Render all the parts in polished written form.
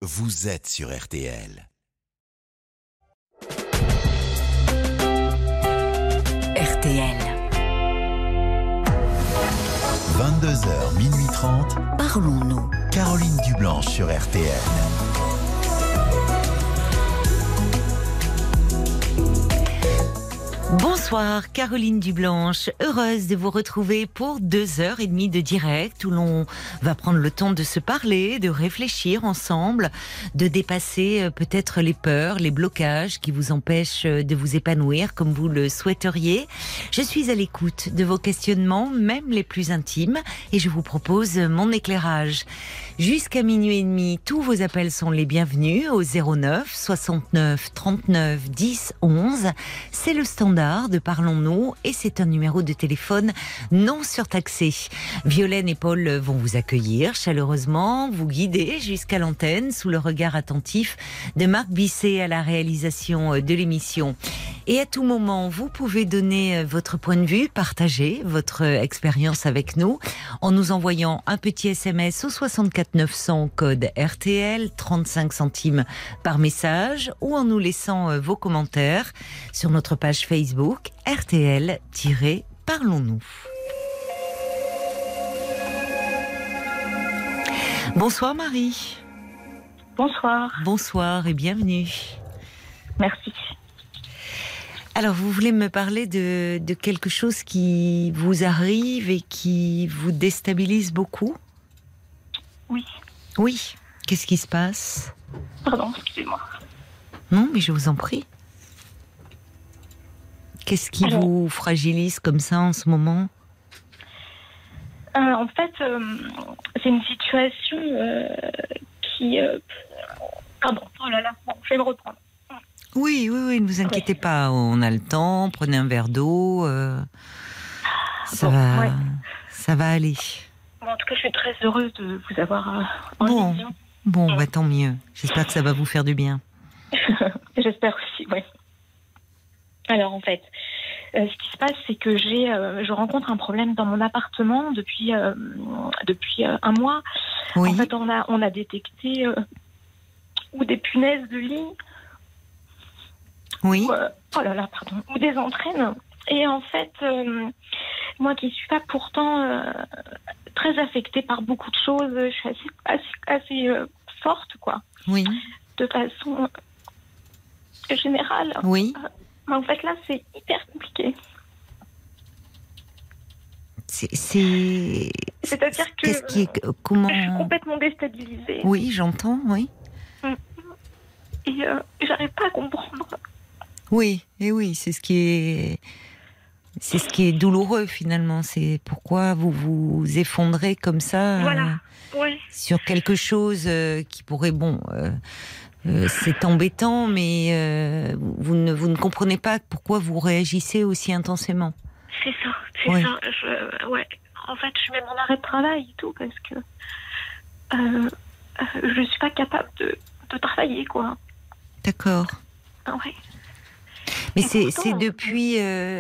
vous êtes sur RTL. RTL. 22h, minuit 30. Parlons-nous. Caroline Dublanche sur RTL. Bonsoir, Caroline Dublanche, heureuse de vous retrouver pour 2h30 de direct où l'on va prendre le temps de se parler, de réfléchir ensemble, de dépasser peut-être les peurs, les blocages qui vous empêchent de vous épanouir comme vous le souhaiteriez. Je suis à l'écoute de vos questionnements, même les plus intimes, et je vous propose mon éclairage. Jusqu'à minuit et demi, tous vos appels sont les bienvenus au 09 69 39 10 11. C'est le standard de Parlons-nous et c'est un numéro de téléphone non surtaxé. Violaine et Paul vont vous accueillir chaleureusement, vous guider jusqu'à l'antenne sous le regard attentif de Marc Bisset à la réalisation de l'émission. Et à tout moment, vous pouvez donner votre point de vue, partager votre expérience avec nous en nous envoyant un petit SMS au 64 900 code RTL, 35 centimes par message, ou en nous laissant vos commentaires sur notre page Facebook RTL-Parlons-nous. Bonsoir Marie. Bonsoir. Bonsoir et bienvenue. Merci. Alors, vous voulez me parler de quelque chose qui vous arrive et qui vous déstabilise beaucoup ? Oui. Oui. Qu'est-ce qui se passe ? Pardon, excusez-moi. Non, mais je vous en prie. Qu'est-ce qui vous fragilise comme ça en ce moment ? En fait, c'est une situation qui... Pardon, oh là là, bon, je vais me reprendre. Oui, ne vous inquiétez pas, on a le temps, prenez un verre d'eau, ça va aller. Bon, en tout cas, je suis très heureuse de vous avoir en ligne. Bon, tant mieux. J'espère que ça va vous faire du bien. J'espère aussi, oui. Alors, en fait, ce qui se passe, c'est que je rencontre un problème dans mon appartement depuis un mois. Oui. En fait, on a détecté ou des punaises de lit. Oui. Ou des entraînes. Et en fait, moi qui suis pas pourtant très affectée par beaucoup de choses, je suis assez forte, quoi. Oui. De façon générale. Oui. Mais en fait, là, c'est hyper compliqué. C'est-à-dire que comment... je suis complètement déstabilisée. Oui, j'entends, oui. Et j'arrive pas à comprendre. Oui, et oui, c'est ce qui est douloureux finalement. C'est pourquoi vous vous effondrez comme ça sur quelque chose qui pourrait, c'est embêtant, mais vous ne comprenez pas pourquoi vous réagissez aussi intensément. C'est ça. En fait, je suis même en arrêt de travail et tout parce que je suis pas capable de travailler, quoi. D'accord. Ouais. Mais c'est depuis...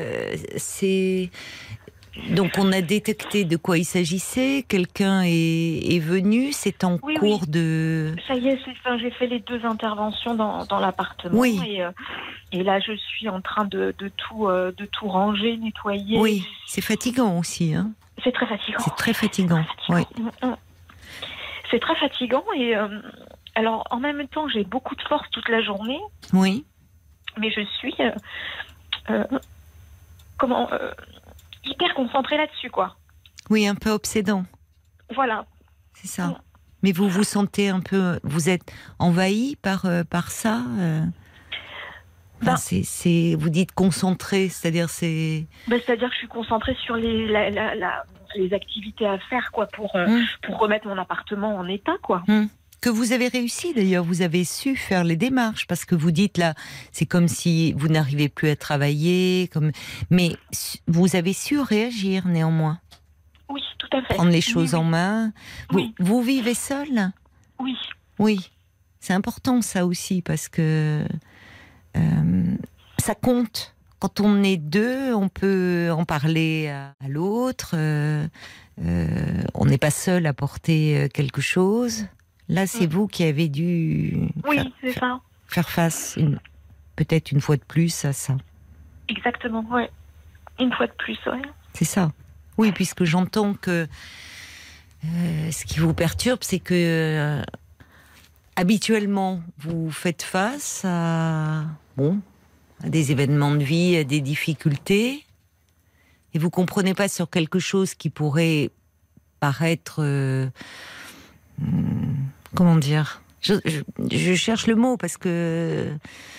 Donc on a détecté de quoi il s'agissait, quelqu'un est venu, c'est en cours de... Ça y est, j'ai fait les 2 interventions dans l'appartement et là je suis en train de tout ranger, nettoyer. Oui, c'est fatigant aussi. Hein. C'est très fatigant. C'est très fatigant, oui. C'est très fatigant et alors en même temps j'ai beaucoup de force toute la journée. Oui. Mais je suis hyper concentrée là-dessus, quoi. Oui, un peu obsédant. Voilà. C'est ça. Mais vous vous sentez un peu... Vous êtes envahi par ça vous dites concentré, c'est-à-dire c'est... C'est-à-dire que je suis concentrée sur les activités à faire, quoi, pour remettre mon appartement en état, quoi. Que vous avez réussi d'ailleurs, vous avez su faire les démarches, parce que vous dites là, c'est comme si vous n'arrivez plus à travailler, mais vous avez su réagir néanmoins. Oui, tout à fait. Prendre les choses en main. Vous vivez seul ? Oui. Oui, c'est important ça aussi, parce que ça compte. Quand on est 2, on peut en parler à l'autre, on n'est pas seul à porter quelque chose. Là, c'est vous qui avez dû Oui, c'est ça. faire face, peut-être une fois de plus, à ça. Exactement, ouais. Une fois de plus, ouais. C'est ça. Oui, puisque j'entends que ce qui vous perturbe, c'est que habituellement, vous faites face à des événements de vie, à des difficultés, et vous comprenez pas sur quelque chose qui pourrait paraître, comment dire, je cherche le mot parce que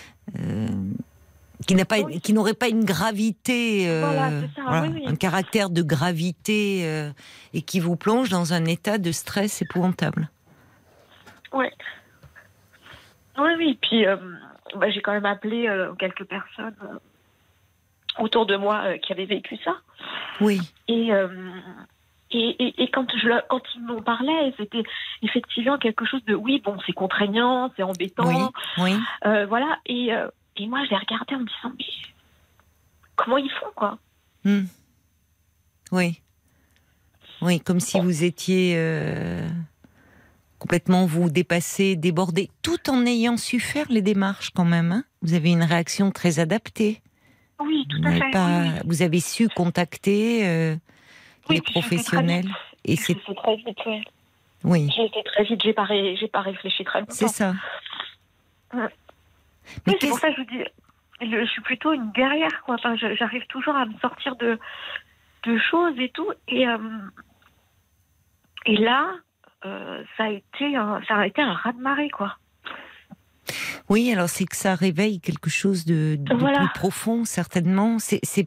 qui n'aurait pas une gravité, Voilà, c'est ça, oui. un caractère de gravité, et qui vous plonge dans un état de stress épouvantable. Ouais. Oui. Puis j'ai quand même appelé quelques personnes autour de moi qui avaient vécu ça. Oui. Et quand ils m'en parlaient, c'était effectivement quelque chose de c'est contraignant, c'est embêtant. Oui. Voilà. Et moi, je les regardais en me disant, mais comment ils font, quoi? Oui. Oui, comme si vous étiez complètement vous dépassé, débordé, tout en ayant su faire les démarches quand même. Hein, vous avez une réaction très adaptée. Oui, tout à fait. Oui. Vous avez su contacter les professionnels. Et c'est très vite, ouais. Oui. J'ai été très vite, j'ai pas réfléchi très longtemps. C'est ça. Ouais. Mais c'est pour ça que je vous dis, je suis plutôt une guerrière, quoi. Enfin, j'arrive toujours à me sortir de choses et tout. Et là, ça a été un raz-de-marée, quoi. Oui, alors c'est que ça réveille quelque chose de plus profond, certainement.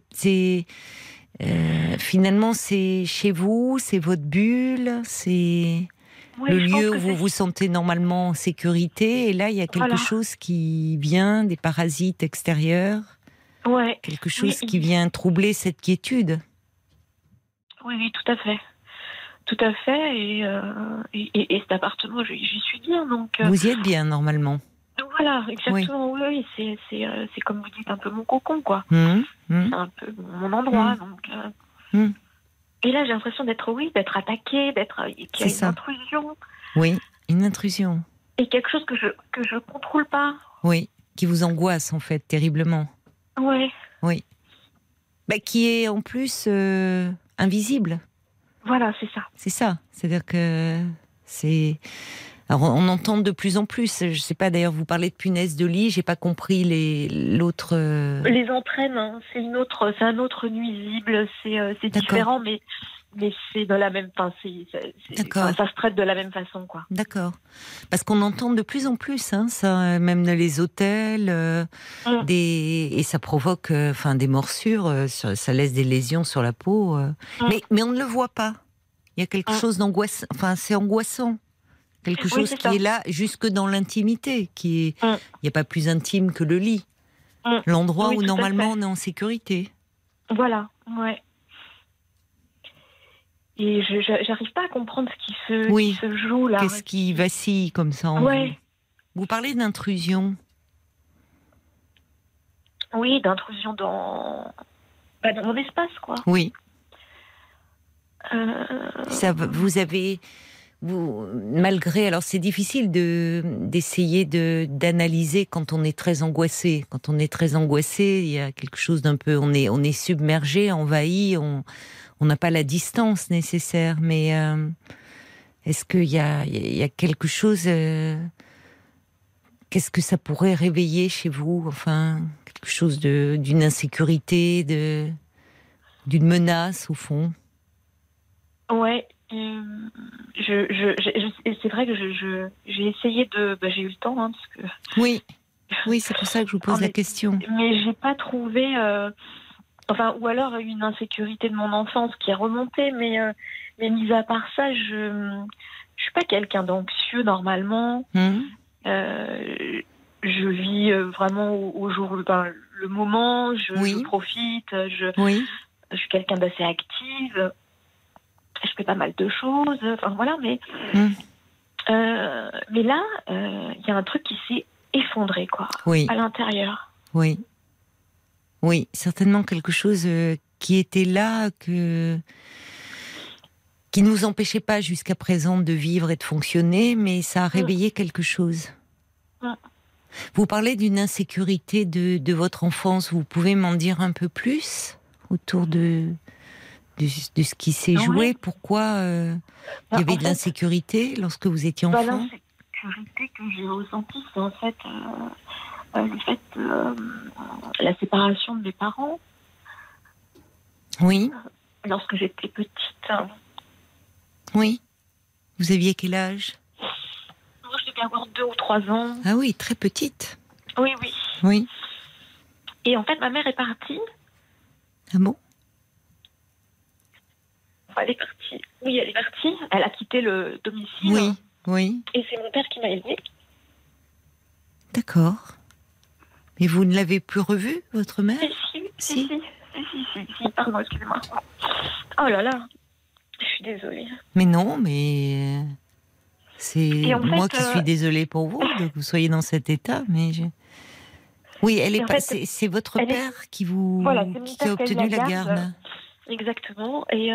Finalement, c'est chez vous, c'est votre bulle, c'est le lieu où vous vous sentez normalement en sécurité. Et là, il y a quelque chose qui vient, des parasites extérieurs. Ouais. Quelque chose qui vient troubler cette quiétude. Oui, tout à fait. Tout à fait. Et cet appartement, j'y suis bien. Donc, vous y êtes bien, normalement. Voilà, exactement. Oui, c'est comme vous dites, un peu mon cocon, quoi. C'est un peu mon endroit. Donc, Et là, j'ai l'impression d'être attaquée, qu'il y a une intrusion. Oui, une intrusion. Et quelque chose que je contrôle pas. Oui, qui vous angoisse, en fait, terriblement. Ouais. Oui. Qui est, en plus, invisible. Voilà, c'est ça. C'est ça. C'est-à-dire que c'est... Alors, on entend de plus en plus. Je sais pas, d'ailleurs, vous parlez de punaises de lit. J'ai pas compris l'autre... Les entraînes, hein, c'est un autre nuisible. C'est différent, mais c'est de la même... ça se traite de la même façon, quoi. D'accord. Parce qu'on entend de plus en plus, hein, ça, même dans les hôtels, et ça provoque des morsures, ça laisse des lésions sur la peau. Mais on ne le voit pas. Il y a quelque chose d'angoissant. Enfin, c'est angoissant. Quelque chose qui est là jusque dans l'intimité, il n'y a pas plus intime que le lit. L'endroit où normalement on est en sécurité. Voilà, ouais. Et j'arrive pas à comprendre ce qui se joue là. Qu'est-ce qui vacille comme ça en vous? Vous parlez d'intrusion. Oui, d'intrusion dans mon espace, quoi. Oui. Ça, malgré, alors c'est difficile d'essayer d'analyser quand on est très angoissé. Quand on est très angoissé, il y a quelque chose d'un peu, on est submergé, envahi, on n'a pas la distance nécessaire. Mais est-ce qu'il y a quelque chose? Qu'est-ce que ça pourrait réveiller chez vous? Enfin, quelque chose d'une insécurité, d'une menace au fond. Ouais. C'est vrai que j'ai essayé j'ai eu le temps, hein, parce que... Oui, c'est pour ça que je vous pose la question. Mais j'ai pas trouvé... ou alors une insécurité de mon enfance qui est remontée, mais mis à part ça, je suis pas quelqu'un d'anxieux normalement. Je vis vraiment au jour le moment, je profite, je suis quelqu'un d'assez active. Je fais pas mal de choses, mais là, il y a un truc qui s'est effondré, quoi, à l'intérieur. Oui, certainement quelque chose qui était là, qui ne vous empêchait pas jusqu'à présent de vivre et de fonctionner, mais ça a réveillé quelque chose. Vous parlez d'une insécurité de votre enfance. Vous pouvez m'en dire un peu plus autour de ce qui s'est joué? Pourquoi il y avait de l'insécurité lorsque vous étiez enfant? L'insécurité que j'ai ressentie, c'est en fait le fait la séparation de mes parents. Oui. Lorsque j'étais petite. Oui. Vous aviez quel âge? Moi, je devais avoir 2 ou 3 ans. Ah oui, très petite. Oui. Oui. Et en fait, ma mère est partie. Ah bon? Elle est partie. Oui, elle est partie. Elle a quitté le domicile. Oui. Et c'est mon père qui m'a élevée. D'accord. Et vous ne l'avez plus revue, votre mère? Si. Pardon, excusez-moi. Oh là là. Je suis désolée. Mais non, mais c'est moi qui suis désolée pour vous que vous soyez dans cet état. Mais oui, elle est pas. C'est votre père qui vous qui a obtenu la garde. Exactement. Et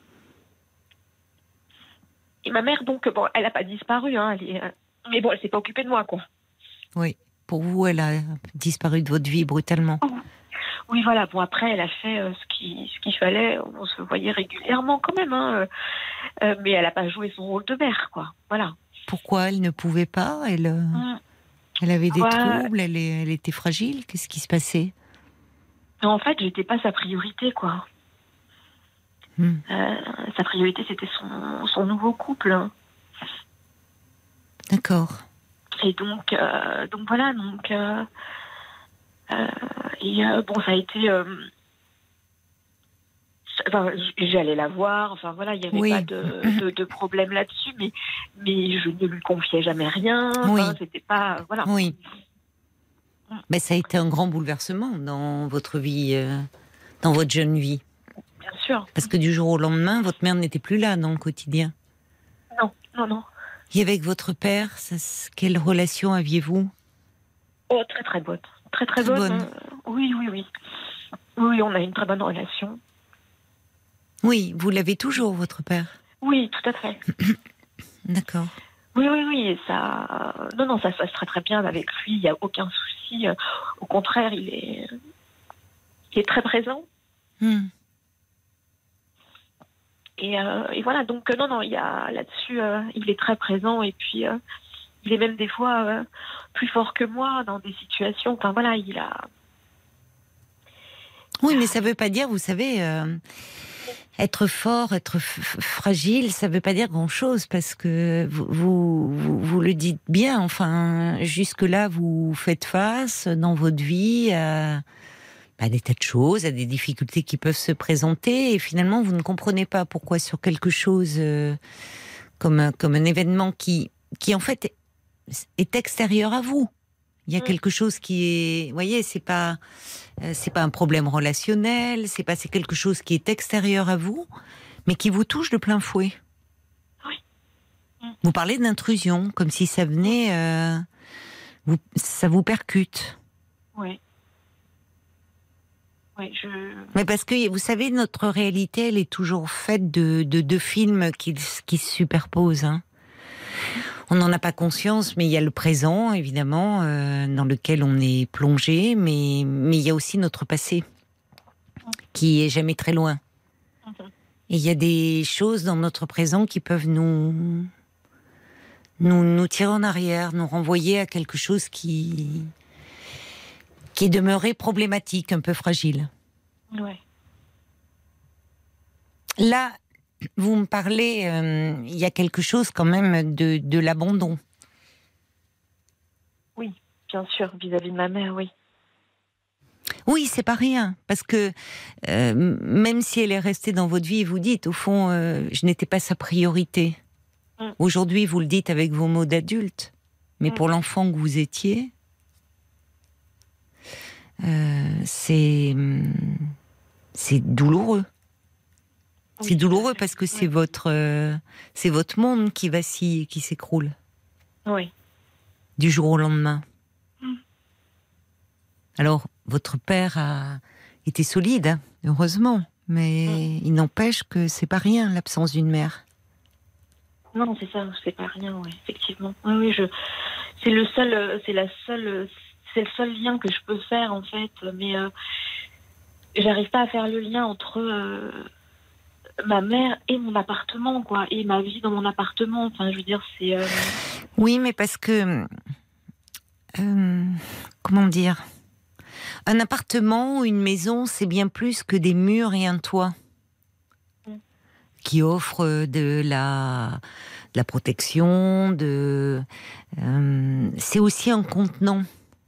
ma mère, donc, bon, elle n'a pas disparu, hein, mais bon, elle s'est pas occupée de moi, quoi. Oui. Pour vous, elle a disparu de votre vie brutalement. Oui, voilà. Bon, après, elle a fait ce qu'il fallait. On se voyait régulièrement quand même, hein, mais elle n'a pas joué son rôle de mère, quoi. Voilà. Pourquoi elle ne pouvait pas? Elle avait des troubles, elle était fragile. Qu'est-ce qui se passait? En fait, j'étais pas sa priorité, quoi. Sa priorité, c'était son nouveau couple. Hein. D'accord. Et donc voilà, bon, ça a été. Enfin, j'allais la voir. Enfin voilà, il y avait pas de problème là-dessus, mais je ne lui confiais jamais rien. Enfin, c'était pas voilà. Oui. Mais ça a été un grand bouleversement dans votre vie, dans votre jeune vie. Bien sûr. Parce que du jour au lendemain, votre mère n'était plus là dans le quotidien. Non. Et avec votre père, quelle relation aviez-vous? Oh, très très bonne. Très bonne. Oui. Oui, on a une très bonne relation. Oui, vous l'avez toujours, votre père? Oui, tout à fait. D'accord. Oui, et ça... Non, ça se passe très très bien avec lui, il n'y a aucun souci. Au contraire, il est très présent. Et voilà, donc non, il y a là-dessus, il est très présent et puis il est même des fois plus fort que moi dans des situations. Enfin voilà, il a. Oui, mais ça ne veut pas dire, vous savez, être fort, être fragile, ça ne veut pas dire grand-chose parce que vous le dites bien. Enfin, jusque-là, vous faites face dans votre vie à des tas de choses, à des difficultés qui peuvent se présenter, et finalement vous ne comprenez pas pourquoi sur quelque chose comme un événement qui en fait est extérieur à vous. Il y a quelque chose qui est, vous voyez, c'est pas un problème relationnel, c'est quelque chose qui est extérieur à vous, mais qui vous touche de plein fouet. Oui. Vous parlez d'intrusion, comme si ça venait, ça vous percute. Oui. Mais parce que, vous savez, notre réalité, elle est toujours faite de deux films qui se superposent. Hein. On n'en a pas conscience, mais il y a le présent, évidemment, dans lequel on est plongé, mais il y a aussi notre passé, qui est jamais très loin. Et il y a des choses dans notre présent qui peuvent nous tirer en arrière, nous renvoyer à quelque chose qui est demeuré problématique, un peu fragile. Ouais. Là, vous me parlez, il y a quelque chose quand même de l'abandon. Oui, bien sûr, vis-à-vis de ma mère, oui. Oui, c'est pas rien, parce que même si elle est restée dans votre vie, vous dites, au fond, je n'étais pas sa priorité. Aujourd'hui, vous le dites avec vos mots d'adulte, mais pour l'enfant que vous étiez, c'est douloureux. C'est douloureux parce que c'est votre monde qui vacille et qui s'écroule. Oui. Du jour au lendemain. Alors, votre père a été solide, hein, heureusement, mais il n'empêche que c'est pas rien, l'absence d'une mère. Non, c'est ça, c'est pas rien, ouais, effectivement. Oui, c'est le seul lien que je peux faire, en fait, mais j'arrive pas à faire le lien entre ma mère et mon appartement, quoi, et ma vie dans mon appartement. Enfin, je veux dire, c'est... Oui, mais parce que... comment dire ? Un appartement ou une maison, c'est bien plus que des murs et un toit qui offrent de la protection, c'est aussi un contenant.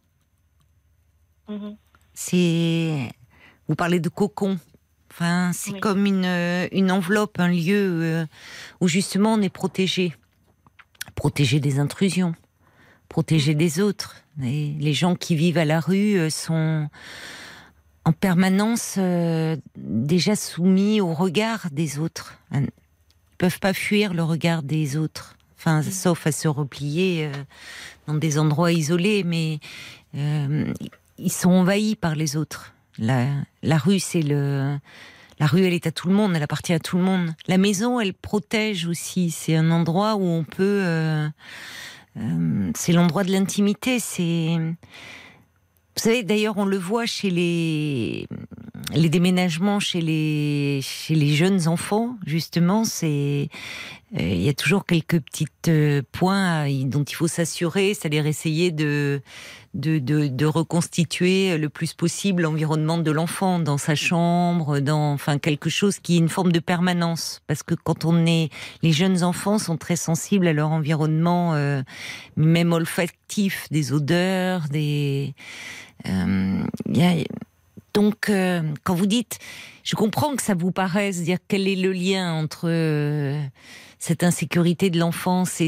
Vous parlez de cocon. Enfin, c'est comme une enveloppe, un lieu où justement on est protégé des intrusions, protégé des autres. Et les gens qui vivent à la rue sont en permanence déjà soumis au regard des autres. Ils peuvent pas fuir le regard des autres. Enfin, sauf à se replier dans des endroits isolés, mais ils sont envahis par les autres. La rue, la rue, elle est à tout le monde, elle appartient à tout le monde. La maison, elle protège aussi. C'est un endroit où on peut... c'est l'endroit de l'intimité. Vous savez, d'ailleurs, on le voit chez les déménagements, chez les jeunes enfants, justement, il y a toujours quelques petits points dont il faut s'assurer, c'est-à-dire essayer de reconstituer le plus possible l'environnement de l'enfant dans sa chambre, enfin quelque chose qui est une forme de permanence, parce que les jeunes enfants sont très sensibles à leur environnement, même olfactif, des odeurs, donc, quand vous dites, je comprends que ça vous paraisse dire quel est le lien entre cette insécurité de l'enfance et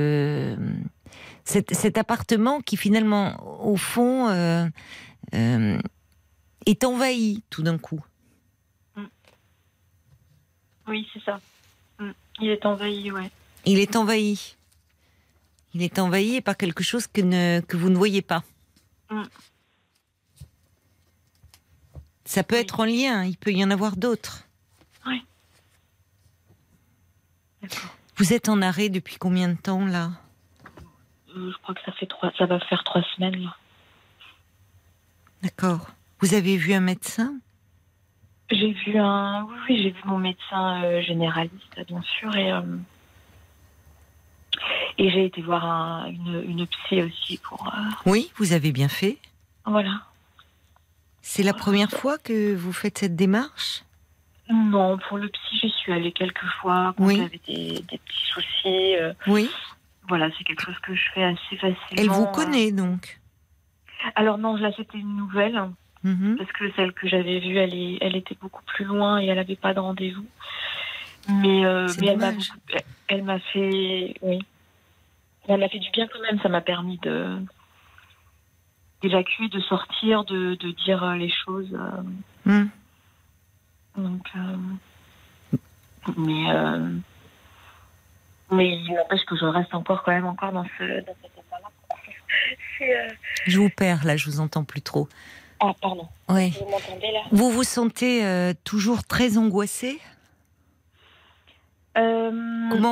cet appartement qui finalement, au fond, est envahi tout d'un coup. Oui, c'est ça. Il est envahi, ouais. Il est envahi. Il est envahi par quelque chose que vous ne voyez pas. Ça peut être en lien, il peut y en avoir d'autres. Oui. D'accord. Vous êtes en arrêt depuis combien de temps, là ? Je crois que ça va faire 3 semaines, là. D'accord. Vous avez vu un médecin ? J'ai vu j'ai vu mon médecin généraliste, bien sûr, et j'ai été voir une psy aussi pour... Oui, vous avez bien fait. Voilà. C'est la première fois que vous faites cette démarche ? Non, pour le psy, j'y suis allée quelques fois quand j'avais des petits soucis. Oui. Voilà, c'est quelque chose que je fais assez facilement. Elle vous connaît donc ? Alors non, là c'était une nouvelle, parce que celle que j'avais vue, elle était beaucoup plus loin et elle n'avait pas de rendez-vous. Mais elle m'a fait du bien quand même. Ça m'a permis d'évacuer, de sortir, de dire les choses. Donc, mais il n'empêche que je reste encore dans cet état-là. Je vous perds là, je vous entends plus trop. Ah, pardon. Ouais. Vous m'entendez là ? Vous vous sentez toujours très angoissée ? Comment ?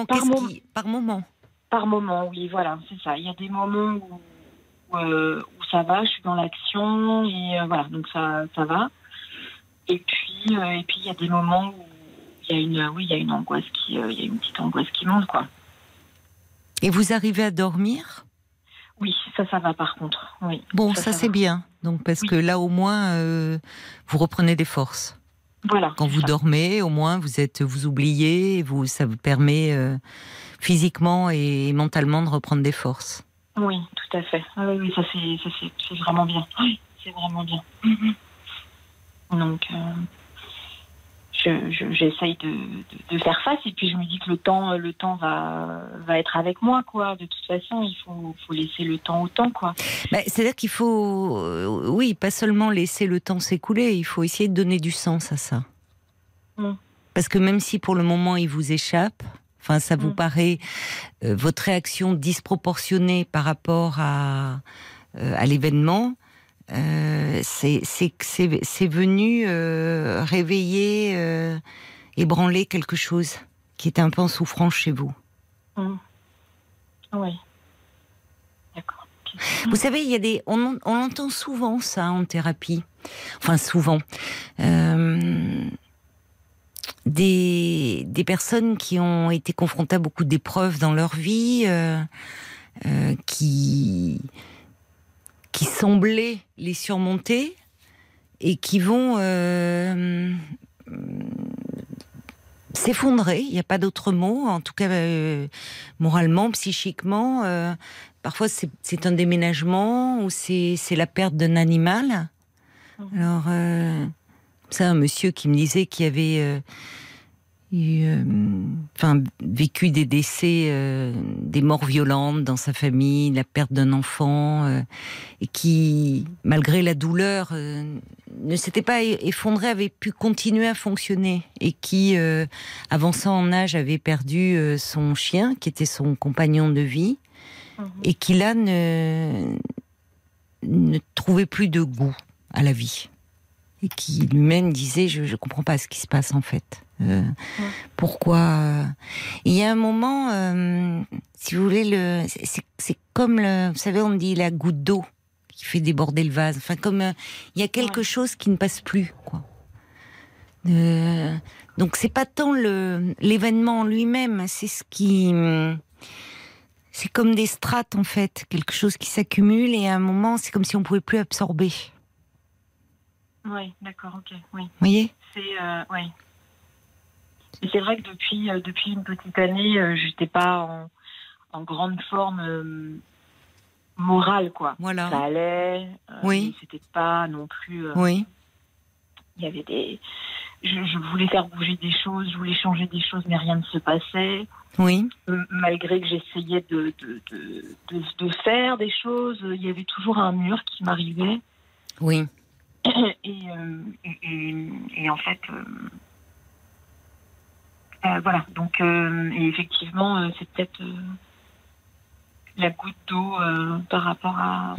Par moment ? Par moment, oui, voilà, c'est ça. Il y a des moments où ça va, je suis dans l'action et voilà, donc ça va. Et puis il y a des moments où il y a une angoisse il y a une petite angoisse qui monte, quoi. Et vous arrivez à dormir ? Oui, ça va par contre. Oui. Bon, ça c'est bien. Donc parce que là au moins vous reprenez des forces. Voilà. Quand vous dormez, au moins vous oubliez, ça vous permet physiquement et mentalement de reprendre des forces. Oui, tout à fait. Oui, ça c'est vraiment bien. Oui, c'est vraiment bien. Donc j'essaye de faire face et puis je me dis que le temps va être avec moi, quoi. De toute façon, il faut laisser le temps au temps, quoi. C'est-à-dire qu'il faut, oui, pas seulement laisser le temps s'écouler, il faut essayer de donner du sens à ça. Parce que même si pour le moment il vous échappe, enfin ça vous paraît votre réaction disproportionnée par rapport à l'événement, c'est venu réveiller, ébranler quelque chose qui était un peu en souffrance chez vous. Oui. D'accord. Vous savez, il y a on entend souvent ça en thérapie. Enfin, souvent. Des personnes qui ont été confrontées à beaucoup d'épreuves dans leur vie, qui semblaient les surmonter et qui vont s'effondrer, il n'y a pas d'autre mot, en tout cas moralement, psychiquement. Parfois c'est un déménagement ou c'est la perte d'un animal. Alors, c'est un monsieur qui me disait qu'il avait vécu des décès, des morts violentes dans sa famille, la perte d'un enfant, et qui, malgré la douleur, ne s'était pas effondré, avait pu continuer à fonctionner, et qui, avançant en âge, avait perdu son chien, qui était son compagnon de vie, et qui là ne trouvait plus de goût à la vie. Et qui lui-même disait, je comprends pas ce qui se passe en fait. Pourquoi Il y a un moment, si vous voulez, c'est comme vous savez, on dit la goutte d'eau qui fait déborder le vase. Enfin, comme il y a quelque chose qui ne passe plus, quoi. Donc c'est pas tant l'événement en lui-même, c'est ce qui, c'est comme des strates en fait, quelque chose qui s'accumule et à un moment, c'est comme si on pouvait plus absorber. Oui, d'accord, ok, oui. Vous voyez ? Oui. Et c'est vrai que depuis une petite année, j'étais pas en grande forme morale, quoi. Voilà. Ça allait. Oui. C'était pas non plus. Oui. Il y avait je voulais faire bouger des choses, je voulais changer des choses, mais rien ne se passait. Oui. Malgré que j'essayais de faire des choses, il y avait toujours un mur qui m'arrivait. Oui. Et en fait, voilà. Donc, et effectivement, c'est peut-être la goutte d'eau par rapport à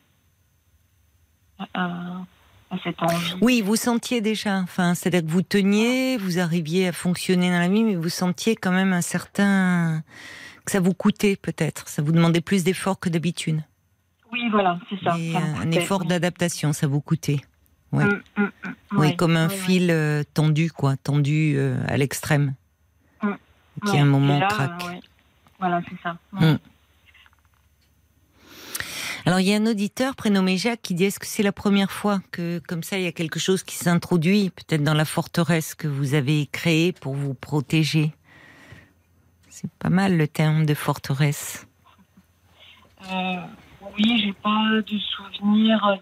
cette envie. Oui, vous sentiez déjà. Enfin, c'est-à-dire que vous teniez, vous arriviez à fonctionner dans la vie, mais vous sentiez quand même un certain que ça vous coûtait peut-être. Ça vous demandait plus d'efforts que d'habitude. Oui, voilà, c'est ça. Et ça un effort d'adaptation, ça vous coûtait. Ouais. Oui, comme un fil tendu, quoi, tendu à l'extrême, qui à un moment craque. Voilà, c'est ça. Alors, il y a un auditeur prénommé Jacques qui dit: est-ce que c'est la première fois que, comme ça, il y a quelque chose qui s'introduit, peut-être dans la forteresse que vous avez créée pour vous protéger? C'est pas mal le terme de forteresse. Oui, j'ai pas de souvenir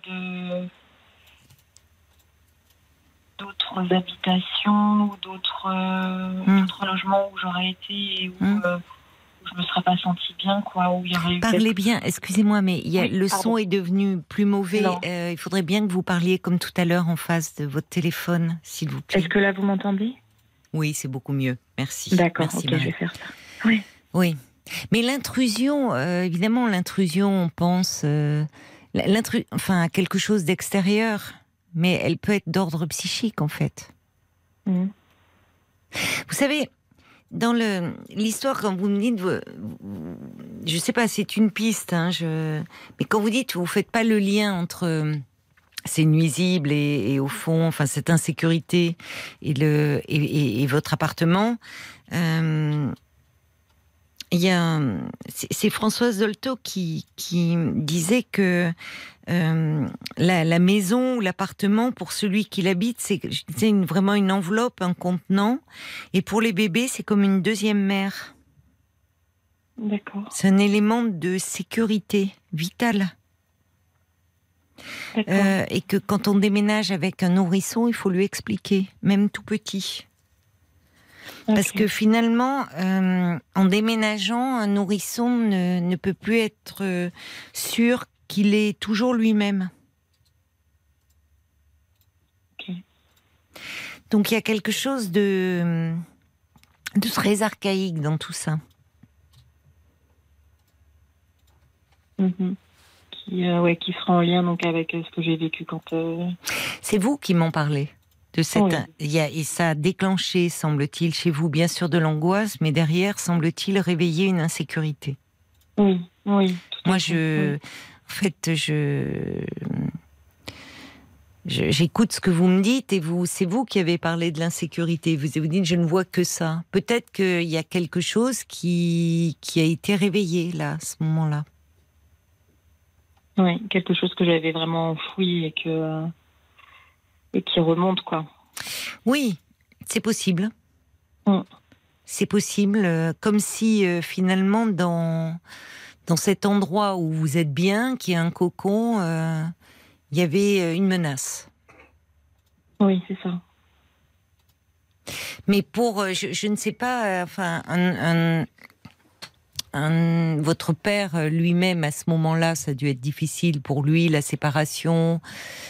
d'autres habitations ou d'autres logements où j'aurais été et où je me serais pas sentie bien, quoi, où il y aurait eu Parlez bien, excusez-moi, mais le pardon. son est devenu plus mauvais. Il faudrait bien que vous parliez comme tout à l'heure en face de votre téléphone, s'il vous plaît. Est-ce que là vous m'entendez? Oui, c'est beaucoup mieux. Merci. D'accord, merci, ok, Marie. je vais faire ça. Oui. Oui. Mais l'intrusion, évidemment, on pense à quelque chose d'extérieur, mais elle peut être d'ordre psychique, en fait. Vous savez, dans l'histoire, quand vous me dites, je sais pas, c'est une piste, mais quand vous dites, vous faites pas le lien entre ces nuisibles et au fond, enfin, cette insécurité et votre appartement, c'est Françoise Dolto qui disait que la maison ou l'appartement, pour celui qui l'habite, c'est vraiment une enveloppe, un contenant, et pour les bébés, c'est comme une deuxième mère. D'accord. C'est un élément de sécurité vitale. Et que quand on déménage avec un nourrisson, il faut lui expliquer, même tout petit. Parce que finalement, en déménageant, un nourrisson ne peut plus être sûr qu'il est toujours lui-même. Donc il y a quelque chose de très archaïque dans tout ça. qui sera en lien donc avec ce que j'ai vécu quand. C'est vous qui m'en parlez de cette. Oui. Et ça a déclenché, semble-t-il, chez vous, bien sûr, de l'angoisse, mais derrière, semble-t-il, réveiller une insécurité. Oui. Moi, en fait, j'écoute ce que vous me dites et c'est vous qui avez parlé de l'insécurité. Vous dites, je ne vois que ça. Peut-être qu'il y a quelque chose qui a été réveillé là, à ce moment-là. Oui, quelque chose que j'avais vraiment enfoui et qui remonte, quoi. Oui, c'est possible. Mm. C'est possible, comme si finalement dans cet endroit où vous êtes bien, qui est un cocon, il y avait une menace. Oui, c'est ça. Mais je ne sais pas, enfin, votre père lui-même, à ce moment-là, ça a dû être difficile pour lui, la séparation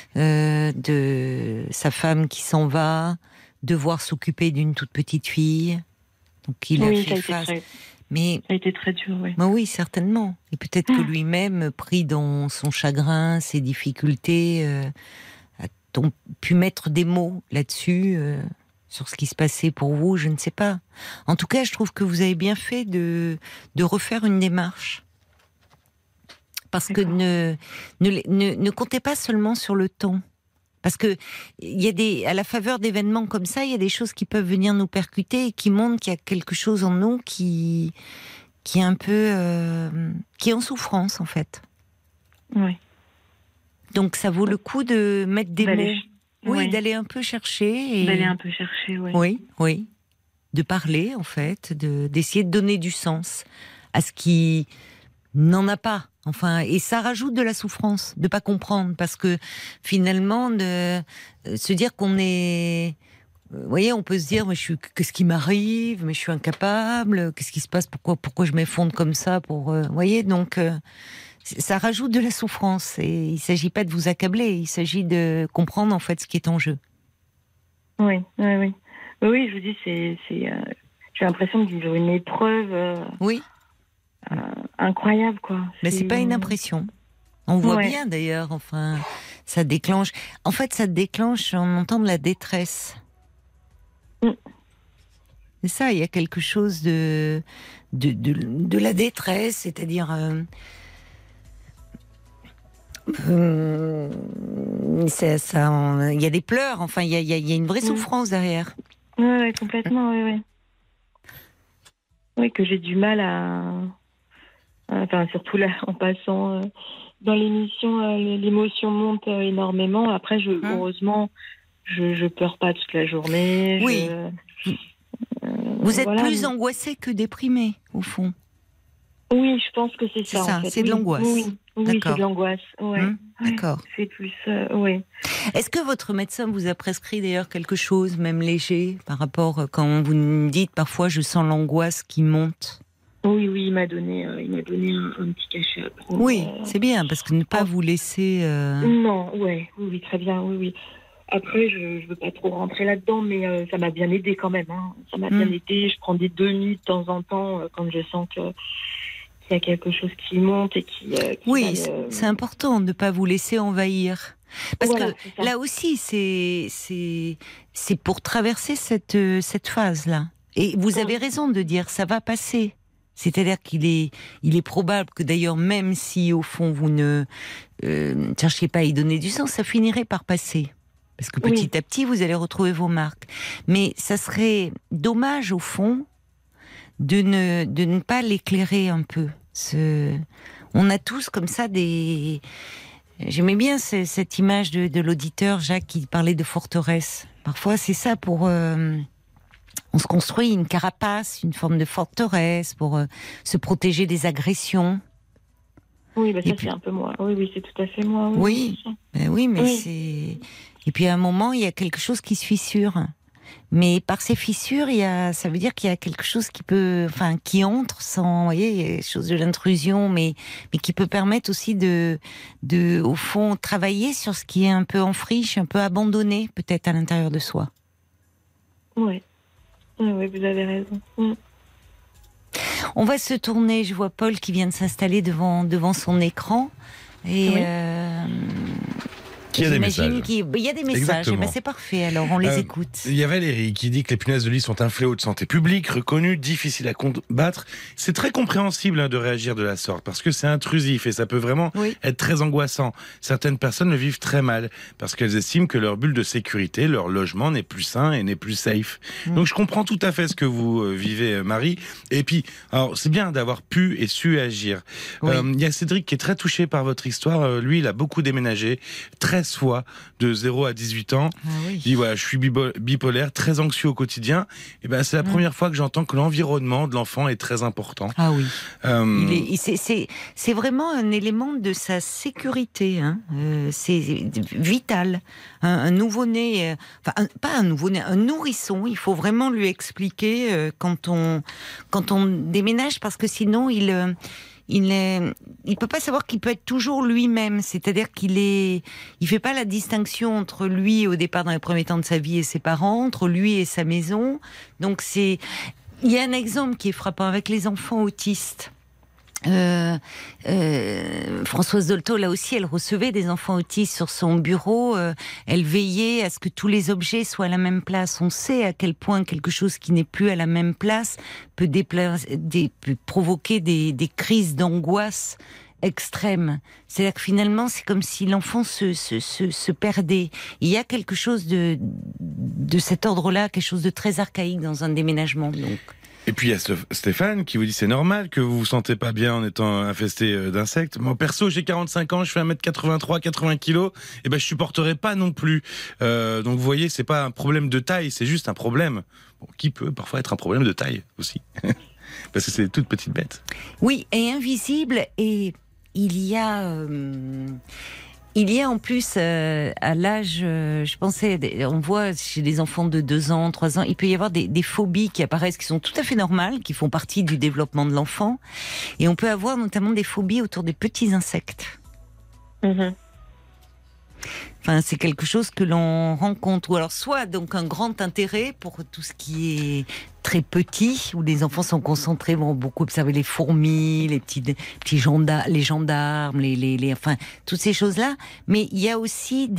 de sa femme qui s'en va, devoir s'occuper d'une toute petite fille. Donc il a fait face. Mais ça a été très dur, oui. Mais oui, certainement. Et peut-être que lui-même, pris dans son chagrin, ses difficultés, a pu mettre des mots là-dessus, sur ce qui se passait pour vous, je ne sais pas. En tout cas, je trouve que vous avez bien fait de refaire une démarche. Parce que ne comptez pas seulement sur le temps. Parce que à la faveur d'événements comme ça, il y a des choses qui peuvent venir nous percuter et qui montrent qu'il y a quelque chose en nous qui est un peu, qui est en souffrance en fait. Oui. Donc ça vaut le coup de mettre des mots. Oui, d'aller un peu chercher. D'aller un peu chercher, oui. Oui. De parler en fait, d'essayer de donner du sens à ce qui n'en a pas. Enfin, et ça rajoute de la souffrance, de pas comprendre, parce que finalement, de se dire qu'on est, vous voyez, on peut se dire, mais qu'est-ce qui m'arrive, mais je suis incapable, qu'est-ce qui se passe, pourquoi je m'effondre comme ça, vous voyez, donc ça rajoute de la souffrance. Et il s'agit pas de vous accabler, il s'agit de comprendre en fait ce qui est en jeu. Oui, je vous dis, j'ai l'impression de vivre une épreuve. Oui. Incroyable, quoi. Mais c'est pas une impression. On voit bien d'ailleurs, enfin, ça déclenche. En fait, ça déclenche en entendant de la détresse. C'est ça, il y a quelque chose de la détresse, c'est-à-dire. Il y a des pleurs, enfin, il y a une vraie souffrance derrière. Oui, complètement, oui. Oui, que j'ai du mal enfin, surtout là, en passant dans l'émission, l'émotion monte énormément. Après, heureusement, je pleure pas toute la journée. Oui. Vous êtes plus angoissée que déprimée, au fond. Oui, je pense que c'est ça. En fait. C'est de l'angoisse. Oui, c'est de l'angoisse. Ouais. D'accord. C'est plus, oui. Est-ce que votre médecin vous a prescrit d'ailleurs quelque chose, même léger, par rapport quand vous me dites parfois je sens l'angoisse qui monte? Oui, il m'a donné un petit cachet à prendre. Oui, c'est bien, parce que ne pas vous laisser... Non, oui, très bien, oui. Après, je veux pas trop rentrer là-dedans, mais ça m'a bien aidé quand même. Hein. Ça m'a bien aidé. Je prends des demi de temps en temps quand je sens qu'il y a quelque chose qui monte et qui oui, c'est important de ne pas vous laisser envahir. Parce que là aussi, c'est pour traverser cette phase-là. Et vous avez raison de dire, ça va passer. C'est-à-dire qu'il est probable que d'ailleurs, même si au fond vous ne cherchiez pas à y donner du sens, ça finirait par passer. Parce que petit à petit, vous allez retrouver vos marques. Mais ça serait dommage au fond de ne pas l'éclairer un peu. On a tous comme ça des... J'aimais bien cette image de l'auditeur Jacques qui parlait de forteresse. Parfois, c'est ça pour... On se construit une carapace, une forme de forteresse pour se protéger des agressions. Oui, ça c'est un peu moi. Oui, c'est tout à fait moi. Oui, mais c'est... Et puis à un moment, il y a quelque chose qui se fissure. Mais par ces fissures, ça veut dire qu'il y a quelque chose qui entre sans, vous voyez, il y a des choses de l'intrusion, mais qui peut permettre aussi de, au fond, travailler sur ce qui est un peu en friche, un peu abandonné, peut-être à l'intérieur de soi. Oui, vous avez raison. On va se tourner, je vois Paul qui vient de s'installer devant son écran. Et Oui. Qui a des messages. Il y a des messages, Exactement. c'est parfait, alors on les écoute. Il y a Valérie qui dit que les punaises de lit sont un fléau de santé publique, reconnu, difficile à combattre. C'est très compréhensible de réagir de la sorte, parce que c'est intrusif et ça peut vraiment être très angoissant. Certaines personnes le vivent très mal, parce qu'elles estiment que leur bulle de sécurité, leur logement n'est plus sain et n'est plus safe. Donc je comprends tout à fait ce que vous vivez, Marie. Et puis, alors c'est bien d'avoir pu et su agir. Il y a Cédric qui est très touché par votre histoire. Lui, il a beaucoup déménagé, 13 fois, de 0 à 18 ans. Il dit, voilà, je suis bipolaire, très anxieux au quotidien. Et ben, c'est la première fois que j'entends que l'environnement de l'enfant est très important. Ah oui. C'est vraiment un élément de sa sécurité. C'est vital. Un nouveau-né, pas un nouveau-né, un nourrisson, il faut vraiment lui expliquer quand on déménage, parce que sinon il peut pas savoir qu'il peut être toujours lui-même, c'est-à-dire il fait pas la distinction entre lui au départ dans les premiers temps de sa vie et ses parents, entre lui et sa maison. Donc il y a un exemple qui est frappant avec les enfants autistes. Françoise Dolto, là aussi, elle recevait des enfants autistes sur son bureau. Elle veillait à ce que tous les objets soient à la même place. On sait à quel point quelque chose qui n'est plus à la même place peut provoquer des crises d'angoisse extrême. C'est-à-dire que finalement, c'est comme si l'enfant se perdait. Il y a quelque chose de cet ordre-là, quelque chose de très archaïque dans un déménagement. Donc. Et puis il y a Stéphane qui vous dit c'est normal que vous vous sentez pas bien en étant infesté d'insectes. Moi perso, j'ai 45 ans, je fais 1m83, 80 kg, et ben je supporterai pas non plus. Donc vous voyez, c'est pas un problème de taille, c'est juste un problème qui peut parfois être un problème de taille aussi. Parce que c'est des toutes petites bêtes. Oui, et invisible, et il y a en plus, à l'âge, je pensais, on voit chez les enfants de 2 ans, 3 ans, il peut y avoir des phobies qui apparaissent, qui sont tout à fait normales, qui font partie du développement de l'enfant. Et on peut avoir notamment des phobies autour des petits insectes. Enfin, c'est quelque chose que l'on rencontre. Ou alors, soit donc un grand intérêt pour tout ce qui est très petit, où les enfants sont concentrés, vont beaucoup observer les fourmis, les petits gendarmes, enfin, toutes ces choses-là. Mais il y a aussi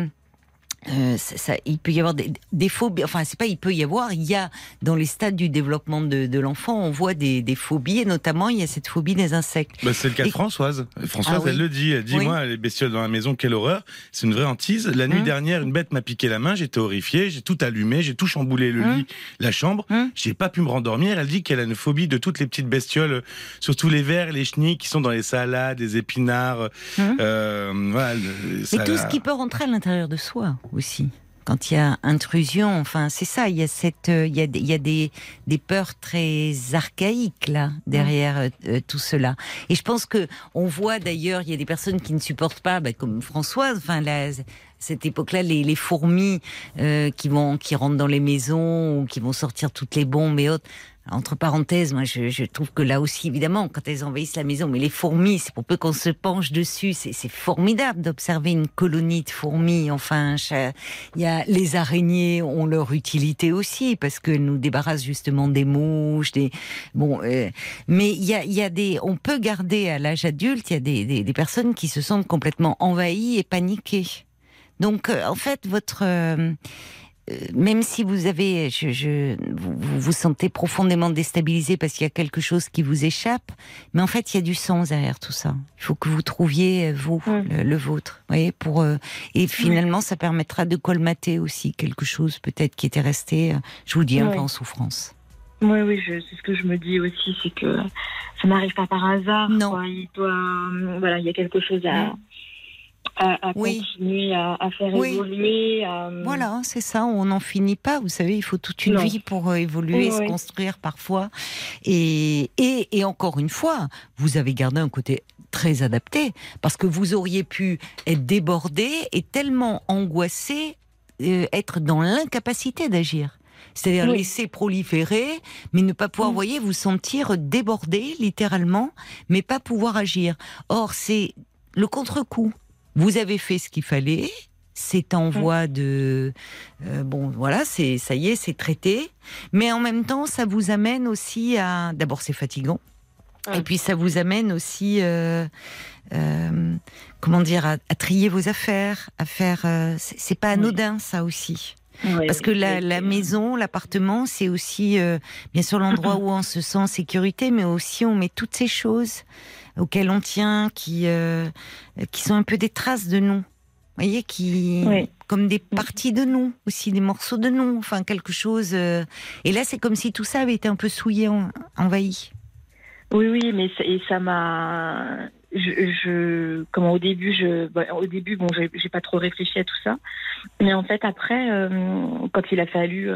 il peut y avoir des phobies. Enfin, c'est pas il peut y avoir. Il y a dans les stades du développement de l'enfant, on voit des phobies, et notamment il y a cette phobie des insectes. C'est le cas de Françoise. Françoise, elle le dit. Elle dit moi, les bestioles dans la maison, quelle horreur. C'est une vraie hantise. La nuit dernière, une bête m'a piqué la main. J'étais horrifiée. J'ai tout allumé. J'ai tout chamboulé le lit, la chambre. J'ai pas pu me rendormir. Elle dit qu'elle a une phobie de toutes les petites bestioles, surtout les vers, les chenilles qui sont dans les salades, les épinards. Voilà. Et tout ce qui peut rentrer à l'intérieur de soi aussi. Quand il y a intrusion, enfin c'est ça, il y a des peurs très archaïques là derrière tout cela. Et je pense que on voit d'ailleurs, il y a des personnes qui ne supportent pas, comme Françoise, enfin cette époque-là, les fourmis qui rentrent dans les maisons ou qui vont sortir toutes les bombes et autres. Entre parenthèses, moi je trouve que là aussi, évidemment, quand elles envahissent la maison, mais les fourmis, c'est pour peu qu'on se penche dessus, c'est formidable d'observer une colonie de fourmis. Enfin, il y a les araignées ont leur utilité aussi, parce qu'elles nous débarrassent justement des mouches, mais il y a on peut garder à l'âge adulte, il y a des personnes qui se sentent complètement envahies et paniquées. Donc, en fait, même si vous avez, vous vous sentez profondément déstabilisé parce qu'il y a quelque chose qui vous échappe, mais en fait il y a du sens derrière tout ça. Il faut que vous trouviez le vôtre, vous voyez, et finalement ça permettra de colmater aussi quelque chose peut-être qui était resté, je vous dis, un peu en souffrance. Oui, c'est ce que je me dis aussi, c'est que ça n'arrive pas par hasard. Non. Quoi. Il y a quelque chose à continuer à faire évoluer. Voilà, c'est ça, on n'en finit pas. Vous savez, il faut toute une vie pour évoluer, se construire parfois. Et encore une fois, vous avez gardé un côté très adapté, parce que vous auriez pu être débordé et tellement angoissé, être dans l'incapacité d'agir. C'est-à-dire laisser proliférer, mais ne pas pouvoir, vous sentir débordé, littéralement, mais pas pouvoir agir. Or, c'est le contre-coup. Vous avez fait ce qu'il fallait, c'est en voie de... ça y est, c'est traité. Mais en même temps, ça vous amène aussi à... D'abord, c'est fatigant. Et puis ça vous amène aussi, comment dire, à trier vos affaires, à faire. C'est pas anodin ça aussi. Ouais, parce que la maison, l'appartement, c'est aussi bien sûr l'endroit où on se sent en sécurité, mais aussi on met toutes ces choses auxquelles on tient, qui sont un peu des traces de nous. Vous voyez, comme des parties de nous, aussi des morceaux de nous, enfin quelque chose. Et là, c'est comme si tout ça avait été un peu souillé, envahi. Oui, mais ça m'a. Au début, bon, j'ai pas trop réfléchi à tout ça, mais en fait après, quand il a fallu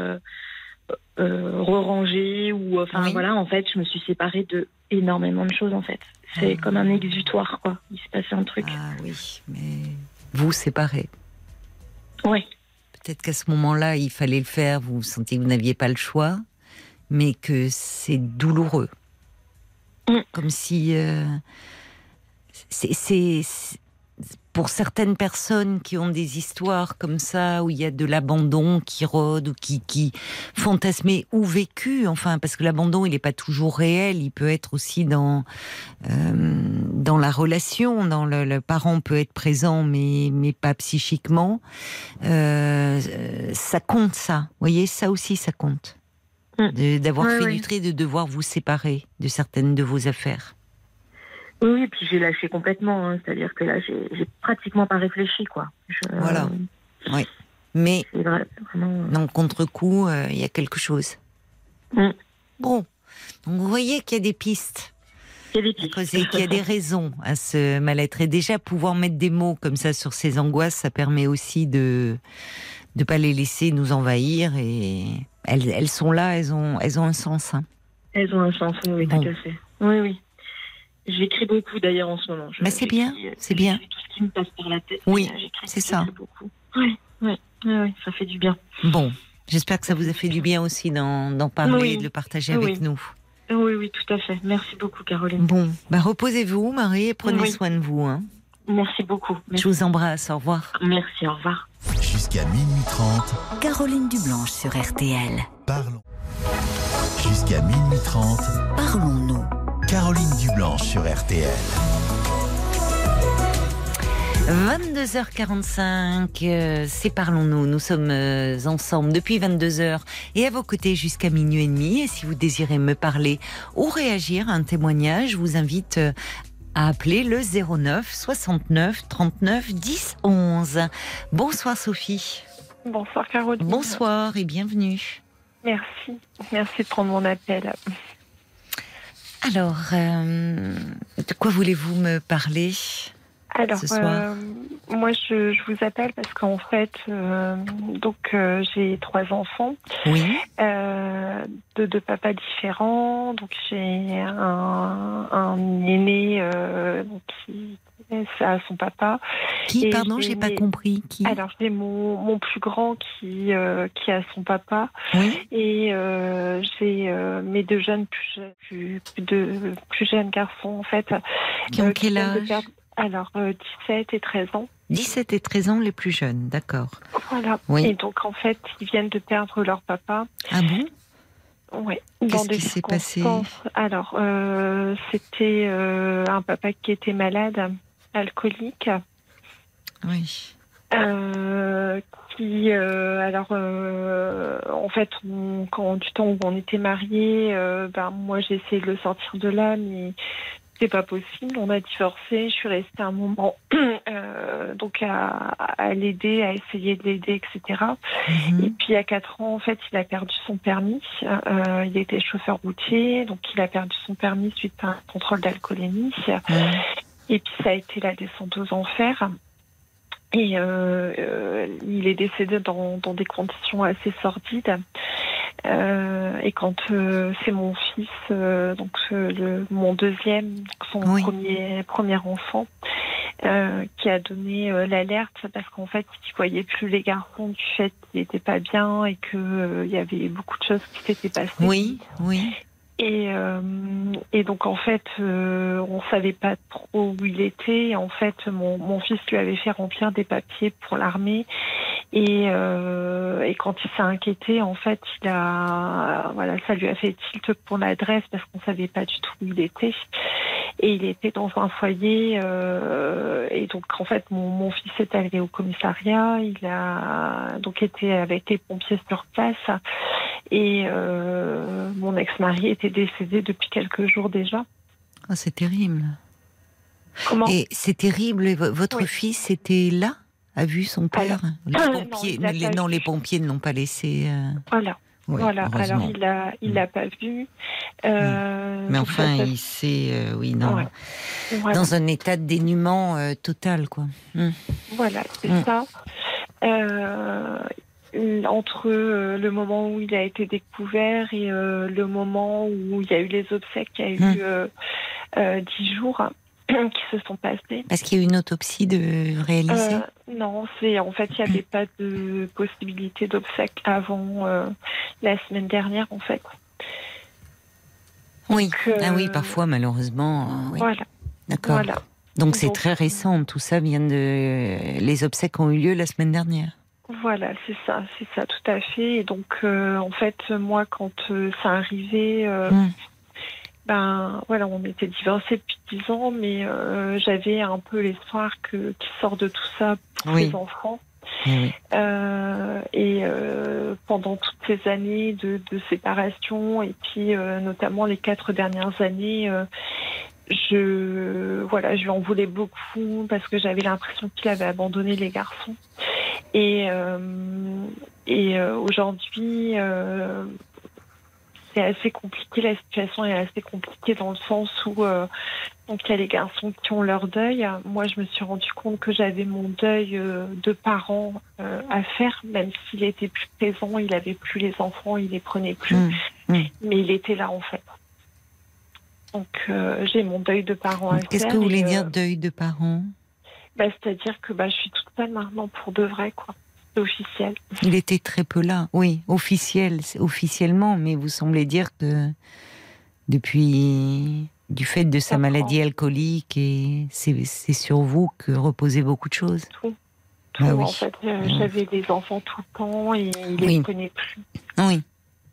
re-ranger voilà, en fait, je me suis séparée de énormément de choses en fait. C'est comme un exutoire, quoi. Il s'est passé un truc. Ah oui, mais vous séparez. Oui. Peut-être qu'à ce moment-là, il fallait le faire. Vous sentiez que vous n'aviez pas le choix, mais que c'est douloureux. Comme si c'est pour certaines personnes qui ont des histoires comme ça, où il y a de l'abandon qui rôde, ou qui fantasmé ou vécu, enfin, parce que l'abandon, il n'est pas toujours réel, il peut être aussi dans la relation, le parent peut être présent, mais pas psychiquement. Ça compte, ça. Vous voyez, ça aussi, ça compte. D'avoir fait du tri, de devoir vous séparer de certaines de vos affaires. Oui, puis j'ai lâché complètement, hein. C'est-à-dire que là, j'ai pratiquement pas réfléchi, quoi. Voilà. Oui. Mais vraiment... dans le contre-coup, il y a quelque chose. Bon, donc vous voyez qu'il y a des pistes. Qu'il y a des raisons à ce mal-être. Et déjà, pouvoir mettre des mots comme ça sur ces angoisses, ça permet aussi de ne pas les laisser nous envahir. Et elles sont là, elles ont un sens. Hein. Elles ont un sens, oui, tout à fait. Oui. J'écris beaucoup d'ailleurs en ce moment. Mais c'est bien, c'est bien. Tout ce qui me passe par la tête. Oui, c'est ça. Beaucoup. Oui, ça fait du bien. Bon, j'espère que ça vous a fait du bien aussi d'en parler et de le partager avec nous. Oui, tout à fait. Merci beaucoup, Caroline. Bon, reposez-vous, Marie, et prenez soin de vous. Hein. Merci beaucoup. Merci. Je vous embrasse, au revoir. Merci, au revoir. Jusqu'à minuit 30. Caroline Dublanche sur RTL. Parlons. Jusqu'à minuit 30. Parlons-nous. Caroline Dublanche sur RTL. 22h45, c'est Parlons-nous. Nous sommes ensemble depuis 22h et à vos côtés jusqu'à minuit et demi. Et si vous désirez me parler ou réagir à un témoignage, je vous invite à appeler le 09 69 39 10 11. Bonsoir Sophie. Bonsoir Caroline. Bonsoir et bienvenue. Merci de prendre mon appel. Alors, de quoi voulez-vous me parler ce soir? Moi je vous appelle parce qu'en fait, j'ai 3 enfants, de 2 papas différents. Donc j'ai un aîné qui a son papa. Qui, pardon, j'ai pas compris. Qui? Alors j'ai mon plus grand qui a son papa. Oui. Et j'ai mes 2 jeunes plus jeunes garçons en fait. Qui ont quel âge? Alors 17 et 13 ans. 17 et 13 ans les plus jeunes, d'accord. Voilà. Oui. Et donc en fait ils viennent de perdre leur papa. Ah bon? Oui. Qu'est-ce qui s'est passé? Alors c'était un papa qui était malade, alcoolique. Oui. En fait, du temps où on était mariés, moi j'ai essayé de le sortir de là, mais c'est pas possible. On a divorcé. Je suis restée un moment à l'aider, à essayer de l'aider, etc. Et puis à 4 ans, en fait, il a perdu son permis. Il était chauffeur routier, donc il a perdu son permis suite à un contrôle d'alcoolémie. Et puis ça a été la descente aux enfers. Et il est décédé dans des conditions assez sordides. Et quand c'est mon fils, mon deuxième, son premier enfant, qui a donné l'alerte, parce qu'en fait, il voyait plus les garçons du fait qu'il n'était pas bien et que il y avait beaucoup de choses qui s'étaient passées. Oui. Et donc en fait, on savait pas trop où il était. Et en fait, mon fils lui avait fait remplir des papiers pour l'armée. Et quand il s'est inquiété, en fait, ça lui a fait tilt pour l'adresse parce qu'on savait pas du tout où il était. Et il était dans un foyer. Et donc, en fait, mon fils est allé au commissariat. Il a donc été avec les pompiers sur place. Et mon ex-mari était décédé depuis quelques jours déjà. Oh, c'est terrible. Comment ? Et c'est terrible. Et votre fils était là, a vu son père. Les pompiers ne l'ont pas laissé. Voilà. Oui, voilà. Alors il l'a pas vu. Mais enfin, il s'est, dans un état de dénuement total, quoi. Voilà, c'est ça. Entre le moment où il a été découvert et le moment où il y a eu les obsèques, il y a eu 10 jours qui se sont passés. Est-ce qu'il y a eu une autopsie de réaliser ? Non, il n'y avait pas de possibilité d'obsèques avant la semaine dernière, en fait. Oui, oui, parfois, malheureusement. Oui. Voilà. D'accord. Voilà. Donc c'est très récent, tout ça vient de... Les obsèques ont eu lieu la semaine dernière. Voilà, c'est ça, tout à fait. Et donc, en fait, moi, quand ça arrivait... on était divorcés depuis 10 ans, mais j'avais un peu l'espoir qui sort de tout ça pour les enfants. Oui. Pendant toutes ces années de séparation, et puis notamment les 4 dernières années, je lui en voulais beaucoup parce que j'avais l'impression qu'il avait abandonné les garçons. Et aujourd'hui... c'est assez compliqué, la situation est assez compliquée dans le sens où donc il y a les garçons qui ont leur deuil. Moi, je me suis rendu compte que j'avais mon deuil de parents à faire, même s'il était plus présent, il avait plus les enfants, il les prenait plus, mais il était là en fait. Donc j'ai mon deuil de parents à faire. Qu'est-ce que vous voulez dire deuil de parents ? C'est-à-dire que je suis toute seule maintenant pour de vrai, quoi. C'est officiel. Il était très peu là, oui, officiellement, mais vous semblez dire que du fait de sa maladie alcoolique, et c'est sur vous que reposaient beaucoup de choses. Tout, en fait, j'avais des enfants tout le temps et il les prenait plus. Oui.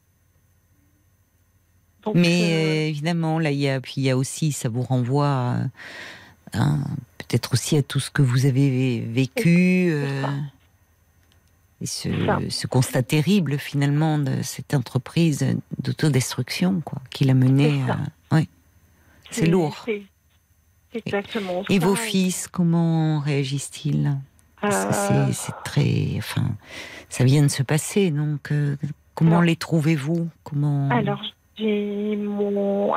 Donc, mais évidemment, là, il y a aussi, ça vous renvoie peut-être aussi à tout ce que vous avez vécu. Et ce constat terrible, finalement, de cette entreprise d'autodestruction, quoi, qui l'a menée. C'est lourd. C'est exactement ça. Et vos fils, comment réagissent-ils ? C'est très... Enfin, ça vient de se passer, donc comment les trouvez-vous ? Alors, j'ai mon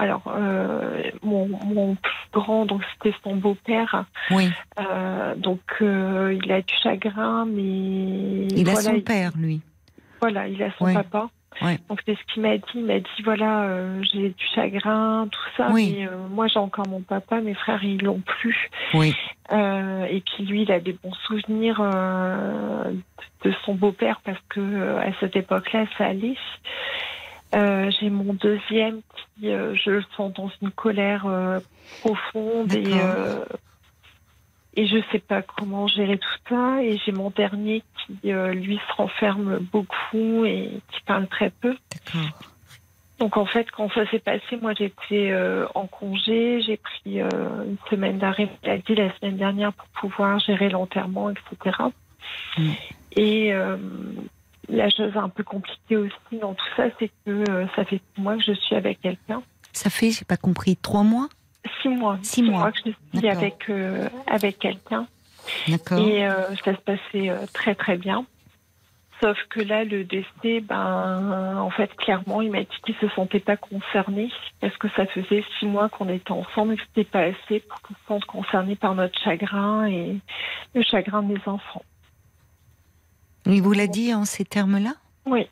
plus grand, donc c'était son beau-père. Oui. Donc il a du chagrin, mais il a son père, lui. Voilà, il a son papa. Ouais. Donc c'est ce qu'il m'a dit. Il m'a dit j'ai du chagrin, tout ça, mais moi j'ai encore mon papa, mes frères ils l'ont plus. Oui. Et puis lui, il a des bons souvenirs de son beau-père parce que à cette époque-là, ça allait. J'ai mon deuxième qui, je le sens dans une colère profonde et je sais pas comment gérer tout ça. Et j'ai mon dernier qui, lui, se renferme beaucoup et qui parle très peu. D'accord. Donc en fait, quand ça s'est passé, moi j'étais en congé, j'ai pris une semaine d'arrêt maladie la semaine dernière pour pouvoir gérer l'enterrement, etc. Et la chose un peu compliquée aussi dans tout ça, c'est que ça fait 6 mois que je suis avec quelqu'un. Ça fait, j'ai pas compris, 3 mois ? 6 mois. 6 mois que je suis avec quelqu'un. D'accord. Et ça se passait très très bien. Sauf que là, le décès, en fait, clairement, il m'a dit qu'il se sentait pas concerné parce que ça faisait 6 mois qu'on était ensemble et que c'était pas assez pour qu'il se sente concerné par notre chagrin et le chagrin de mes enfants. Il vous l'a dit en ces termes-là ? Oui.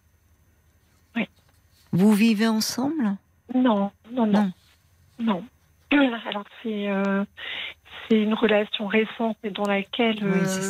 Vous vivez ensemble ? Non. Alors c'est une relation récente et dans laquelle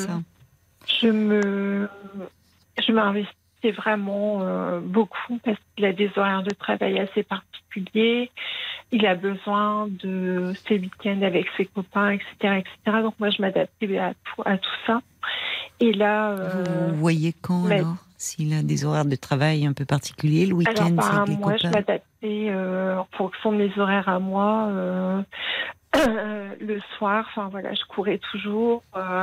je m'investis vraiment beaucoup parce qu'il a des horaires de travail assez particuliers. Il a besoin de ses week-ends avec ses copains, etc., etc. Donc moi je m'adaptais à tout ça. Et là... Vous voyez quand, alors, s'il a des horaires de travail un peu particuliers, le week-end, c'est avec les moi, copains? je m'adaptais en fonction de mes horaires à moi. Le soir, enfin voilà, je courais toujours.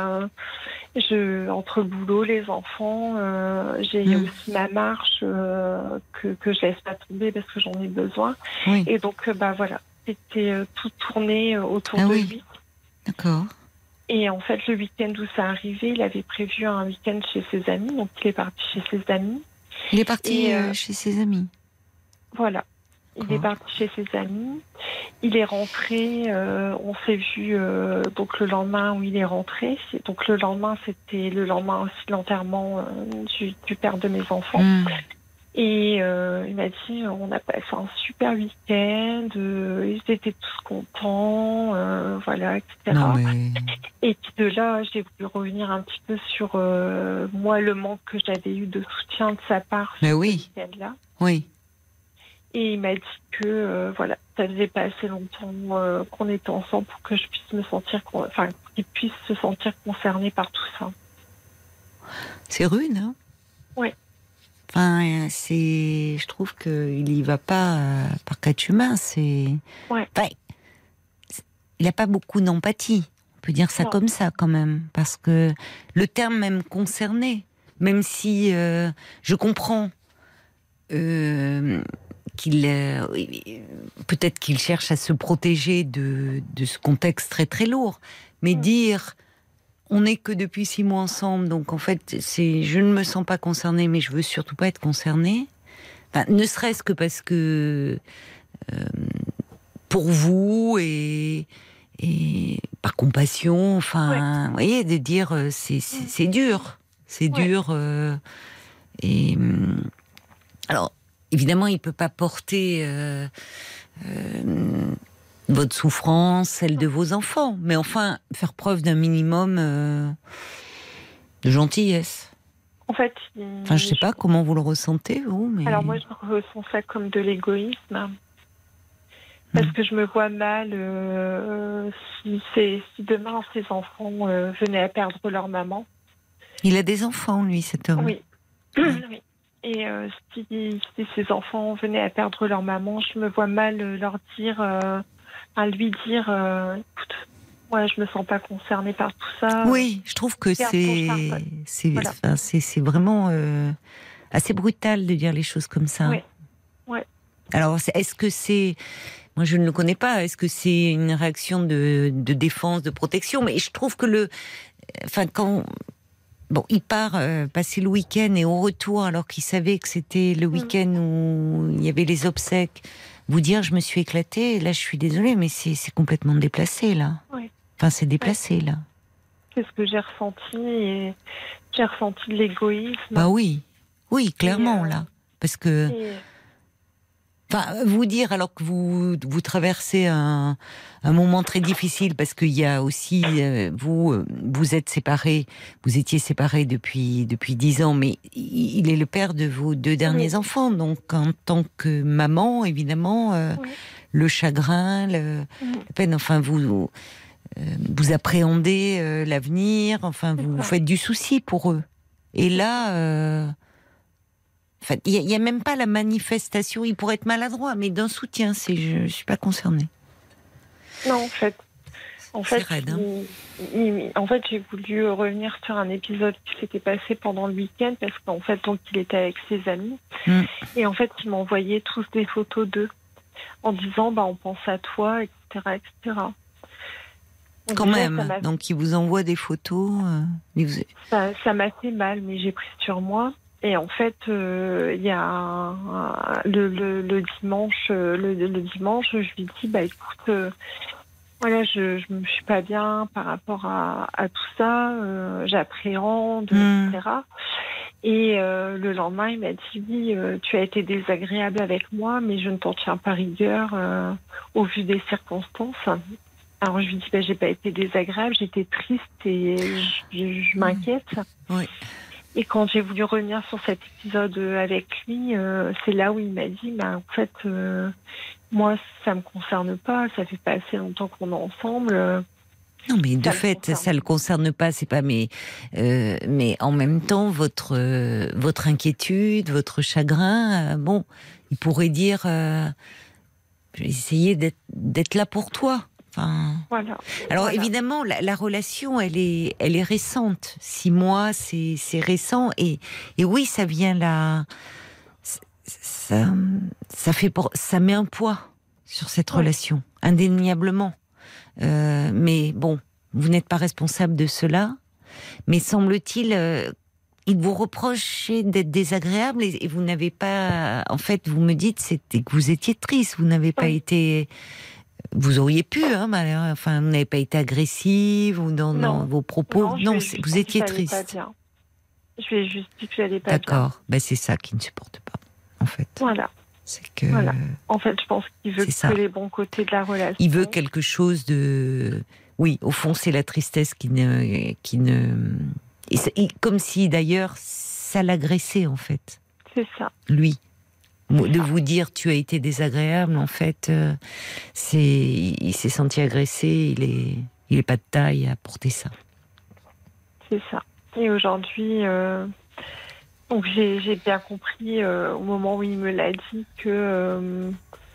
Entre le boulot, les enfants, j'ai aussi ma marche que je laisse pas tomber parce que j'en ai besoin. Oui. Et donc, voilà, c'était tout tourné autour de lui. D'accord. Et en fait, le week-end où ça arrivait, il avait prévu un week-end chez ses amis, donc il est parti chez ses amis. Il est parti chez ses amis. Voilà. Il est parti chez ses amis. Il est rentré. On s'est vu donc le lendemain où il est rentré. Donc le lendemain, c'était le lendemain aussi de l'enterrement du père de mes enfants. Et il m'a dit, on a passé un super week-end. Ils étaient tous contents, voilà, etc. Non, mais... Et puis de là, j'ai voulu revenir un petit peu sur moi, le manque que j'avais eu de soutien de sa part mais ce oui. week-end-là. Oui. Et il m'a dit que voilà, ça faisait pas assez longtemps qu'on était ensemble pour que je puisse me sentir, qu'il puisse se sentir concerné par tout ça. C'est rude, hein? Oui. Enfin, je trouve qu'il y va pas par quatre humains. Ouais. Enfin, il n'a pas beaucoup d'empathie. On peut dire ça comme ça quand même, parce que le terme même concerné, même si je comprends. Peut-être qu'il cherche à se protéger de ce contexte très très lourd, mais dire on n'est que depuis 6 mois ensemble, donc en fait je ne me sens pas concernée, mais je veux surtout pas être concernée. Enfin, ne serait-ce que parce que pour vous et par compassion, enfin, vous voyez, de dire c'est dur, c'est dur. Alors. Évidemment, il ne peut pas porter votre souffrance, celle de vos enfants, mais enfin, faire preuve d'un minimum de gentillesse. En fait, je ne sais pas comment vous le ressentez, vous. Mais... Alors moi, je ressens ça comme de l'égoïsme. Parce que je me vois mal si demain ses enfants venaient à perdre leur maman. Il a des enfants, lui, cet homme. Oui. Oui. Et si ces enfants venaient à perdre leur maman, je me vois mal lui dire, écoute, moi je me sens pas concernée par tout ça. Oui, je trouve que c'est vraiment assez brutal de dire les choses comme ça. Oui. Ouais. Alors, est-ce que c'est... Moi, je ne le connais pas. Est-ce que c'est une réaction de défense, de protection? Mais je trouve que quand... Bon, il part passer le week-end et au retour, alors qu'il savait que c'était le week-end où il y avait les obsèques, vous dire je me suis éclatée, là je suis désolée, mais c'est complètement déplacé, là. Oui. Enfin, c'est déplacé, là. C'est ce que j'ai ressenti, et j'ai ressenti de l'égoïsme. Bah oui, clairement, là. Parce que... Enfin, vous dire alors que vous traversez un moment très difficile, parce qu'il y a aussi vous êtes séparés, vous étiez séparés depuis 10 ans, mais il est le père de vos 2 derniers enfants, donc en tant que maman, évidemment, le chagrin, la peine, enfin vous appréhendez l'avenir, enfin vous faites du souci pour eux. Et là. Enfin, il n'y a même pas la manifestation, il pourrait être maladroit, mais d'un soutien, je ne suis pas concernée. Non, en fait, raide, hein. En fait, j'ai voulu revenir sur un épisode qui s'était passé pendant le week-end, parce qu'en fait, donc, il était avec ses amis, et en fait, il m'envoyait tous des photos d'eux, en disant, on pense à toi, etc., etc. Quand même, donc il vous envoie des photos. Ça m'a fait mal, mais j'ai pris sur moi. Et en fait, il y a le dimanche, je lui dis, écoute, voilà, je me suis pas bien par rapport à tout ça, j'appréhende, etc. Et le lendemain, il m'a dit, oui, tu as été désagréable avec moi, mais je ne t'en tiens pas rigueur au vu des circonstances. Alors je lui dis, j'ai pas été désagréable, j'étais triste et je m'inquiète. Oui. Et quand j'ai voulu revenir sur cet épisode avec lui, c'est là où il m'a dit, en fait, moi, ça me concerne pas, ça fait pas assez longtemps qu'on est ensemble. Non, mais de fait, ça le concerne pas. C'est pas. Mais en même temps, votre inquiétude, votre chagrin, bon, il pourrait dire, je vais essayer d'être là pour toi. Enfin. Voilà. Alors évidemment, la relation, elle est récente. 6 mois, c'est récent, et oui, ça vient là. Ça met un poids sur cette relation, indéniablement. Mais bon, vous n'êtes pas responsable de cela. Mais semble-t-il, il vous reprochait d'être désagréable, et vous n'avez pas. En fait, vous me dites, c'était que vous étiez triste. Vous n'avez pas été. Vous auriez pu, enfin, vous n'avez pas été agressive ou dans vos propos. Non, vous étiez triste. Je lui ai juste dit que j'allais pas bien. D'accord. C'est ça qu'il ne supporte pas, en fait. Voilà. C'est que. Voilà. En fait, je pense qu'il veut que les bons côtés de la relation. Il veut quelque chose de. Oui, au fond, c'est la tristesse qui ne. Comme si d'ailleurs ça l'agressait, en fait. C'est ça. Lui. De vous dire tu as été désagréable, en fait, il s'est senti agressé, il est pas de taille à porter ça. C'est ça. Et aujourd'hui, donc j'ai bien compris au moment où il me l'a dit que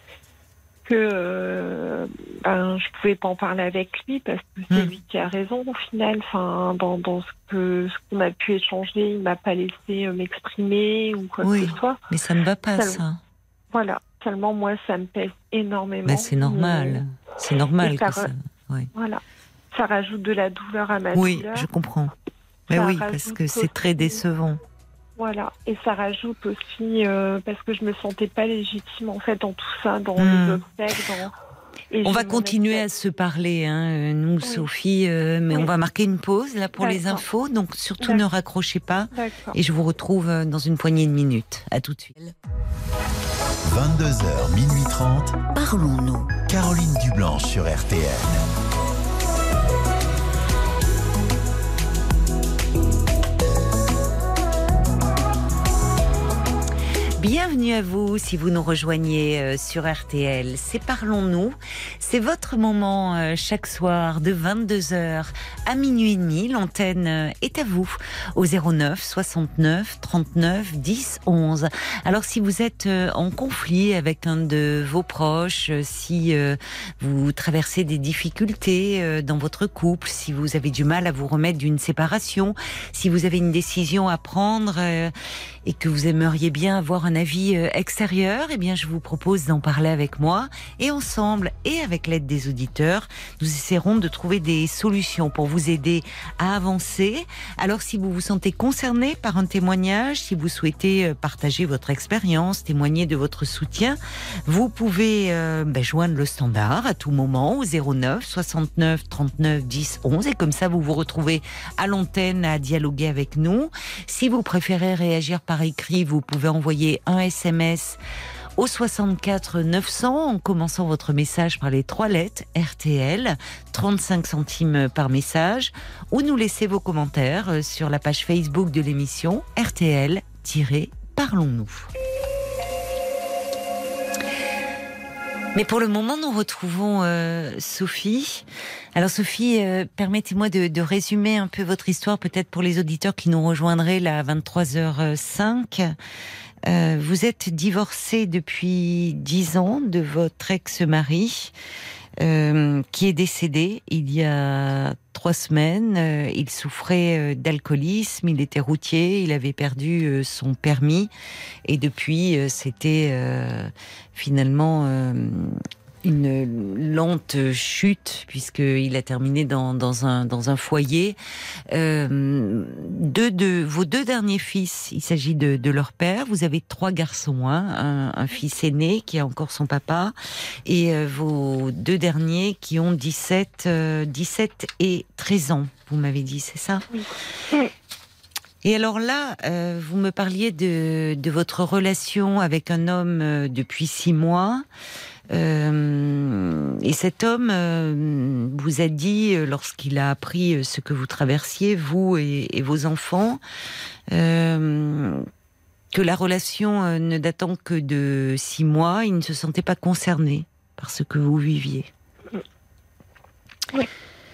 je pouvais pas en parler avec lui parce que c'est lui qui a raison au final. Enfin, dans ce qu'on a pu échanger, il m'a pas laissé m'exprimer ou quoi que ce soit. Mais ça ne va pas, ça. Voilà. Seulement moi, ça me pèse énormément. C'est normal. C'est normal que ça. Oui. Voilà. Ça rajoute de la douleur à ma douleur. Oui, je comprends. Mais oui, parce que c'est très décevant. Voilà, et ça rajoute aussi parce que je me sentais pas légitime en fait dans tout ça, dans les obstacles. On va continuer à se parler, nous, Sophie, mais on va marquer une pause là pour les infos, donc surtout ne raccrochez pas. Et je vous retrouve dans une poignée de minutes. À tout de suite. 22h, minuit 30. Parlons-nous. Caroline Dublanche sur RTL. Bienvenue à vous si vous nous rejoignez sur RTL. C'est Parlons-nous. C'est votre moment chaque soir de 22h à minuit et demi. L'antenne est à vous au 09 69 39 10 11. Alors si vous êtes en conflit avec un de vos proches, si vous traversez des difficultés dans votre couple, si vous avez du mal à vous remettre d'une séparation, si vous avez une décision à prendre et que vous aimeriez bien avoir un avis extérieur, eh bien je vous propose d'en parler avec moi et ensemble et avec l'aide des auditeurs, nous essaierons de trouver des solutions pour vous aider à avancer. Alors si vous vous sentez concerné par un témoignage, si vous souhaitez partager votre expérience, témoigner de votre soutien, vous pouvez joindre le standard à tout moment au 09 69 39 10 11 et comme ça vous vous retrouvez à l'antenne à dialoguer avec nous. Si vous préférez réagir par écrit, vous pouvez envoyer un SMS au 64 900 en commençant votre message par les 3 lettres RTL, 35 centimes par message, ou nous laisser vos commentaires sur la page Facebook de l'émission RTL-Parlons-nous. Mais pour le moment, nous retrouvons Sophie. Alors Sophie, permettez-moi de résumer un peu votre histoire, peut-être pour les auditeurs qui nous rejoindraient là à 23h05. Vous êtes divorcée depuis 10 ans de votre ex-mari, qui est décédé il y a 3 semaines. Il souffrait d'alcoolisme, il était routier, il avait perdu son permis et depuis c'était finalement une lente chute puisqu'il a terminé dans un foyer. Vos 2 derniers fils, il s'agit de leur père. Vous avez 3 garçons, un fils aîné qui a encore son papa et vos 2 derniers qui ont 17 et 13 ans. Vous m'avez dit, c'est ça ? Oui. Et alors là, vous me parliez de votre relation avec un homme depuis 6 mois. Et cet homme vous a dit, lorsqu'il a appris ce que vous traversiez, vous et vos enfants, que la relation ne datant que de 6 mois, il ne se sentait pas concerné par ce que vous viviez. Oui.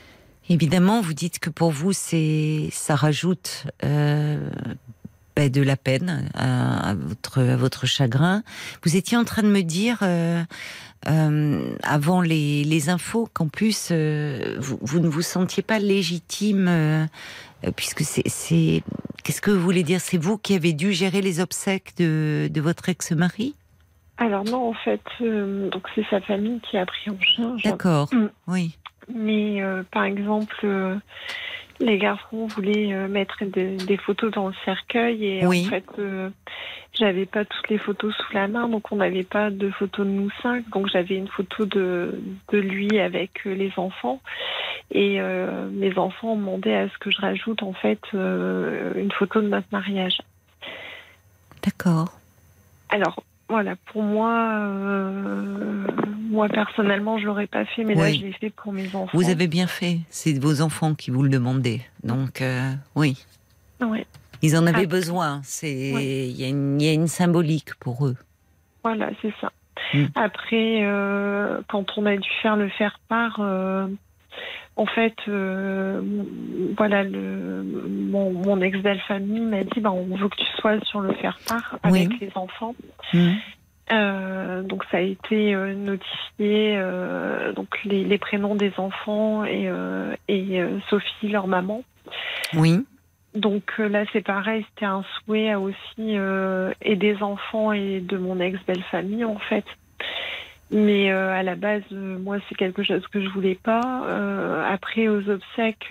Évidemment, vous dites que pour vous, ça rajoute de la peine à votre chagrin. Vous étiez en train de me dire, avant les infos, qu'en plus, vous ne vous sentiez pas légitime, puisque c'est... Qu'est-ce que vous voulez dire? C'est vous qui avez dû gérer les obsèques de votre ex-mari? Alors non, en fait, donc c'est sa famille qui a pris en charge. D'accord, oui. Mais par exemple, les garçons voulaient mettre des photos dans le cercueil et oui. en fait, j'avais pas toutes les photos sous la main, donc on n'avait pas de photos de nous 5. Donc j'avais une photo de lui avec les enfants et mes enfants ont demandé à ce que je rajoute en fait une photo de notre mariage. D'accord. Alors voilà, pour moi, moi personnellement, je l'aurais pas fait, mais là, je l'ai fait pour mes enfants. Vous avez bien fait. C'est vos enfants qui vous le demandaient. Donc, oui. Ouais. Ils en avaient besoin. Il y a une symbolique pour eux. Voilà, c'est ça. Après, quand on a dû faire le faire-part, en fait, voilà, mon ex-belle-famille m'a dit, on veut que tu sois sur le faire-part avec les enfants. Donc ça a été notifié, donc les prénoms des enfants et Sophie, leur maman. Oui. Donc là, c'est pareil, c'était un souhait aussi et des enfants et de mon ex-belle-famille, en fait. Mais à la base, moi, c'est quelque chose que je voulais pas. Après, aux obsèques,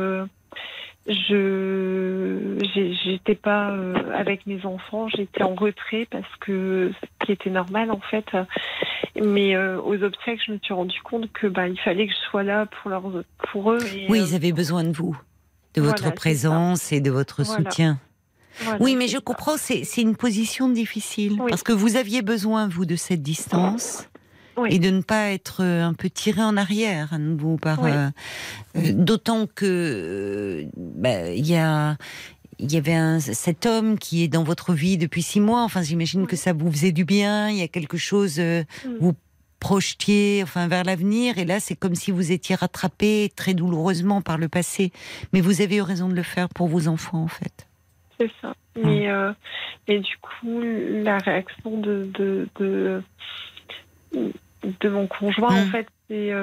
j'étais pas avec mes enfants, j'étais en retrait parce que ce qui était normal, en fait. Mais aux obsèques, je me suis rendu compte que il fallait que je sois là pour eux. Et, oui, ils avaient besoin de vous, de votre présence et de votre soutien. Voilà, oui, mais je comprends, c'est une position difficile parce que vous aviez besoin, vous, de cette distance. Oui. Et de ne pas être un peu tiré en arrière à nouveau par. D'autant que il y avait cet homme qui est dans votre vie depuis 6 mois. Enfin, j'imagine que ça vous faisait du bien. Il y a quelque chose vous projetiez vers l'avenir. Et là, c'est comme si vous étiez rattrapé très douloureusement par le passé. Mais vous avez eu raison de le faire pour vos enfants, en fait. C'est ça. Mais du coup, la réaction de mon conjoint, en fait,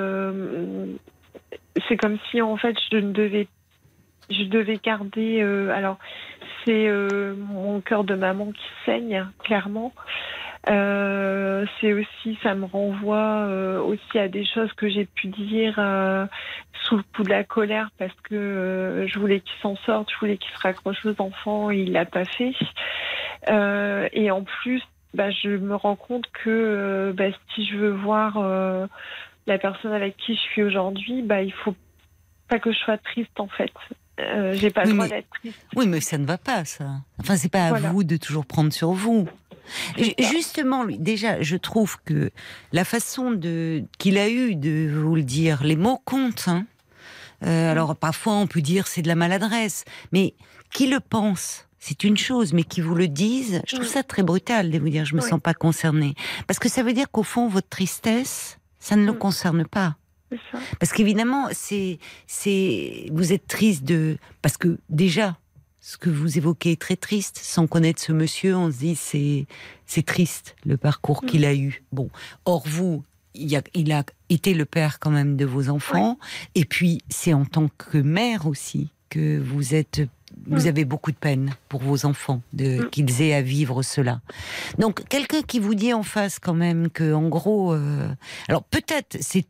c'est comme si, en fait, je devais garder... alors, c'est mon cœur de maman qui saigne, clairement. C'est aussi, ça me renvoie aussi à des choses que j'ai pu dire sous le coup de la colère parce que je voulais qu'il s'en sorte, je voulais qu'il se raccroche aux enfants et il l'a pas fait. Et en plus, je me rends compte que si je veux voir la personne avec qui je suis aujourd'hui, il faut pas que je sois triste, en fait. J'ai pas le droit d'être triste. Oui, mais ça ne va pas, ça. Enfin, c'est pas à vous de toujours prendre sur vous. Justement, lui, déjà, je trouve que la façon qu'il a eu de vous le dire, les mots comptent. Alors, parfois, on peut dire c'est de la maladresse, mais qui le pense, c'est une chose, mais qui vous le disent, je trouve ça très brutal de vous dire je me sens pas concernée. Parce que ça veut dire qu'au fond, votre tristesse, ça ne le concerne pas. Parce qu'évidemment, vous êtes triste parce que déjà, ce que vous évoquez est très triste. Sans connaître ce monsieur, on se dit c'est triste le parcours qu'il a eu. Bon, or vous, il a été le père quand même de vos enfants, et puis c'est en tant que mère aussi que vous avez beaucoup de peine pour vos enfants, qu'ils aient à vivre cela. Donc, quelqu'un qui vous dit en face quand même que, en gros, alors peut-être c'est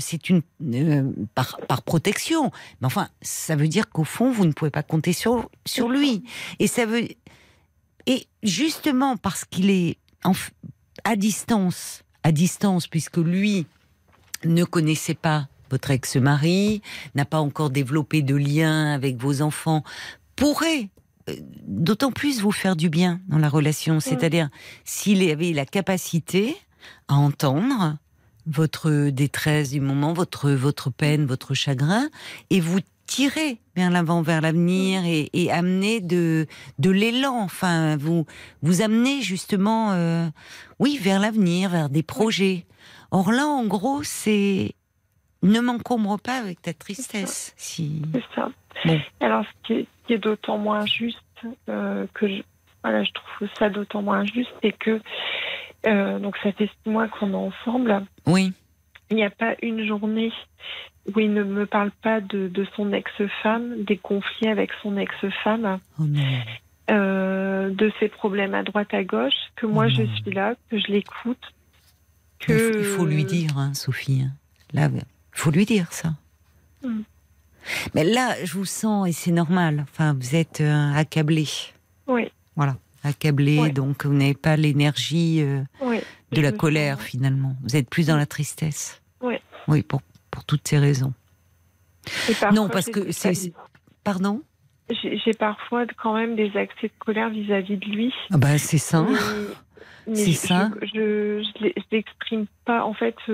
par protection, mais enfin, ça veut dire qu'au fond, vous ne pouvez pas compter sur lui. Et justement parce qu'il est à distance, puisque lui ne connaissait pas votre ex-mari, n'a pas encore développé de lien avec vos enfants, pourrait d'autant plus vous faire du bien dans la relation. C'est-à-dire, s'il avait la capacité à entendre votre détresse du moment, votre peine, votre chagrin, et vous tirer vers l'avant, vers l'avenir, et amener de l'élan, enfin, vous amener justement, vers l'avenir, vers des projets. Or là, en gros, Ne m'encombre pas avec ta tristesse. C'est ça. Bon. Alors, ce qui est d'autant moins juste je trouve ça d'autant moins juste, c'est que donc ça fait 6 mois qu'on est ensemble. Oui. Il n'y a pas une journée où il ne me parle pas de son ex-femme, des conflits avec son ex-femme, de ses problèmes à droite à gauche, que moi je suis là, que je l'écoute. Il faut lui dire, hein, Sophie. Là, il faut lui dire ça. Mais là, je vous sens, et c'est normal, enfin, vous êtes accablé. Oui. Voilà, accablé, donc vous n'avez pas l'énergie de la colère, finalement. Vous êtes plus dans la tristesse. Oui. Oui, pour toutes ces raisons. Non, parce que Pardon ? J'ai parfois quand même des accès de colère vis-à-vis de lui. Ah bah, c'est ça. C'est ça. Je l'exprime pas. En fait,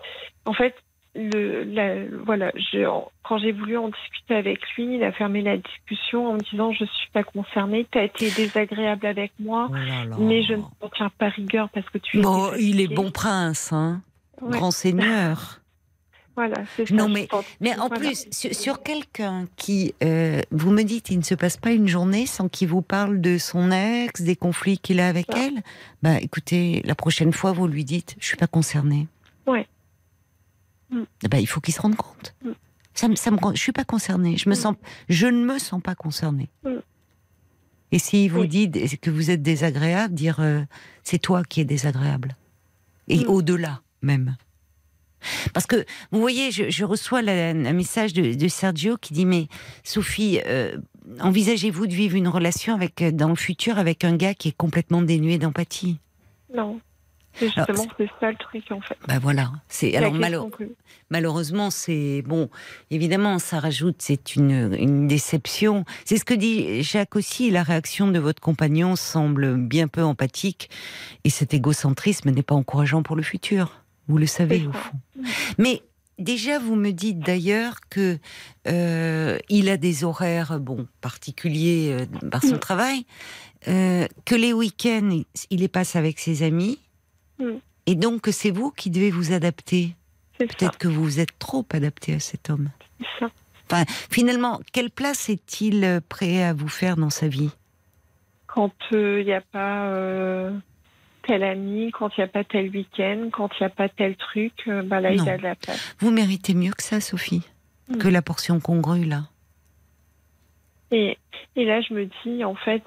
quand j'ai voulu en discuter avec lui, il a fermé la discussion en me disant je suis pas concernée, tu as été désagréable avec moi, mais je ne t'en tiens pas rigueur parce que tu es il est bon prince, hein, grand seigneur. Voilà, c'est ça. Non, mais en plus, sur quelqu'un qui, vous me dites, il ne se passe pas une journée sans qu'il vous parle de son ex, des conflits qu'il a avec elle. Bah, écoutez, la prochaine fois, vous lui dites, je suis pas concernée. Ouais. Bah, il faut qu'il se rende compte. Je suis pas concernée. Je ne me sens pas concernée. Et s'il vous dit que vous êtes désagréable, dire, c'est toi qui es désagréable. Et au-delà, même. Parce que, vous voyez, je reçois un message de Sergio qui dit « Mais Sophie, envisagez-vous de vivre une relation dans le futur avec un gars qui est complètement dénué d'empathie ?» Non. C'est justement, c'est ça le truc, en fait. Ben voilà. Malheureusement, c'est... Bon, évidemment, ça rajoute, c'est une déception. C'est ce que dit Jacques aussi, la réaction de votre compagnon semble bien peu empathique, et cet égocentrisme n'est pas encourageant pour le futur. Vous le savez, au fond. Mais déjà, vous me dites d'ailleurs que il a des horaires particuliers par son travail, que les week-ends, il les passe avec ses amis, et donc que c'est vous qui devez vous adapter. Peut-être que vous vous êtes trop adapté à cet homme. C'est ça. Enfin, finalement, quelle place est-il prêt à vous faire dans sa vie ? Quand il n'y a pas... tel ami, quand il n'y a pas tel week-end, quand il n'y a pas tel truc, là, il a de la place. Vous méritez mieux que ça, Sophie, que la portion congrue, là. Et là, je me dis, en fait,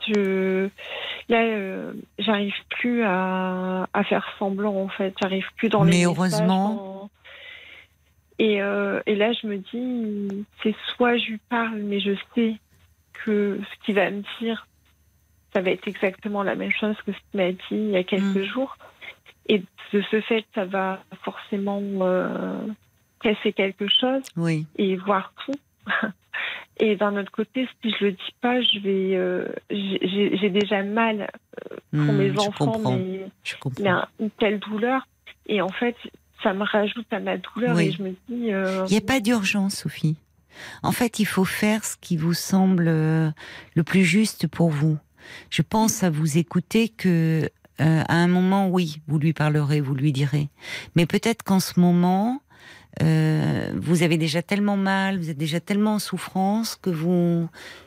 j'arrive plus à faire semblant, en fait. J'arrive plus dans les messages. Mais heureusement... Et là, je me dis, c'est soit je lui parle, mais je sais que ce qu'il va me dire, ça va être exactement la même chose que ce qu'il m'a dit il y a quelques jours. Et de ce fait, ça va forcément casser quelque chose et voir tout. Et d'un autre côté, si je le dis pas, j'ai déjà mal pour mes enfants, mais il y a une telle douleur. Et en fait, ça me rajoute à ma douleur et je me dis... Il n'y a pas d'urgence, Sophie. En fait, il faut faire ce qui vous semble le plus juste pour vous. Je pense à vous écouter que à un moment, oui, vous lui parlerez, vous lui direz. Mais peut-être qu'en ce moment, vous avez déjà tellement mal, vous êtes déjà tellement en souffrance que vous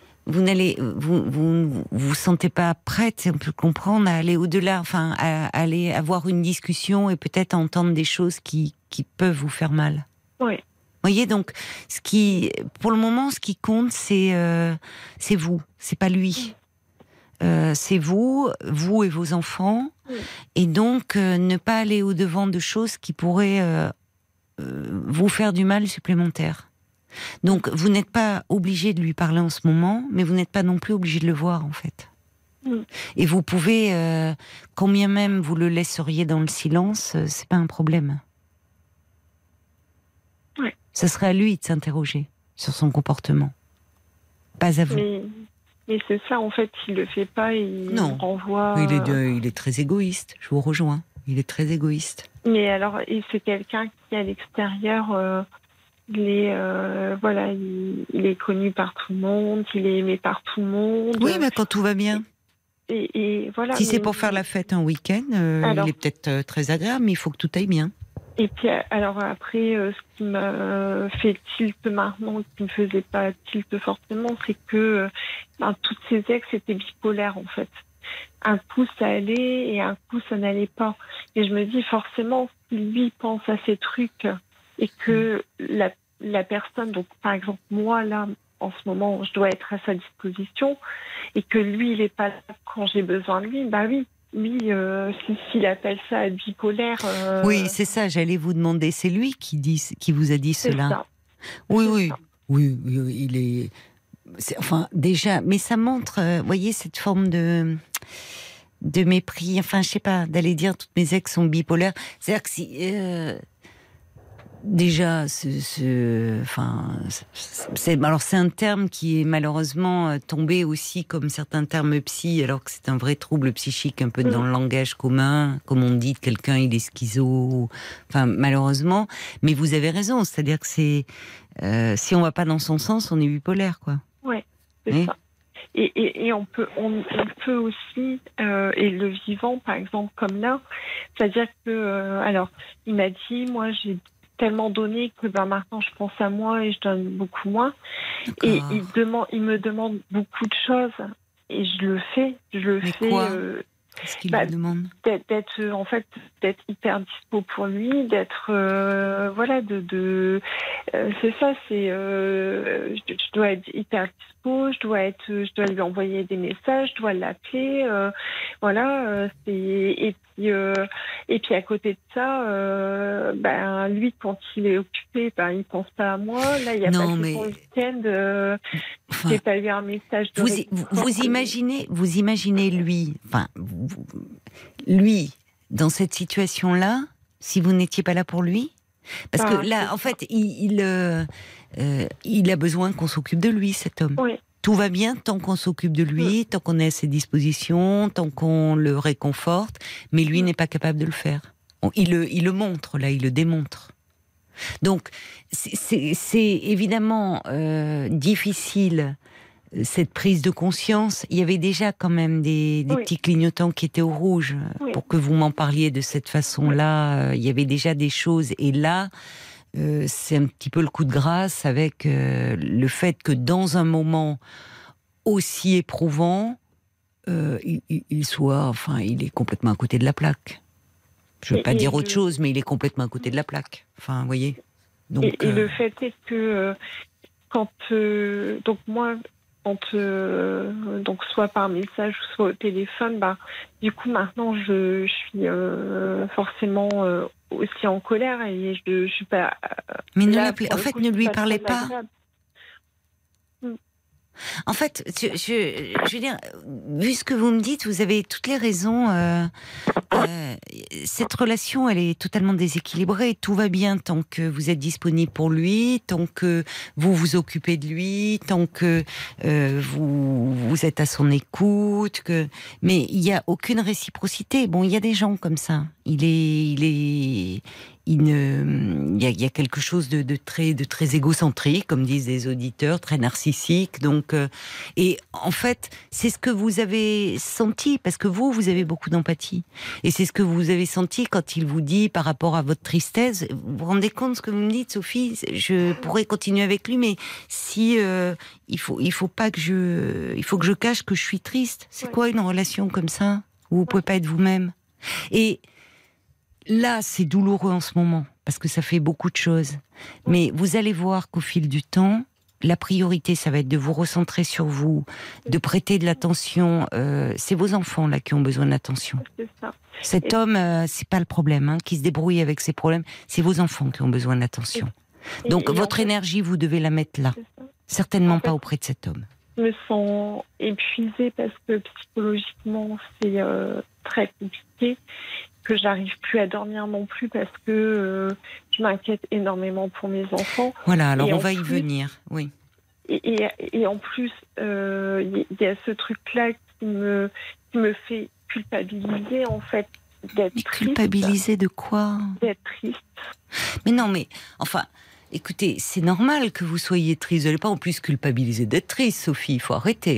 sentez pas prête, on peut comprendre, à aller au-delà, enfin, à aller avoir une discussion et peut-être à entendre des choses qui peuvent vous faire mal. Oui. Vous voyez, donc, pour le moment, ce qui compte, c'est vous, c'est pas lui. C'est vous et vos enfants, et donc ne pas aller au-devant de choses qui pourraient vous faire du mal supplémentaire. Donc vous n'êtes pas obligé de lui parler en ce moment, mais vous n'êtes pas non plus obligé de le voir en fait. Et vous pouvez, quand bien même vous le laisseriez dans le silence, c'est pas un problème. Ce serait à lui de s'interroger sur son comportement, pas à vous. Mais c'est ça, en fait, il le fait pas, il renvoie... Il est très égoïste, je vous rejoins. Il est très égoïste. Mais alors, et c'est quelqu'un qui, à l'extérieur, il est connu par tout le monde, il est aimé par tout le monde. Oui, mais quand tout va bien. Et voilà. Si c'est pour faire la fête un week-end, il est peut-être très agréable, mais il faut que tout aille bien. Et puis, alors après, ce qui me fait tilt maintenant, ce qui me faisait pas tilt forcément, c'est que toutes ces ex étaient bipolaires, en fait. Un coup, ça allait et un coup, ça n'allait pas. Et je me dis, forcément, si lui pense à ces trucs et que la personne, donc par exemple, moi, là, en ce moment, je dois être à sa disposition et que lui, il n'est pas là quand j'ai besoin de lui, bah oui. Lui, s'il appelle ça bipolaire... Oui, c'est ça, j'allais vous demander. C'est lui qui vous a dit cela. Ça. Oui, il est... Enfin, déjà, mais ça montre, voyez, cette forme de mépris, enfin, je sais pas, d'aller dire toutes mes ex sont bipolaires. C'est-à-dire que si... Déjà, alors c'est un terme qui est malheureusement tombé aussi comme certains termes psy, alors que c'est un vrai trouble psychique un peu dans le langage commun, comme on dit de quelqu'un il est schizo, enfin malheureusement. Mais vous avez raison, c'est-à-dire que c'est si on va pas dans son sens, on est bipolaire, quoi. Ouais, c'est ça. Et on peut aussi, et le vivant par exemple comme là, c'est-à-dire que alors il m'a dit moi j'ai tellement donné que maintenant je pense à moi et je donne beaucoup moins. D'accord. Et il me demande beaucoup de choses et je le fais. Quoi Qu'est-ce qu'il me demande ? D'être hyper dispo pour lui, d'être c'est ça, je dois être hyper dispo, je dois lui envoyer des messages, je dois l'appeler, et puis à côté de ça, lui quand il est occupé, il pense pas à moi. Là, il y a pas son week-end, j'ai pas eu un message. Vous imaginez lui, lui dans cette situation-là, si vous n'étiez pas là pour lui, parce que là, en fait, il a besoin qu'on s'occupe de lui, cet homme. Oui. Tout va bien tant qu'on s'occupe de lui, tant qu'on est à ses dispositions, tant qu'on le réconforte, mais lui n'est pas capable de le faire. Il le montre, là, il le démontre. Donc, c'est évidemment difficile, cette prise de conscience. Il y avait déjà quand même des petits clignotants qui étaient au rouge. Pour que vous m'en parliez de cette façon-là, il y avait déjà des choses. Et là... c'est un petit peu le coup de grâce avec le fait que dans un moment aussi éprouvant, il est complètement à côté de la plaque. Je ne veux pas dire autre chose, mais il est complètement à côté de la plaque. Enfin, vous voyez. Donc, et le fait est que quand soit par message ou soit au téléphone, du coup maintenant je suis forcément aussi en colère et je suis pas. Mais ne lui parlez pas. En fait, je veux dire, vu ce que vous me dites, vous avez toutes les raisons. Cette relation, elle est totalement déséquilibrée. Tout va bien tant que vous êtes disponible pour lui, tant que vous vous occupez de lui, tant que vous êtes à son écoute. Mais il n'y a aucune réciprocité. Bon, il y a des gens comme ça. Il y a quelque chose de très égocentrique, comme disent les auditeurs, très narcissique. Donc, et en fait, c'est ce que vous avez senti, parce que vous avez beaucoup d'empathie. Et c'est ce que vous avez senti quand il vous dit, par rapport à votre tristesse, vous vous rendez compte de ce que vous me dites, Sophie ? Je pourrais continuer avec lui, mais si il faut que je cache que je suis triste. C'est quoi une relation comme ça où vous pouvez pas être vous-même ? Et là, c'est douloureux en ce moment, parce que ça fait beaucoup de choses. Mais vous allez voir qu'au fil du temps, la priorité, ça va être de vous recentrer sur vous, de prêter de l'attention. C'est vos enfants, là, qui ont besoin d'attention. C'est ça. Cet homme, c'est pas le problème, qui se débrouille avec ses problèmes. C'est vos enfants qui ont besoin d'attention. Donc, votre énergie, vous devez la mettre là. Certainement pas auprès de cet homme. Je me sens épuisée parce que psychologiquement, c'est très compliqué. Que j'arrive plus à dormir non plus parce que je m'inquiète énormément pour mes enfants. Voilà, alors on va y venir, oui. Et en plus, il y a ce truc-là qui me fait culpabiliser, en fait, d'être triste. Culpabiliser de quoi ? D'être triste. Mais non, mais enfin, écoutez, c'est normal que vous soyez triste. Vous n'allez pas en plus culpabiliser d'être triste, Sophie, il faut arrêter là.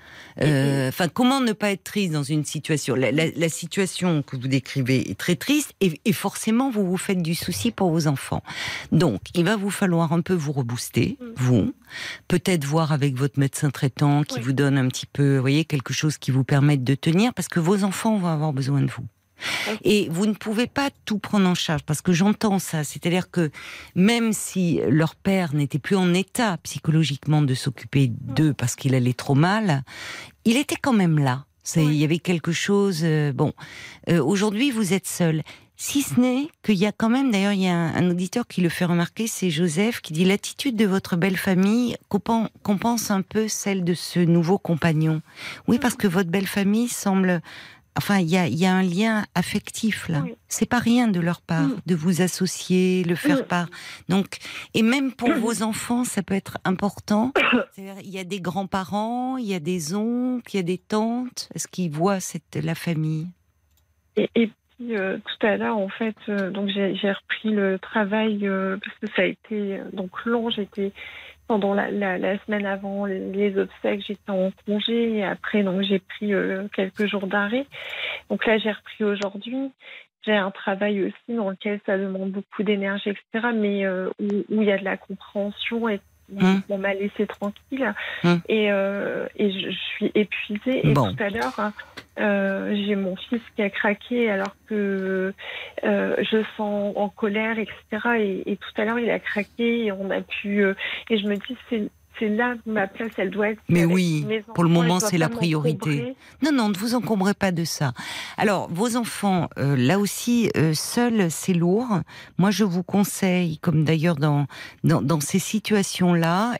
Enfin, comment ne pas être triste dans une situation ? La situation que vous décrivez est très triste et forcément vous vous faites du souci pour vos enfants. Donc, il va vous falloir un peu vous rebooster, vous. Peut-être voir avec votre médecin traitant qui vous donne un petit peu, vous voyez, quelque chose qui vous permette de tenir, parce que vos enfants vont avoir besoin de vous. Et vous ne pouvez pas tout prendre en charge, parce que j'entends ça, c'est-à-dire que même si leur père n'était plus en état psychologiquement de s'occuper d'eux parce qu'il allait trop mal, il était quand même là. Il y avait quelque chose... aujourd'hui, vous êtes seul. Si ce n'est qu'il y a quand même, d'ailleurs, il y a un auditeur qui le fait remarquer, c'est Joseph, qui dit l'attitude de votre belle famille compense un peu celle de ce nouveau compagnon. Oui, parce que votre belle famille semble... Enfin, il y a un lien affectif là. Oui. C'est pas rien de leur part de vous associer, le faire part. Donc, et même pour vos enfants, ça peut être important. C'est-à-dire, il y a des grands-parents, il y a des oncles, il y a des tantes. Est-ce qu'ils voient la famille ? Et puis tout à l'heure, en fait, donc j'ai repris le travail parce que ça a été donc long. J'étais pendant la semaine avant les obsèques, j'étais en congé et après donc j'ai pris quelques jours d'arrêt. Donc là j'ai repris aujourd'hui. J'ai un travail aussi dans lequel ça demande beaucoup d'énergie, etc. Mais où il y a de la compréhension et on m'a laissé tranquille et je suis épuisée. Et tout à l'heure, j'ai mon fils qui a craqué alors que je le sens en colère, etc. Et tout à l'heure, il a craqué et on a pu... et je me dis, c'est là que ma place, elle doit être. Mais oui, pour le moment, c'est la priorité. Non, ne vous encombrez pas de ça. Alors, vos enfants, là aussi, seuls, c'est lourd. Moi, je vous conseille, comme d'ailleurs dans ces situations-là,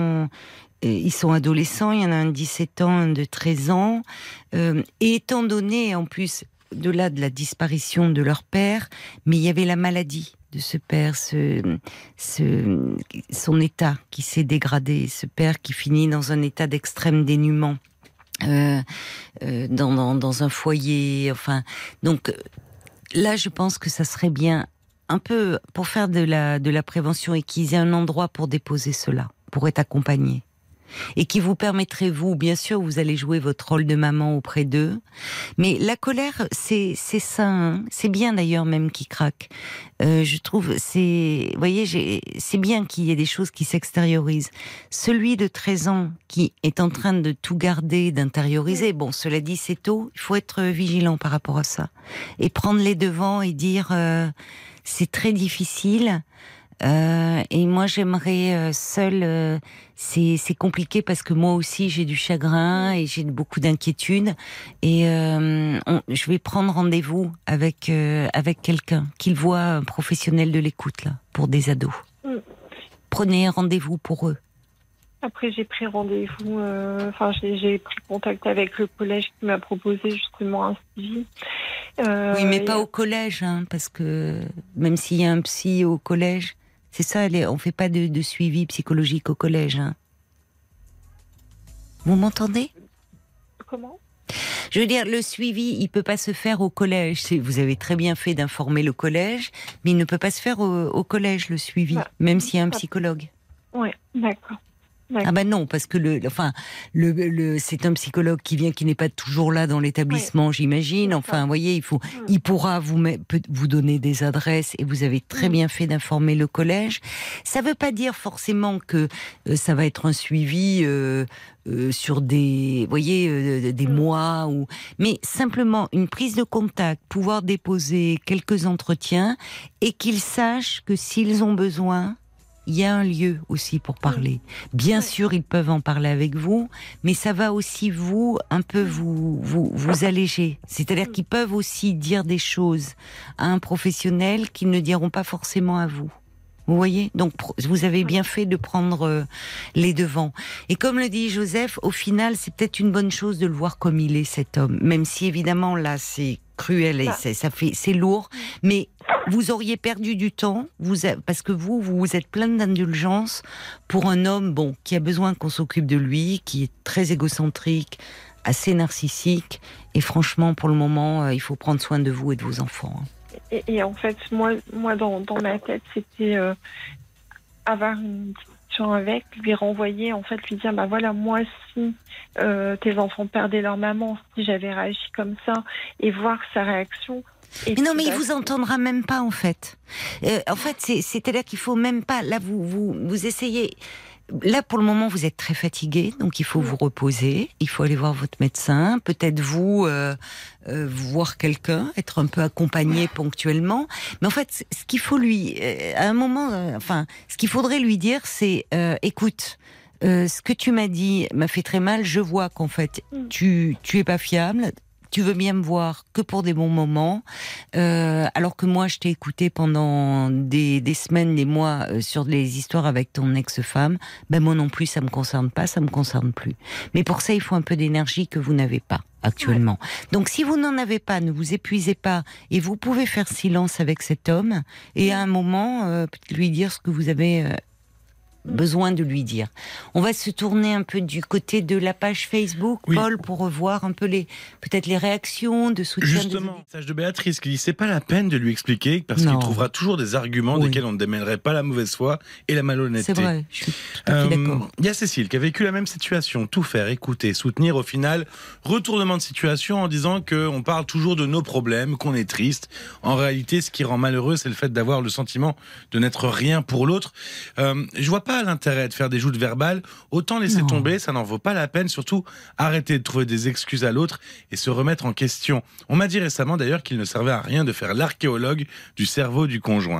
ils sont adolescents, il y en a un de 17 ans, un de 13 ans. Et étant donné, en plus, de-delà de la disparition de leur père, mais il y avait la maladie de ce père, son état qui s'est dégradé, ce père qui finit dans un état d'extrême dénuement, dans un foyer, enfin... Donc là, je pense que ça serait bien, un peu, pour faire de la prévention et qu'ils aient un endroit pour déposer cela, pour être accompagnés. Et qui vous permettrait, vous, bien sûr, vous allez jouer votre rôle de maman auprès d'eux. Mais la colère, c'est sain, hein. C'est bien d'ailleurs même qu'ils craquent. Je trouve, vous voyez, c'est bien qu'il y ait des choses qui s'extériorisent. Celui de 13 ans qui est en train de tout garder, d'intérioriser, bon, cela dit, c'est tôt, il faut être vigilant par rapport à ça. Et prendre les devants et dire, c'est très difficile. Et moi j'aimerais seule, c'est compliqué parce que moi aussi j'ai du chagrin et j'ai beaucoup d'inquiétudes et je vais prendre rendez-vous avec quelqu'un, qu'il voit, un professionnel de l'écoute là, pour des ados. Prenez rendez-vous pour eux. Après j'ai pris rendez-vous, j'ai pris contact avec le collège qui m'a proposé justement un suivi. Oui, mais pas au collège, hein, parce que même s'il y a un psy au collège, c'est ça, on fait pas de suivi psychologique au collège. Hein. Vous m'entendez ? Comment ? Je veux dire, le suivi, il peut pas se faire au collège. Vous avez très bien fait d'informer le collège, mais il ne peut pas se faire au collège, le suivi, même s'il y a un psychologue. Oui, d'accord. Ah ben non, parce que c'est un psychologue qui vient, qui n'est pas toujours là dans l'établissement, j'imagine. Enfin, vous voyez, il pourra vous donner des adresses et vous avez très bien fait d'informer le collège. Ça veut pas dire forcément que ça va être un suivi sur des mois mais simplement une prise de contact, pouvoir déposer quelques entretiens et qu'ils sachent que s'ils ont besoin, il y a un lieu aussi pour parler. Bien sûr, ils peuvent en parler avec vous, mais ça va aussi vous alléger. C'est-à-dire qu'ils peuvent aussi dire des choses à un professionnel qu'ils ne diront pas forcément à vous. Vous voyez ? Donc, vous avez bien fait de prendre les devants. Et comme le dit Joseph, au final, c'est peut-être une bonne chose de le voir comme il est, cet homme. Même si, évidemment, là, c'est cruel et c'est lourd. Mais vous auriez perdu du temps, parce que vous êtes plein d'indulgence pour un homme, qui a besoin qu'on s'occupe de lui, qui est très égocentrique, assez narcissique. Et franchement, pour le moment, il faut prendre soin de vous et de vos enfants. Et en fait, moi dans ma tête, c'était avoir une discussion avec, lui renvoyer, en fait, lui dire, bah voilà, moi, si tes enfants perdaient leur maman, si j'avais réagi comme ça, et voir sa réaction. Mais non, mais il vous entendra même pas, en fait. En fait, c'est-à-dire qu'il faut même pas. Là, vous essayez. Là, pour le moment, vous êtes très fatigué, donc il faut vous reposer. Il faut aller voir votre médecin, peut-être vous voir quelqu'un, être un peu accompagné ponctuellement. Mais en fait, ce qu'il faut lui, à un moment, ce qu'il faudrait lui dire, c'est écoute. Ce que tu m'as dit m'a fait très mal. Je vois qu'en fait, tu es pas fiable. Tu veux bien me voir que pour des bons moments, alors que moi je t'ai écouté pendant des semaines, des mois sur les histoires avec ton ex-femme. Ben moi non plus, ça me concerne pas, ça me concerne plus. Mais pour ça, il faut un peu d'énergie que vous n'avez pas actuellement. Ouais. Donc si vous n'en avez pas, ne vous épuisez pas et vous pouvez faire silence avec cet homme et à un moment lui dire ce que vous avez besoin de lui dire. On va se tourner un peu du côté de la page Facebook, oui. Paul, pour revoir un peu peut-être les réactions de soutien. Justement, message de Béatrice qui dit c'est pas la peine de lui expliquer parce qu'il trouvera toujours des arguments desquels on ne démêlerait pas la mauvaise foi et la malhonnêteté. C'est vrai, je suis tout à fait d'accord. Il y a Cécile qui a vécu la même situation, tout faire, écouter, soutenir, au final, retournement de situation en disant qu'on parle toujours de nos problèmes, qu'on est triste. En réalité, ce qui rend malheureux, c'est le fait d'avoir le sentiment de n'être rien pour l'autre. Je vois pas l'intérêt de faire des joutes verbales, autant laisser tomber, ça n'en vaut pas la peine, surtout arrêter de trouver des excuses à l'autre et se remettre en question. On m'a dit récemment d'ailleurs qu'il ne servait à rien de faire l'archéologue du cerveau du conjoint.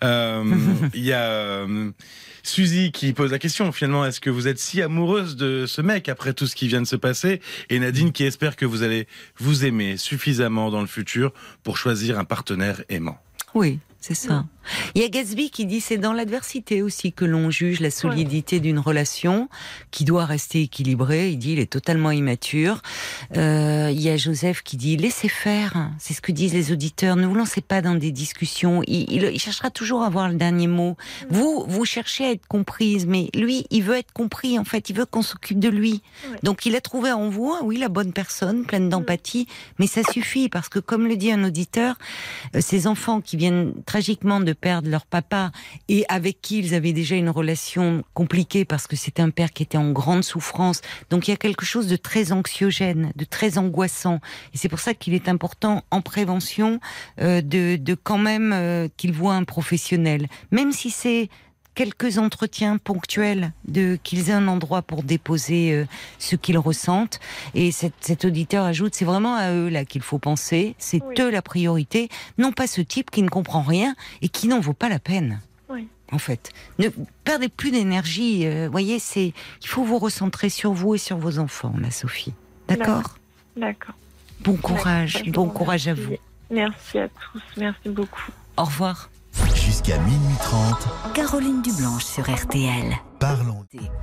Il y a Suzy qui pose la question, finalement, est-ce que vous êtes si amoureuse de ce mec après tout ce qui vient de se passer? Et Nadine qui espère que vous allez vous aimer suffisamment dans le futur pour choisir un partenaire aimant. Oui, c'est ça. Il y a Gatsby qui dit c'est dans l'adversité aussi que l'on juge la solidité d'une relation qui doit rester équilibrée. Il dit il est totalement immature. Il y a Joseph qui dit laissez faire. C'est ce que disent les auditeurs. Ne vous lancez pas dans des discussions. Il cherchera toujours à avoir le dernier mot. Vous cherchez à être comprise, mais lui, il veut être compris. En fait, il veut qu'on s'occupe de lui. Donc il a trouvé en vous, oui, la bonne personne, pleine d'empathie. Mais ça suffit parce que, comme le dit un auditeur, ces enfants qui viennent tragiquement de perdre leur papa et avec qui ils avaient déjà une relation compliquée parce que c'était un père qui était en grande souffrance. Donc il y a quelque chose de très anxiogène, de très angoissant. Et c'est pour ça qu'il est important en prévention de quand même qu'ils voient un professionnel. Même si c'est quelques entretiens ponctuels, qu'ils aient un endroit pour déposer ce qu'ils ressentent. Et cet auditeur ajoute, c'est vraiment à eux là qu'il faut penser, c'est eux la priorité, non pas ce type qui ne comprend rien et qui n'en vaut pas la peine. En fait, ne perdez plus d'énergie. Voyez, il faut vous recentrer sur vous et sur vos enfants, là, Sophie. D'accord ? D'accord. Bon courage, bon courage à vous. Merci à tous, merci beaucoup. Au revoir. Jusqu'à minuit 30. Caroline Dublanche sur RTL. Parlons.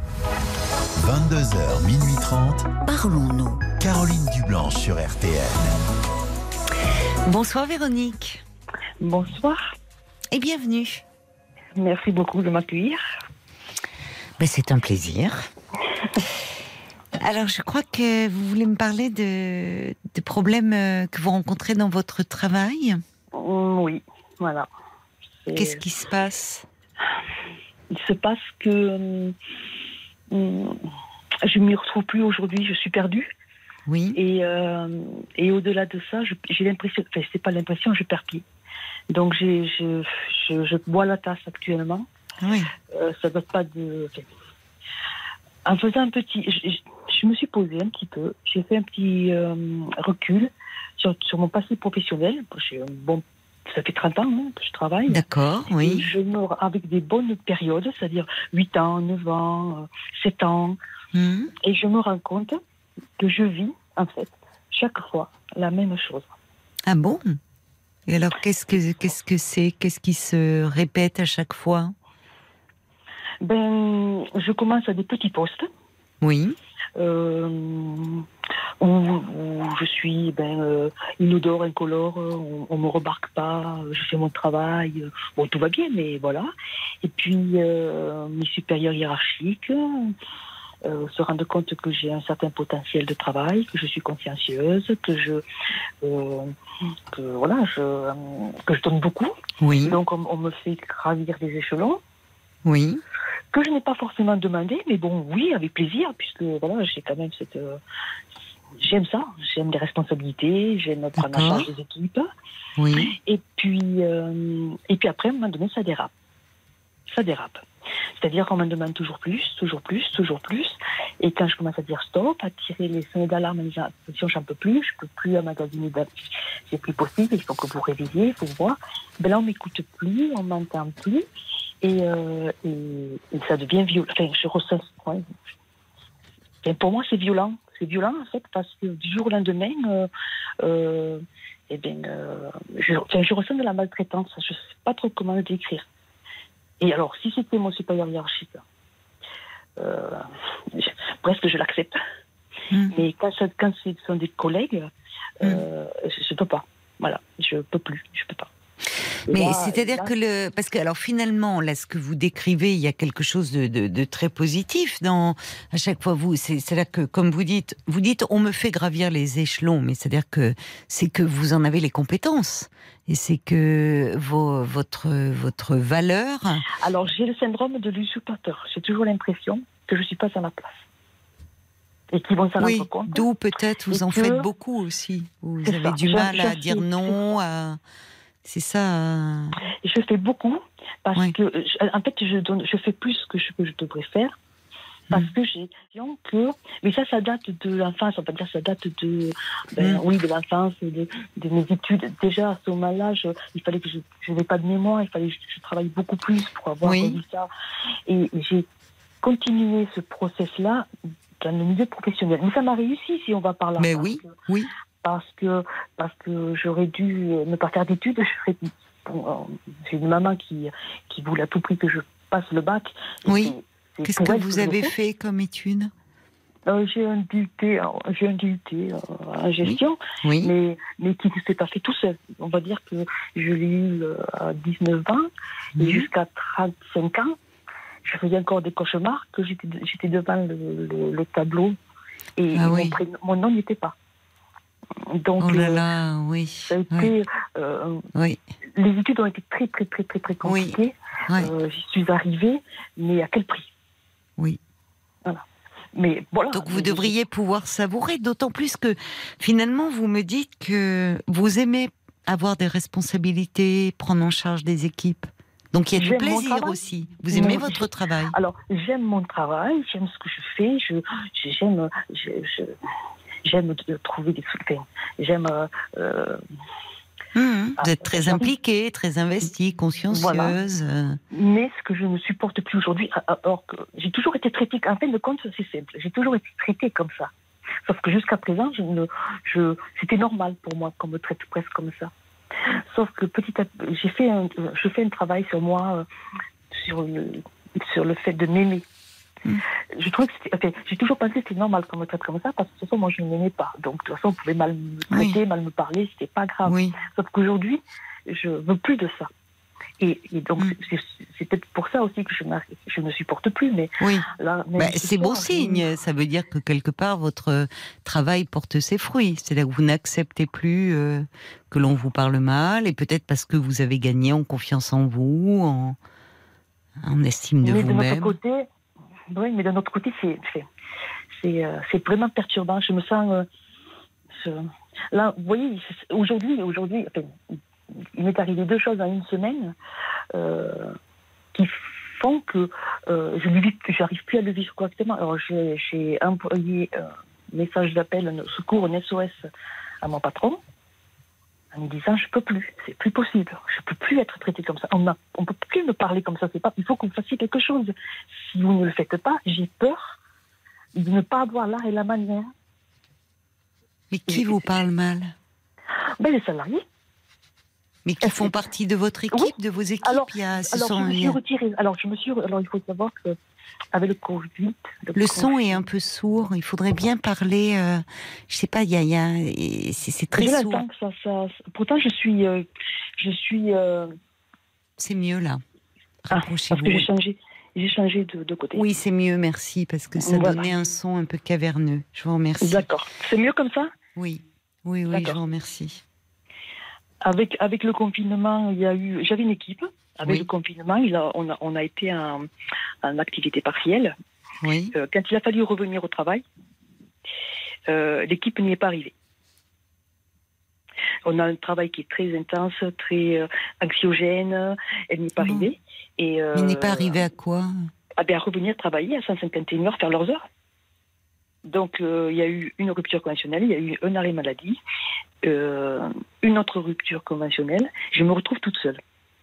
22h, minuit 30. Parlons-nous. Caroline Dublanche sur RTL. Bonsoir Véronique. Bonsoir. Et bienvenue. Merci beaucoup de m'accueillir. C'est un plaisir. Alors, je crois que vous voulez me parler de problèmes que vous rencontrez dans votre travail. Oui, voilà. Qu'est-ce qui se passe ? Il se passe que je ne m'y retrouve plus aujourd'hui, je suis perdue. Oui. Et au-delà de ça, j'ai l'impression, enfin, c'est pas l'impression, je perds pied. Donc je bois la tasse actuellement. Oui. Ça date pas de. En faisant un petit, je me suis posée un petit peu. J'ai fait un petit recul sur mon passé professionnel. Ça fait 30 ans que je travaille. D'accord, oui. Avec des bonnes périodes, c'est-à-dire 8 ans, 9 ans, 7 ans. Et je me rends compte que je vis, en fait, chaque fois, la même chose. Ah bon ? Et alors, qu'est-ce que c'est ? Qu'est-ce qui se répète à chaque fois ? Je commence à des petits postes. Oui. Où je suis une odeur incolore, on me remarque pas, je fais mon travail, tout va bien, mais voilà. Et puis mes supérieurs hiérarchiques se rendent compte que j'ai un certain potentiel de travail, que je suis consciencieuse, que je donne beaucoup. Oui. Donc on me fait gravir des échelons. Oui. que je n'ai pas forcément demandé, mais bon, oui, avec plaisir, puisque voilà, j'ai quand même j'aime ça, j'aime les responsabilités, j'aime prendre en charge des équipes. Oui. Et puis après, à un moment donné, ça dérape. Ça dérape. C'est-à-dire qu'on me demande toujours plus. Et quand je commence à dire stop, à tirer les sonnets d'alarme en disant attention, j'en peux plus, je peux plus emmagasiner, c'est plus possible, il faut que vous réveillez, il faut voir. Ben là, on m'écoute plus, on m'entend plus, et ça devient violent. Enfin, je ressens. Ouais. Enfin, pour moi, c'est violent. C'est violent en fait parce que du jour au lendemain, je ressens de la maltraitance. Je ne sais pas trop comment le décrire. Et alors, si c'était mon supérieur hiérarchique, presque je l'accepte. Mais quand ce sont des collègues, je ne peux pas. Voilà, je peux plus, je peux pas. Mais c'est-à-dire que parce que alors finalement là ce que vous décrivez, il y a quelque chose de très positif à chaque fois c'est-à-dire que comme vous dites on me fait gravir les échelons, mais c'est-à-dire que c'est que vous en avez les compétences et c'est que votre valeur. Alors j'ai le syndrome de l'usurpateur. J'ai toujours l'impression que je suis pas à ma place. Et qui vont s'en rendre compte. D'où peut-être vous en faites beaucoup aussi. Vous avez du mal à dire non à. C'est ça. Je fais beaucoup parce que, en fait, je fais plus que ce que je devrais faire parce que j'ai l'impression que, mais ça date de l'enfance. On va dire, ça date de l'enfance, de mes études. Déjà à ce moment-là, il fallait que je n'avais pas de mémoire, il fallait que je travaille beaucoup plus pour avoir vu ça. Et j'ai continué ce process-là dans le milieu professionnel. Mais ça m'a réussi, si on va par là. Mais oui. Parce que j'aurais dû ne pas faire d'études. J'ai une maman qui voulait à tout prix que je passe le bac. Oui. Qu'est-ce que vous avez fait comme études ? J'ai un DUT en gestion, mais qui ne s'est pas fait tout seul. On va dire que je l'ai eu à 19 ans et jusqu'à 35 ans. Je faisais encore des cauchemars, que j'étais devant le tableau et mon nom n'y était pas. Donc, ça a été, les études ont été très, très, très, très, très compliquées. J'y suis arrivée, mais à quel prix ? Oui. Voilà. Mais voilà. Donc vous devriez pouvoir savourer, d'autant plus que finalement vous me dites que vous aimez avoir des responsabilités, prendre en charge des équipes. Donc il y a du plaisir aussi. Vous aimez votre travail ? Alors j'aime mon travail, j'aime ce que je fais, j'aime trouver des solutions. Vous êtes très impliquée, très investie, consciencieuse. Voilà. Mais ce que je ne supporte plus aujourd'hui, alors que j'ai toujours été traitée, en fin de compte, c'est simple, j'ai toujours été traitée comme ça. Sauf que jusqu'à présent, c'était normal pour moi qu'on me traite presque comme ça. Sauf que petit à petit, je fais un travail sur moi, sur le fait de m'aimer. Je trouve que j'ai toujours pensé que c'était normal qu'on me traite comme ça parce que de toute façon moi je ne m'aimais pas, donc de toute façon on pouvait mal me traiter, mal me parler, c'était pas grave. Sauf qu'aujourd'hui je veux plus de ça et donc c'est peut-être pour ça aussi que je ne supporte plus, mais c'est bon signe, ça veut dire que quelque part votre travail porte ses fruits, c'est-à-dire que vous n'acceptez plus que l'on vous parle mal, et peut-être parce que vous avez gagné en confiance en vous, en estime de vous-même. Oui, mais d'un autre côté, c'est vraiment perturbant. Je me sens... là, vous voyez, aujourd'hui, il m'est arrivé 2 choses en une semaine qui font que je n'arrive plus à le vivre correctement. Alors, j'ai envoyé un message d'appel, un secours, un SOS à mon patron, en me disant je peux plus, c'est plus possible, je peux plus être traitée comme ça, on peut plus me parler comme ça, il faut que vous fassiez quelque chose. Si vous ne le faites pas, j'ai peur de ne pas avoir l'art et la manière. Mais qui vous parle mal ? Les salariés. Mais qui font partie de votre équipe, de vos équipes. Je me suis retirée. Alors il faut savoir que avec le Covid... Le son est un peu sourd, il faudrait bien parler... je sais pas, c'est très sourd. Pourtant, je suis... C'est mieux, là. Parce que j'ai changé de côté. Oui, c'est mieux, merci, parce que ça donnait un son un peu caverneux. Je vous remercie. D'accord. C'est mieux comme ça ? Oui, je vous remercie. Avec le confinement, j'avais une équipe. Avec le confinement, on a été en activité partielle. Oui. Quand il a fallu revenir au travail, l'équipe n'y est pas arrivée. On a un travail qui est très intense, très anxiogène. Elle n'y est pas arrivée. Et, il n'est pas arrivé à quoi? À revenir travailler à 151 heures, faire leurs heures. Donc, il y a eu une rupture conventionnelle, il y a eu un arrêt maladie, une autre rupture conventionnelle. Je me retrouve toute seule.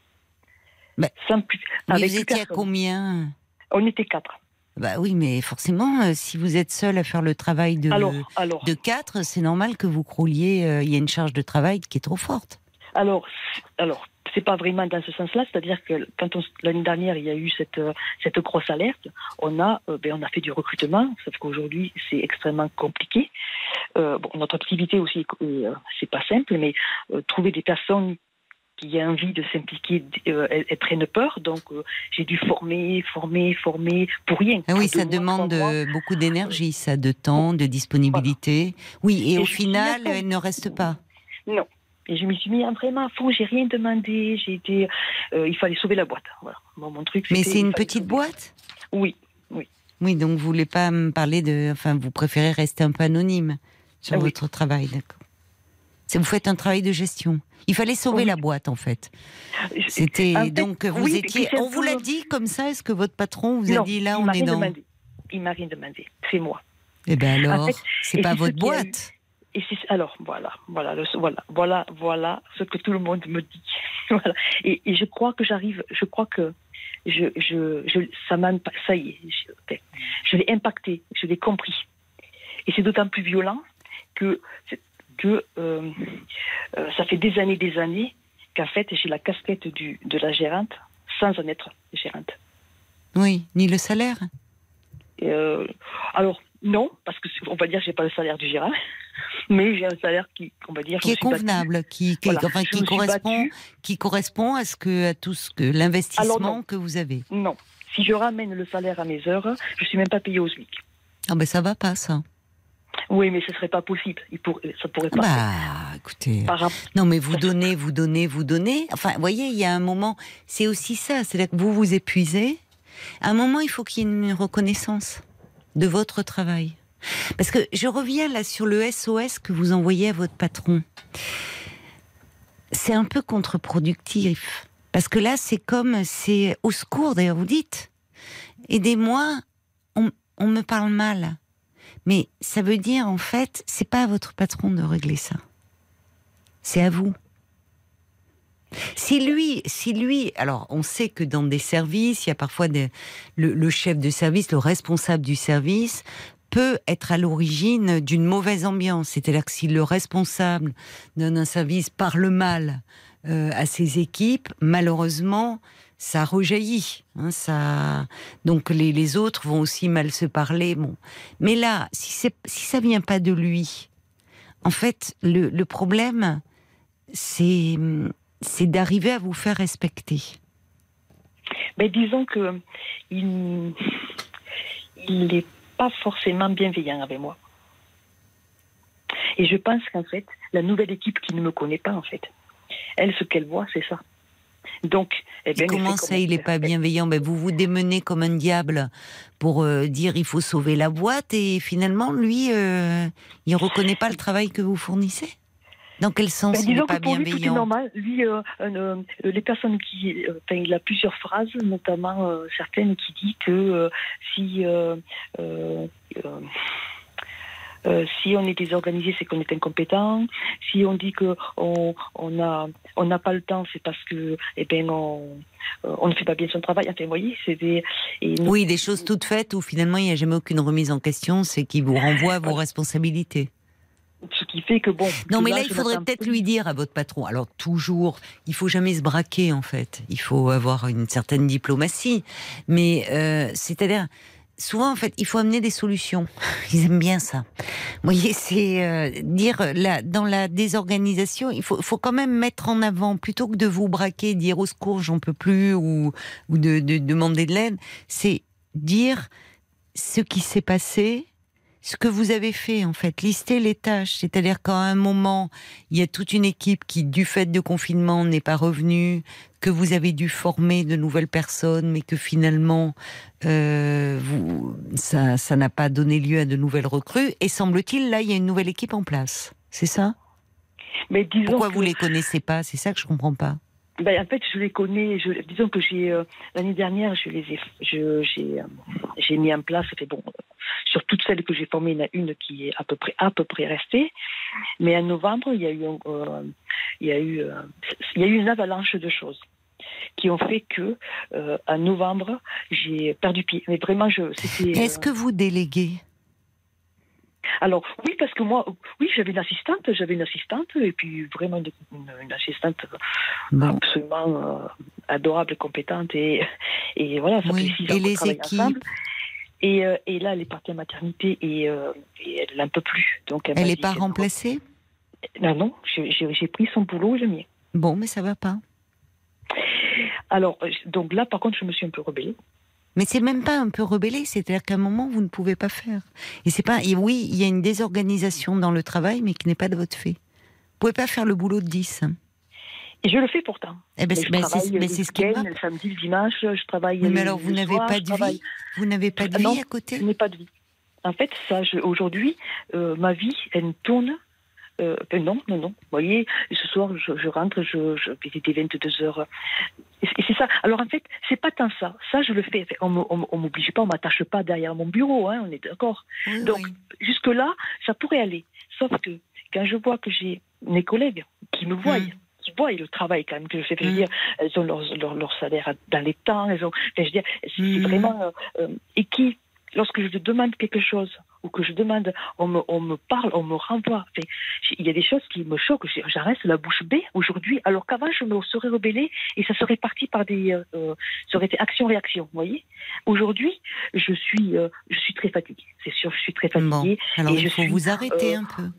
Vous étiez à combien? On était 4. Bah oui, mais forcément, si vous êtes seul à faire le travail de 4, c'est normal que vous crouliez. Il y a une charge de travail qui est trop forte. Alors, c'est pas vraiment dans ce sens-là. C'est-à-dire que quand l'année dernière, il y a eu cette grosse alerte, on a fait du recrutement. Sauf qu'aujourd'hui, c'est extrêmement compliqué. Notre activité aussi, c'est pas simple, mais trouver des personnes qui a envie de s'impliquer, elles prennent peur. Donc, j'ai dû former pour rien. Ah oui, ça demande beaucoup d'énergie, ça, de temps, de disponibilité. Voilà. Oui, et au final, elle ne reste pas. Non. Et je m'y suis mis vraiment à fond, j'ai rien demandé. Il fallait sauver la boîte. Voilà. Mon truc, mais c'est une petite boîte ? Oui. Oui, donc vous voulez pas me parler vous préférez rester un peu anonyme sur votre travail, d'accord. Vous faites un travail de gestion. Il fallait sauver la boîte, en fait. Donc, vous étiez... On vous l'a dit comme ça? Est-ce que votre patron vous a dit, là, on est dans... Il m'a rien demandé. C'est moi. Eh bien alors, c'est pas votre boîte. Alors, voilà ce que tout le monde me dit. Voilà. Et je crois que j'arrive... Je crois que ça y est. Je l'ai impacté. Je l'ai compris. Et c'est d'autant plus violent que ça fait des années qu'en fait j'ai la casquette de la gérante sans en être gérante. Oui, ni le salaire. Alors non, parce que on va dire que j'ai pas le salaire du gérant, mais j'ai un salaire qui est convenable, qui correspond à l'investissement que vous avez. Non, si je ramène le salaire à mes heures, je suis même pas payée au SMIC. Ah ben ça va pas ça. Oui, mais ce serait pas possible. Ça pourrait pas. Écoutez. Non, mais vous donnez. Enfin, vous voyez, il y a un moment, c'est aussi ça. C'est-à-dire que vous vous épuisez. À un moment, il faut qu'il y ait une reconnaissance de votre travail. Parce que je reviens là sur le SOS que vous envoyez à votre patron. C'est un peu contre-productif. Parce que là, c'est au secours, d'ailleurs, vous dites. Aidez-moi, on me parle mal. Mais ça veut dire, en fait, c'est pas à votre patron de régler ça. C'est à vous. Si lui, alors on sait que dans des services, il y a parfois le chef de service, le responsable du service, peut être à l'origine d'une mauvaise ambiance. C'est-à-dire que si le responsable d'un service parle mal à ses équipes, malheureusement, ça rejaillit. Donc les autres vont aussi mal se parler. Bon. Mais là, si ça vient pas de lui, en fait, le problème, c'est d'arriver à vous faire respecter. Mais disons que il n'est pas forcément bienveillant avec moi. Et je pense qu'en fait, la nouvelle équipe qui ne me connaît pas, en fait, elle, ce qu'elle voit, c'est ça. Donc, comment ça, il n'est pas bienveillant? Vous vous démenez comme un diable pour dire il faut sauver la boîte et finalement, lui, il ne reconnaît pas le travail que vous fournissez? Dans quel sens il n'est pas bienveillant? Lui, tout est normal. Lui, les personnes il a plusieurs phrases, notamment certaines qui disent que si on est désorganisé, c'est qu'on est incompétent. Si on dit que on n'a pas le temps, c'est parce que on ne fait pas bien son travail. Enfin, vous voyez, oui, des choses toutes faites où finalement il n'y a jamais aucune remise en question, c'est qui vous renvoie à vos responsabilités. Ce qui fait que bon. Non, mais là, il faudrait peut-être lui dire à votre patron. Alors toujours, il faut jamais se braquer en fait. Il faut avoir une certaine diplomatie, mais c'est-à-dire. Souvent, en fait, il faut amener des solutions. Ils aiment bien ça. Vous voyez, c'est dire, là, dans la désorganisation, il faut quand même mettre en avant, plutôt que de vous braquer, dire au secours, j'en peux plus, ou de demander de l'aide, c'est dire ce qui s'est passé, ce que vous avez fait, en fait, lister les tâches. C'est-à-dire qu'à un moment, il y a toute une équipe qui, du fait de confinement, n'est pas revenue, que vous avez dû former de nouvelles personnes, mais que finalement, ça n'a pas donné lieu à de nouvelles recrues. Et semble-t-il, là, il y a une nouvelle équipe en place. C'est ça ? Mais disons Pourquoi vous les connaissez pas ? C'est ça que je comprends pas. En fait, je les connais. Disons que l'année dernière, j'ai mis en place. Sur toutes celles que j'ai formées, il y en a une qui est à peu près restée. Mais en novembre, il y a eu une avalanche de choses qui ont fait que en novembre, j'ai perdu pied. Mais vraiment, Est-ce que vous déléguez ? Alors, oui, parce que moi, j'avais une assistante, et puis vraiment une assistante absolument adorable, compétente, et voilà, ça fait 6 ans qu'on travaille ensemble. Et là, elle est partie en maternité, et elle n'en peut plus. Donc, elle n'est pas remplacée ? Non, j'ai pris son boulot et le mien. Bon, mais ça va pas. Alors, donc là, par contre, je me suis un peu rebellée. Mais c'est même pas un peu rebellé, c'est-à-dire qu'à un moment, vous ne pouvez pas faire. Et oui, il y a une désorganisation dans le travail, mais qui n'est pas de votre fait. Vous pouvez pas faire le boulot de 10. Et je le fais pourtant. C'est ce qui est le samedi, le dimanche, je travaille. Mais alors, vous n'avez pas de vie ? Vous n'avez pas de vie à côté ? Je n'ai pas de vie. En fait, aujourd'hui, ma vie, elle tourne. Non. Vous voyez, ce soir, je rentre, il était 22h. Et c'est ça. Alors, en fait, c'est pas tant ça. Ça, je le fais. On m'oblige pas, on m'attache pas derrière mon bureau, hein, on est d'accord. Oui, donc, jusque-là, ça pourrait aller. Sauf que, quand je vois que j'ai mes collègues qui me voient, qui voient le travail quand même que je fais, je veux dire, elles ont leur salaire dans les temps, c'est vraiment... et qui, lorsque je demande quelque chose, ou que je demande, on me parle, on me renvoie. Enfin, il y a des choses qui me choquent. J'arrête la bouche bée aujourd'hui, alors qu'avant, je me serais rebellée et ça serait parti par ça aurait été action-réaction, vous voyez. Aujourd'hui, je suis très fatiguée. C'est sûr, je suis très fatiguée. Bon, alors il faut vous arrêter un peu.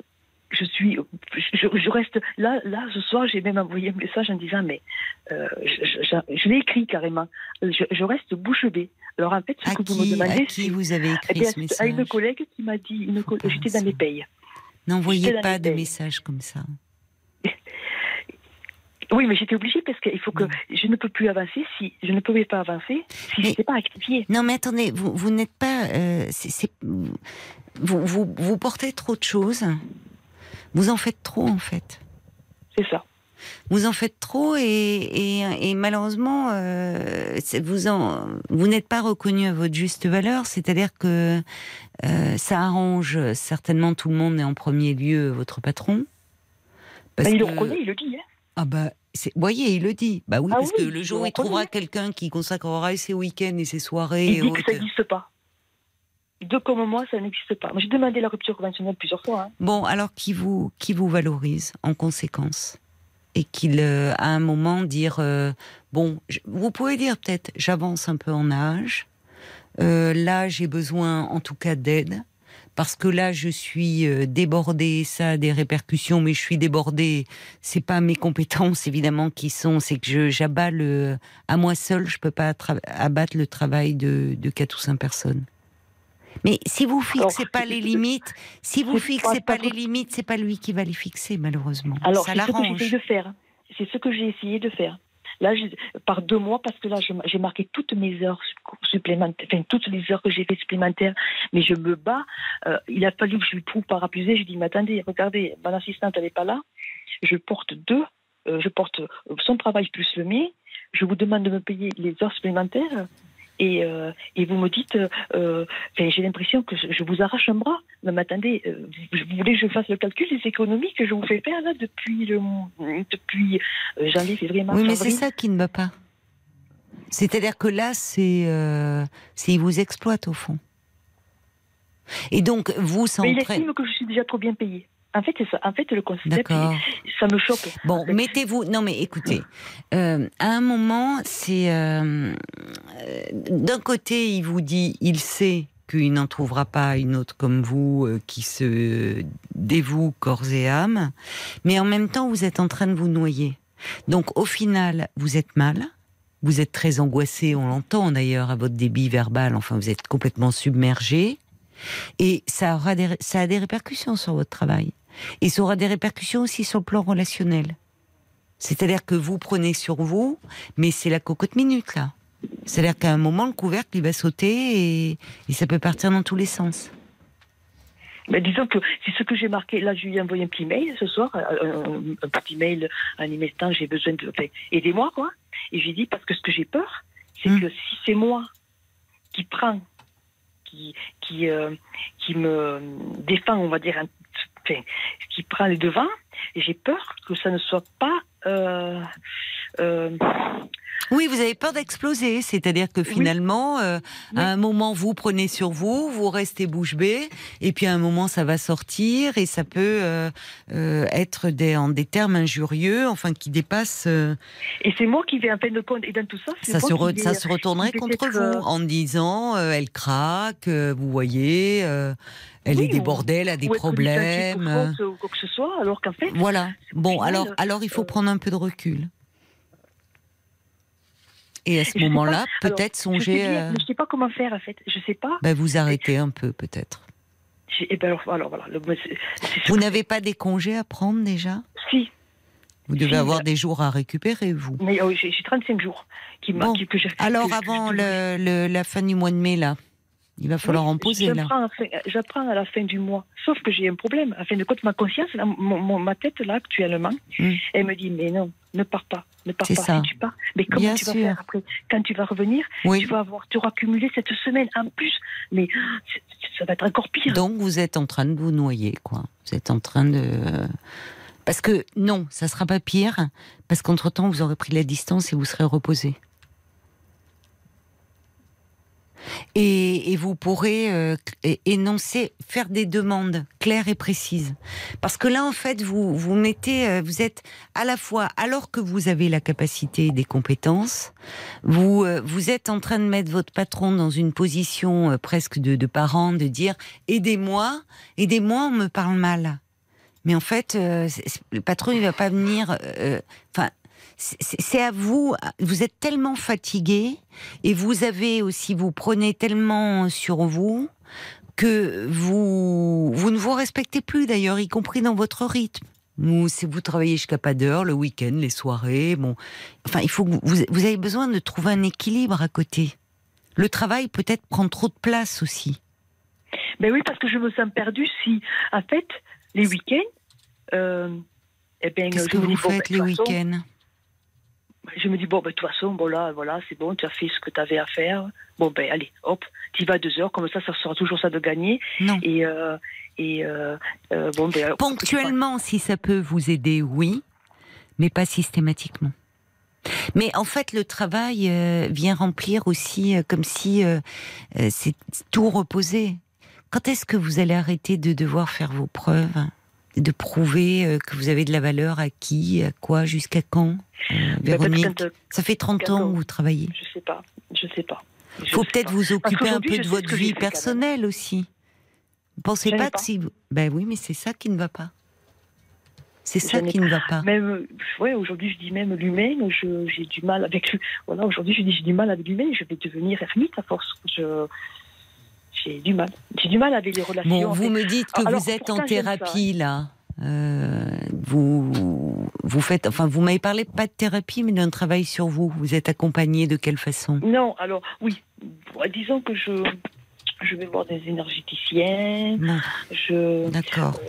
Je reste là, ce soir, j'ai même envoyé un message en disant, mais je l'ai écrit carrément. Je reste bouche bée. Alors en fait, ce que vous me demandez, à qui vous avez écrit ce message ? À une collègue qui m'a dit, j'étais dans les payes. N'envoyez pas de messages comme ça. Oui, mais j'étais obligée parce qu'il faut que je ne peux plus avancer je ne pouvais pas avancer si je n'étais pas rectifiée. Non, mais attendez, vous n'êtes pas, vous portez trop de choses. Vous en faites trop, en fait. C'est ça. Vous en faites trop et malheureusement, vous n'êtes pas reconnu à votre juste valeur. C'est-à-dire que ça arrange certainement tout le monde et en premier lieu votre patron. Il le reconnaît, il le dit. Hein. Ah bah, voyez, il le dit. Bah oui, parce que le jour où il trouvera quelqu'un qui consacrera ses week-ends et ses soirées... Il dit que ça n'existe pas. Deux comme moi, ça n'existe pas. J'ai demandé la rupture conventionnelle plusieurs fois. Hein. Bon, alors qui vous valorise en conséquence ? Et qu'il, à un moment, dire... vous pouvez dire peut-être, j'avance un peu en âge. Là, j'ai besoin, en tout cas, d'aide. Parce que là, je suis débordée, ça a des répercussions, mais je suis débordée. C'est pas mes compétences, évidemment, c'est que j'abats à moi seule, je peux pas abattre le travail de 4 ou 5 personnes. Mais si vous fixez pas les limites, c'est pas lui qui va les fixer, malheureusement. Alors, ça c'est l'arrange. ce que j'essaie de faire. C'est ce que j'ai essayé de faire. Là, par 2 mois, parce que là, j'ai marqué toutes mes heures supplémentaires, enfin, toutes les heures que j'ai fait supplémentaires, mais je me bats. Il a fallu que je lui prouve par abusé. Je dis, mais attendez, regardez, mon assistante, elle n'est pas là. Je porte son travail plus le mien. Je vous demande de me payer les heures supplémentaires. Et vous me dites, j'ai l'impression que je vous arrache un bras. Mais attendez, vous voulez que je fasse le calcul des économies que je vous fais faire là depuis janvier, février, mars, oui, mais avril. c'est ça qui ne va pas. C'est-à-dire que là, il vous exploite au fond. Et donc, Mais il estime que je suis déjà trop bien payée. En fait, c'est ça. En fait, le concept, ça me choque. Bon, mettez-vous... Non, mais écoutez, à un moment, c'est... d'un côté, il vous dit, il sait qu'il n'en trouvera pas une autre comme vous, qui se dévoue corps et âme, mais en même temps, vous êtes en train de vous noyer. Donc, au final, vous êtes mal, vous êtes très angoissé, on l'entend d'ailleurs à votre débit verbal, enfin, vous êtes complètement submergé. Et ça a des répercussions sur votre travail. Et ça aura des répercussions aussi sur le plan relationnel. C'est-à-dire que vous prenez sur vous, mais c'est la cocotte minute, là. C'est-à-dire qu'à un moment, le couvercle, il va sauter et ça peut partir dans tous les sens. Mais disons que c'est ce que j'ai marqué. Là, je lui ai envoyé un petit mail ce soir, un petit mail en y mettant j'ai besoin de. Enfin, aidez-moi, quoi. Et j'ai dit, parce que ce que j'ai peur, c'est que si c'est moi qui prends, qui me défend, on va dire, qui prend les devants, et j'ai peur que ça ne soit pas. Oui, vous avez peur d'exploser, c'est-à-dire que finalement, à un moment, vous prenez sur vous, vous restez bouche bée, et puis à un moment, ça va sortir, et ça peut être en des termes injurieux, enfin, qui dépassent... Et c'est moi qui vais en fin de compte, et dans tout ça... Ça se retournerait contre vous, en disant, elle craque, vous voyez... elle est débordée, elle a des problèmes... Ou quoi que ce soit, alors qu'en fait... Voilà. Bon, alors il faut prendre un peu de recul. Et à ce moment-là, peut-être songer... Je ne sais pas comment faire, en fait. Je ne sais pas. Vous arrêtez un peu, peut-être. Alors voilà. Vous n'avez pas des congés à prendre, déjà ? Si. Vous devez avoir des jours à récupérer, vous. Mais j'ai 35 jours. Alors, avant la fin du mois de mai, là, il va falloir en poser, là. J'apprends à la fin du mois. Sauf que j'ai un problème. En fin de compte, ma conscience, ma tête, là, actuellement, elle me dit, mais non, ne pars pas. Si tu pars. Mais comment tu vas faire après ? Quand tu vas revenir, tu auras cumulé cette semaine en plus. Mais ça va être encore pire. Donc, vous êtes en train de vous noyer, quoi. Vous êtes en train de... Parce que, non, ça ne sera pas pire, parce qu'entre-temps, vous aurez pris la distance et vous serez reposé. Et vous pourrez énoncer, faire des demandes claires et précises. Parce que là, en fait, vous êtes à la fois, alors que vous avez la capacité et des compétences, vous êtes en train de mettre votre patron dans une position presque de parent, de dire « aidez-moi, on me parle mal ». Mais en fait, le patron, il va pas venir... c'est à vous êtes tellement fatigué et vous prenez tellement sur vous que vous ne vous respectez plus d'ailleurs, y compris dans votre rythme. Vous travaillez jusqu'à pas d'heure, le week-end, les soirées, il faut que vous avez besoin de trouver un équilibre à côté. Le travail peut-être prend trop de place aussi. Ben oui, parce que je me sens perdue si, en fait, les week-ends, qu'est-ce que vous faites les week-ends ? Je me dis, de toute façon, voilà, c'est bon, tu as fait ce que tu avais à faire. Allez, hop, tu y vas 2 heures, comme ça sera toujours ça de gagner. Non. Hop, ponctuellement, si ça peut vous aider, oui, mais pas systématiquement. Mais en fait, le travail vient remplir aussi, comme si c'est tout reposé. Quand est-ce que vous allez arrêter de devoir faire vos preuves ? De prouver que vous avez de la valeur à qui, à quoi, jusqu'à quand, Véronique ? Ça fait 30 ans que vous travaillez. Je sais pas. Il faut peut-être vous occuper un peu de votre vie personnelle aussi. Vous pensez pas que si... oui, mais c'est ça qui ne va pas. C'est ça qui ne va pas. Même, aujourd'hui, je dis même l'humain, j'ai du mal avec... Voilà, aujourd'hui, je dis j'ai du mal avec l'humain, je vais devenir ermite à force. J'ai du mal. J'ai du mal avec les relations. Bon, vous me dites que vous êtes en thérapie, là. Vous faites... vous m'avez parlé pas de thérapie, mais d'un travail sur vous. Vous êtes accompagné de quelle façon ? Non, alors, oui. Disons que je vais voir des énergéticiens. Non. D'accord.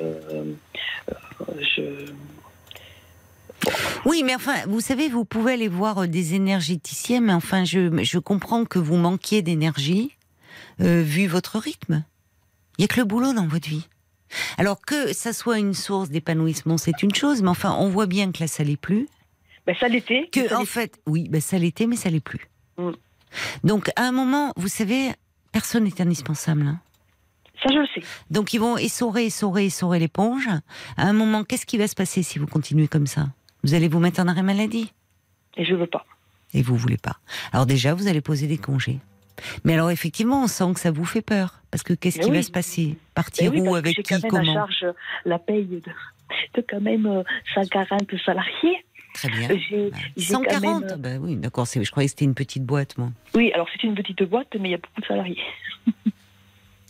Oui, mais vous savez, vous pouvez aller voir des énergéticiens, mais je comprends que vous manquiez d'énergie. Vu votre rythme. Il n'y a que le boulot dans votre vie. Alors que ça soit une source d'épanouissement, c'est une chose, mais on voit bien que là, ça l'est plus. Ça l'était. Ça l'était, mais ça l'est plus. Donc, à un moment, vous savez, personne n'est indispensable. Hein. Ça, je le sais. Donc, ils vont essorer l'éponge. À un moment, qu'est-ce qui va se passer si vous continuez comme ça ? Vous allez vous mettre en arrêt maladie. Et je veux pas. Et vous voulez pas. Alors déjà, vous allez poser des congés. Mais alors effectivement, on sent que ça vous fait peur. Parce que qu'est-ce qui va se passer ? Partir où ? Avec qui ? Comment ? J'ai quand même à charge la paye de quand même 140 salariés. Très bien. J'ai 140 même... oui, d'accord. Je croyais que c'était une petite boîte, moi. Oui, alors c'est une petite boîte, mais il y a beaucoup de salariés.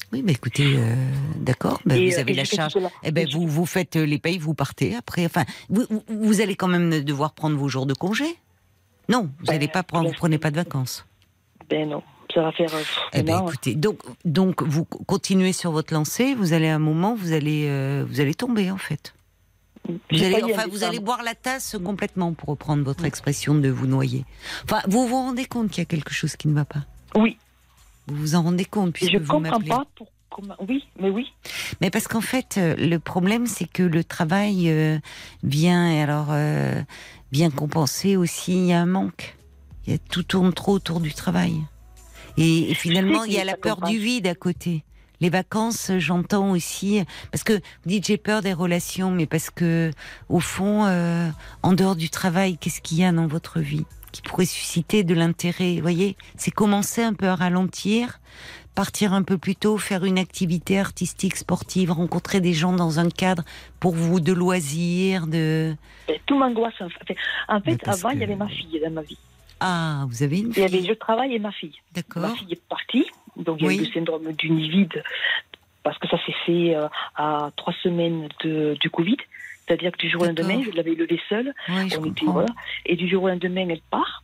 Oui, mais écoutez, d'accord, vous avez la charge. Vous faites les payes, vous partez après. Enfin, vous allez quand même devoir prendre vos jours de congé. Non, vous n'allez pas prendre, vous prenez pas de vacances. Non, ça va faire. Écoutez, donc vous continuez sur votre lancée. Vous allez à un moment, vous allez tomber en fait. Vous allez boire la tasse complètement, pour reprendre votre expression de vous noyer. Enfin, vous vous rendez compte qu'il y a quelque chose qui ne va pas? Oui. Vous vous en rendez compte puisque vous m'appelez. Je comprends pas pourquoi. Oui, mais oui. Mais parce qu'en fait, le problème, c'est que le travail vient compenser aussi. Il y a un manque. Tout tourne trop autour du travail. Et finalement, il y a la peur du vide à côté. Les vacances, j'entends aussi, parce que vous dites j'ai peur des relations, mais parce que au fond, en dehors du travail, qu'est-ce qu'il y a dans votre vie qui pourrait susciter de l'intérêt? Vous voyez, c'est commencer un peu à ralentir, partir un peu plus tôt, faire une activité artistique, sportive, rencontrer des gens dans un cadre pour vous de loisirs, de. Tout m'angoisse. En fait, avant, il y avait ma fille dans ma vie. Ah, vous avez une fille. Il y avait je travaille et ma fille. D'accord. Ma fille est partie. Donc, il y a eu le syndrome du nid vide, parce que ça s'est fait à 3 semaines du Covid. C'est-à-dire que du jour au lendemain, je l'avais élevée seule. Oui, je comprends. Et du jour au lendemain, elle part.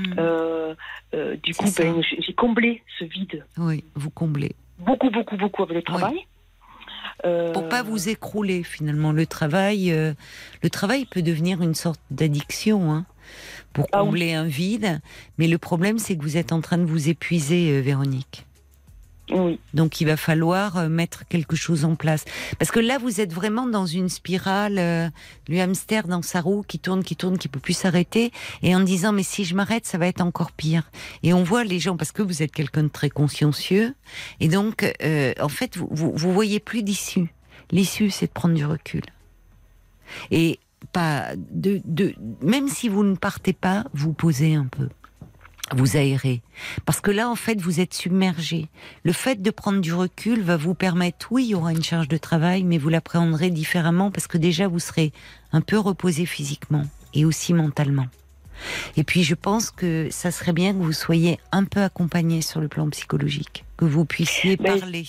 Du coup, j'ai comblé ce vide. Oui, vous comblez. Beaucoup avec le travail. Oui. Pour pas vous écrouler, finalement. Le travail peut devenir une sorte d'addiction, hein, pour combler un vide. Mais le problème, c'est que vous êtes en train de vous épuiser, Véronique. Oui. Donc il va falloir mettre quelque chose en place. Parce que là, vous êtes vraiment dans une spirale, le hamster dans sa roue qui tourne, qui peut plus s'arrêter, et en disant mais si je m'arrête, ça va être encore pire. Et on voit les gens, parce que vous êtes quelqu'un de très consciencieux, et donc en fait vous voyez plus d'issue. L'issue, c'est de prendre du recul. Et pas même si vous ne partez pas, vous posez un peu. Vous aérez. Parce que là, en fait, vous êtes submergé. Le fait de prendre du recul va vous permettre, oui, il y aura une charge de travail, mais vous l'appréhenderez différemment parce que déjà, vous serez un peu reposé physiquement et aussi mentalement. Et puis, je pense que ça serait bien que vous soyez un peu accompagné sur le plan psychologique, que vous puissiez parler.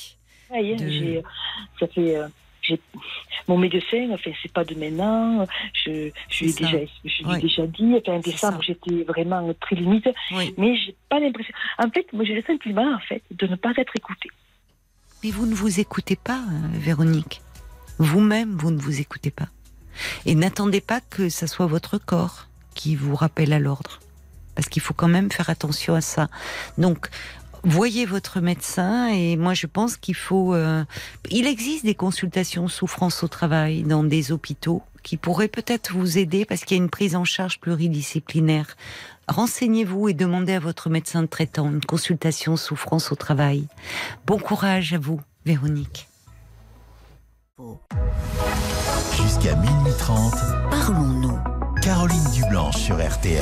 Mon médecin, c'est pas de maintenant, je lui ai déjà dit, en décembre, j'étais vraiment très limite, mais j'ai pas l'impression. En fait, moi, j'ai le sentiment, de ne pas être écoutée. Mais vous ne vous écoutez pas, Véronique. Vous-même, vous ne vous écoutez pas. Et n'attendez pas que ça soit votre corps qui vous rappelle à l'ordre. Parce qu'il faut quand même faire attention à ça. Donc, voyez votre médecin, et moi je pense qu'il faut... il existe des consultations souffrance au travail dans des hôpitaux qui pourraient peut-être vous aider parce qu'il y a une prise en charge pluridisciplinaire. Renseignez-vous et demandez à votre médecin traitant une consultation souffrance au travail. Bon courage à vous, Véronique. Jusqu'à minuit 30, parlons-nous. Caroline Dublanche sur RTL.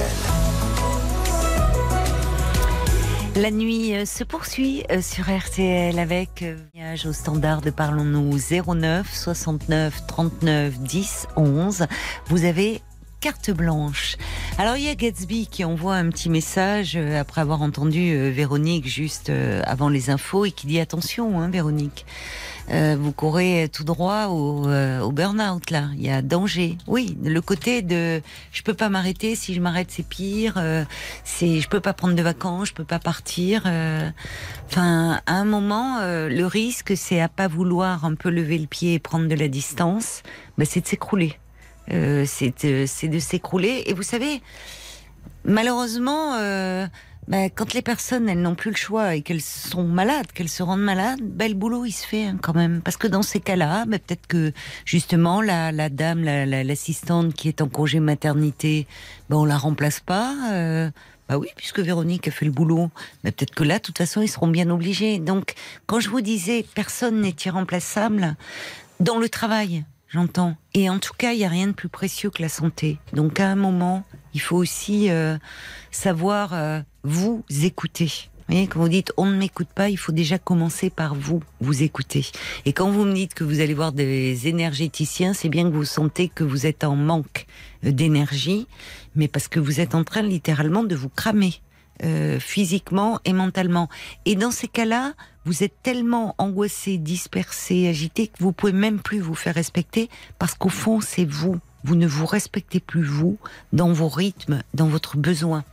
La nuit se poursuit sur RTL avec au standard de Parlons-nous 09 69 39 10 11. Vous avez carte blanche. Alors il y a Gatsby qui envoie un petit message après avoir entendu Véronique juste avant les infos et qui dit attention, hein, Véronique. Vous courez tout droit au burn-out là. Il y a danger. Oui, le côté de je peux pas m'arrêter. Si je m'arrête, c'est pire. Je peux pas prendre de vacances. Je peux pas partir. Enfin, à un moment, le risque, c'est à pas vouloir un peu lever le pied et prendre de la distance. Ben, c'est de s'écrouler. C'est de s'écrouler. Et vous savez, malheureusement. Quand les personnes, elles n'ont plus le choix et qu'elles sont malades, qu'elles se rendent malades, le boulot, il se fait quand même. Parce que dans ces cas-là, peut-être que justement, la dame, l'assistante qui est en congé maternité, on la remplace pas. Oui, puisque Véronique a fait le boulot. Mais peut-être que là, de toute façon, ils seront bien obligés. Donc, quand je vous disais, personne n'est irremplaçable, dans le travail, j'entends. Et en tout cas, il n'y a rien de plus précieux que la santé. Donc, à un moment, il faut aussi savoir vous écouter. Vous voyez, quand vous dites on ne m'écoute pas, il faut déjà commencer par vous écouter. Et quand vous me dites que vous allez voir des énergéticiens, c'est bien que vous sentez que vous êtes en manque d'énergie, mais parce que vous êtes en train littéralement de vous cramer. physiquement et mentalement. Et dans ces cas-là, vous êtes tellement angoissé, dispersé, agité que vous pouvez même plus vous faire respecter parce qu'au fond, c'est vous. Vous ne vous respectez plus, vous, dans vos rythmes, dans votre besoin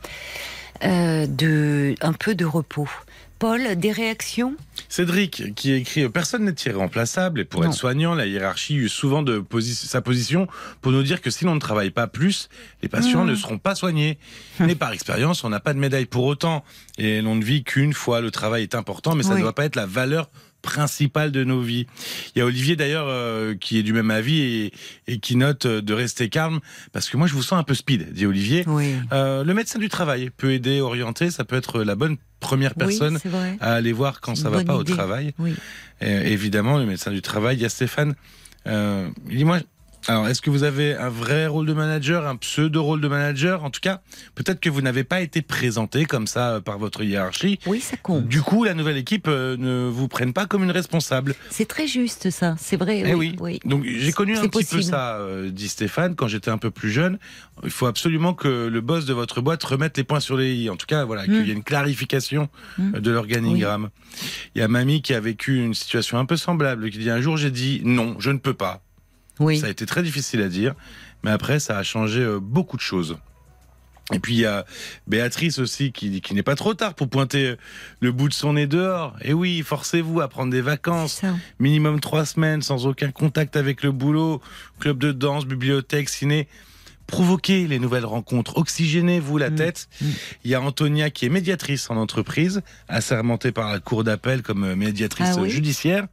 un peu de repos. Paul, des réactions ? Cédric, qui écrit « Personne n'est irremplaçable et pour être soignant, la hiérarchie use souvent de sa position pour nous dire que si l'on ne travaille pas plus, les patients ne seront pas soignés. Mais par expérience, on n'a pas de médaille pour autant. Et l'on ne vit qu'une fois. Le travail est important, mais ça ne doit pas être la valeur principale de nos vies. » Il y a Olivier d'ailleurs qui est du même avis et qui note de rester calme parce que moi je vous sens un peu speed, dit Olivier. Le médecin du travail peut aider, orienter, ça peut être la bonne première personne à aller voir quand ça va pas au travail. Évidemment, le médecin du travail. Il y a Stéphane, il dit moi, alors est-ce que vous avez un vrai rôle de manager, un pseudo-rôle de manager ? En tout cas, peut-être que vous n'avez pas été présenté comme ça par votre hiérarchie. Oui, ça compte. Du coup, la nouvelle équipe ne vous prenne pas comme une responsable. C'est très juste ça, c'est vrai. Oui. Donc j'ai connu un petit peu ça, dit Stéphane, quand j'étais un peu plus jeune. Il faut absolument que le boss de votre boîte remette les points sur les i. En tout cas, voilà, qu'il y ait une clarification de l'organigramme. Il y a Mamie qui a vécu une situation un peu semblable, qui dit un jour j'ai dit non, je ne peux pas. Ça a été très difficile à dire, mais après ça a changé beaucoup de choses. Et puis il y a Béatrice aussi qui n'est pas trop tard pour pointer le bout de son nez dehors. Et oui, forcez-vous à prendre des vacances, minimum 3 semaines sans aucun contact avec le boulot, club de danse, bibliothèque, ciné. Provoquez les nouvelles rencontres, oxygénez-vous la tête. Il y a Antonia qui est médiatrice en entreprise, assermentée par la cour d'appel comme médiatrice judiciaire.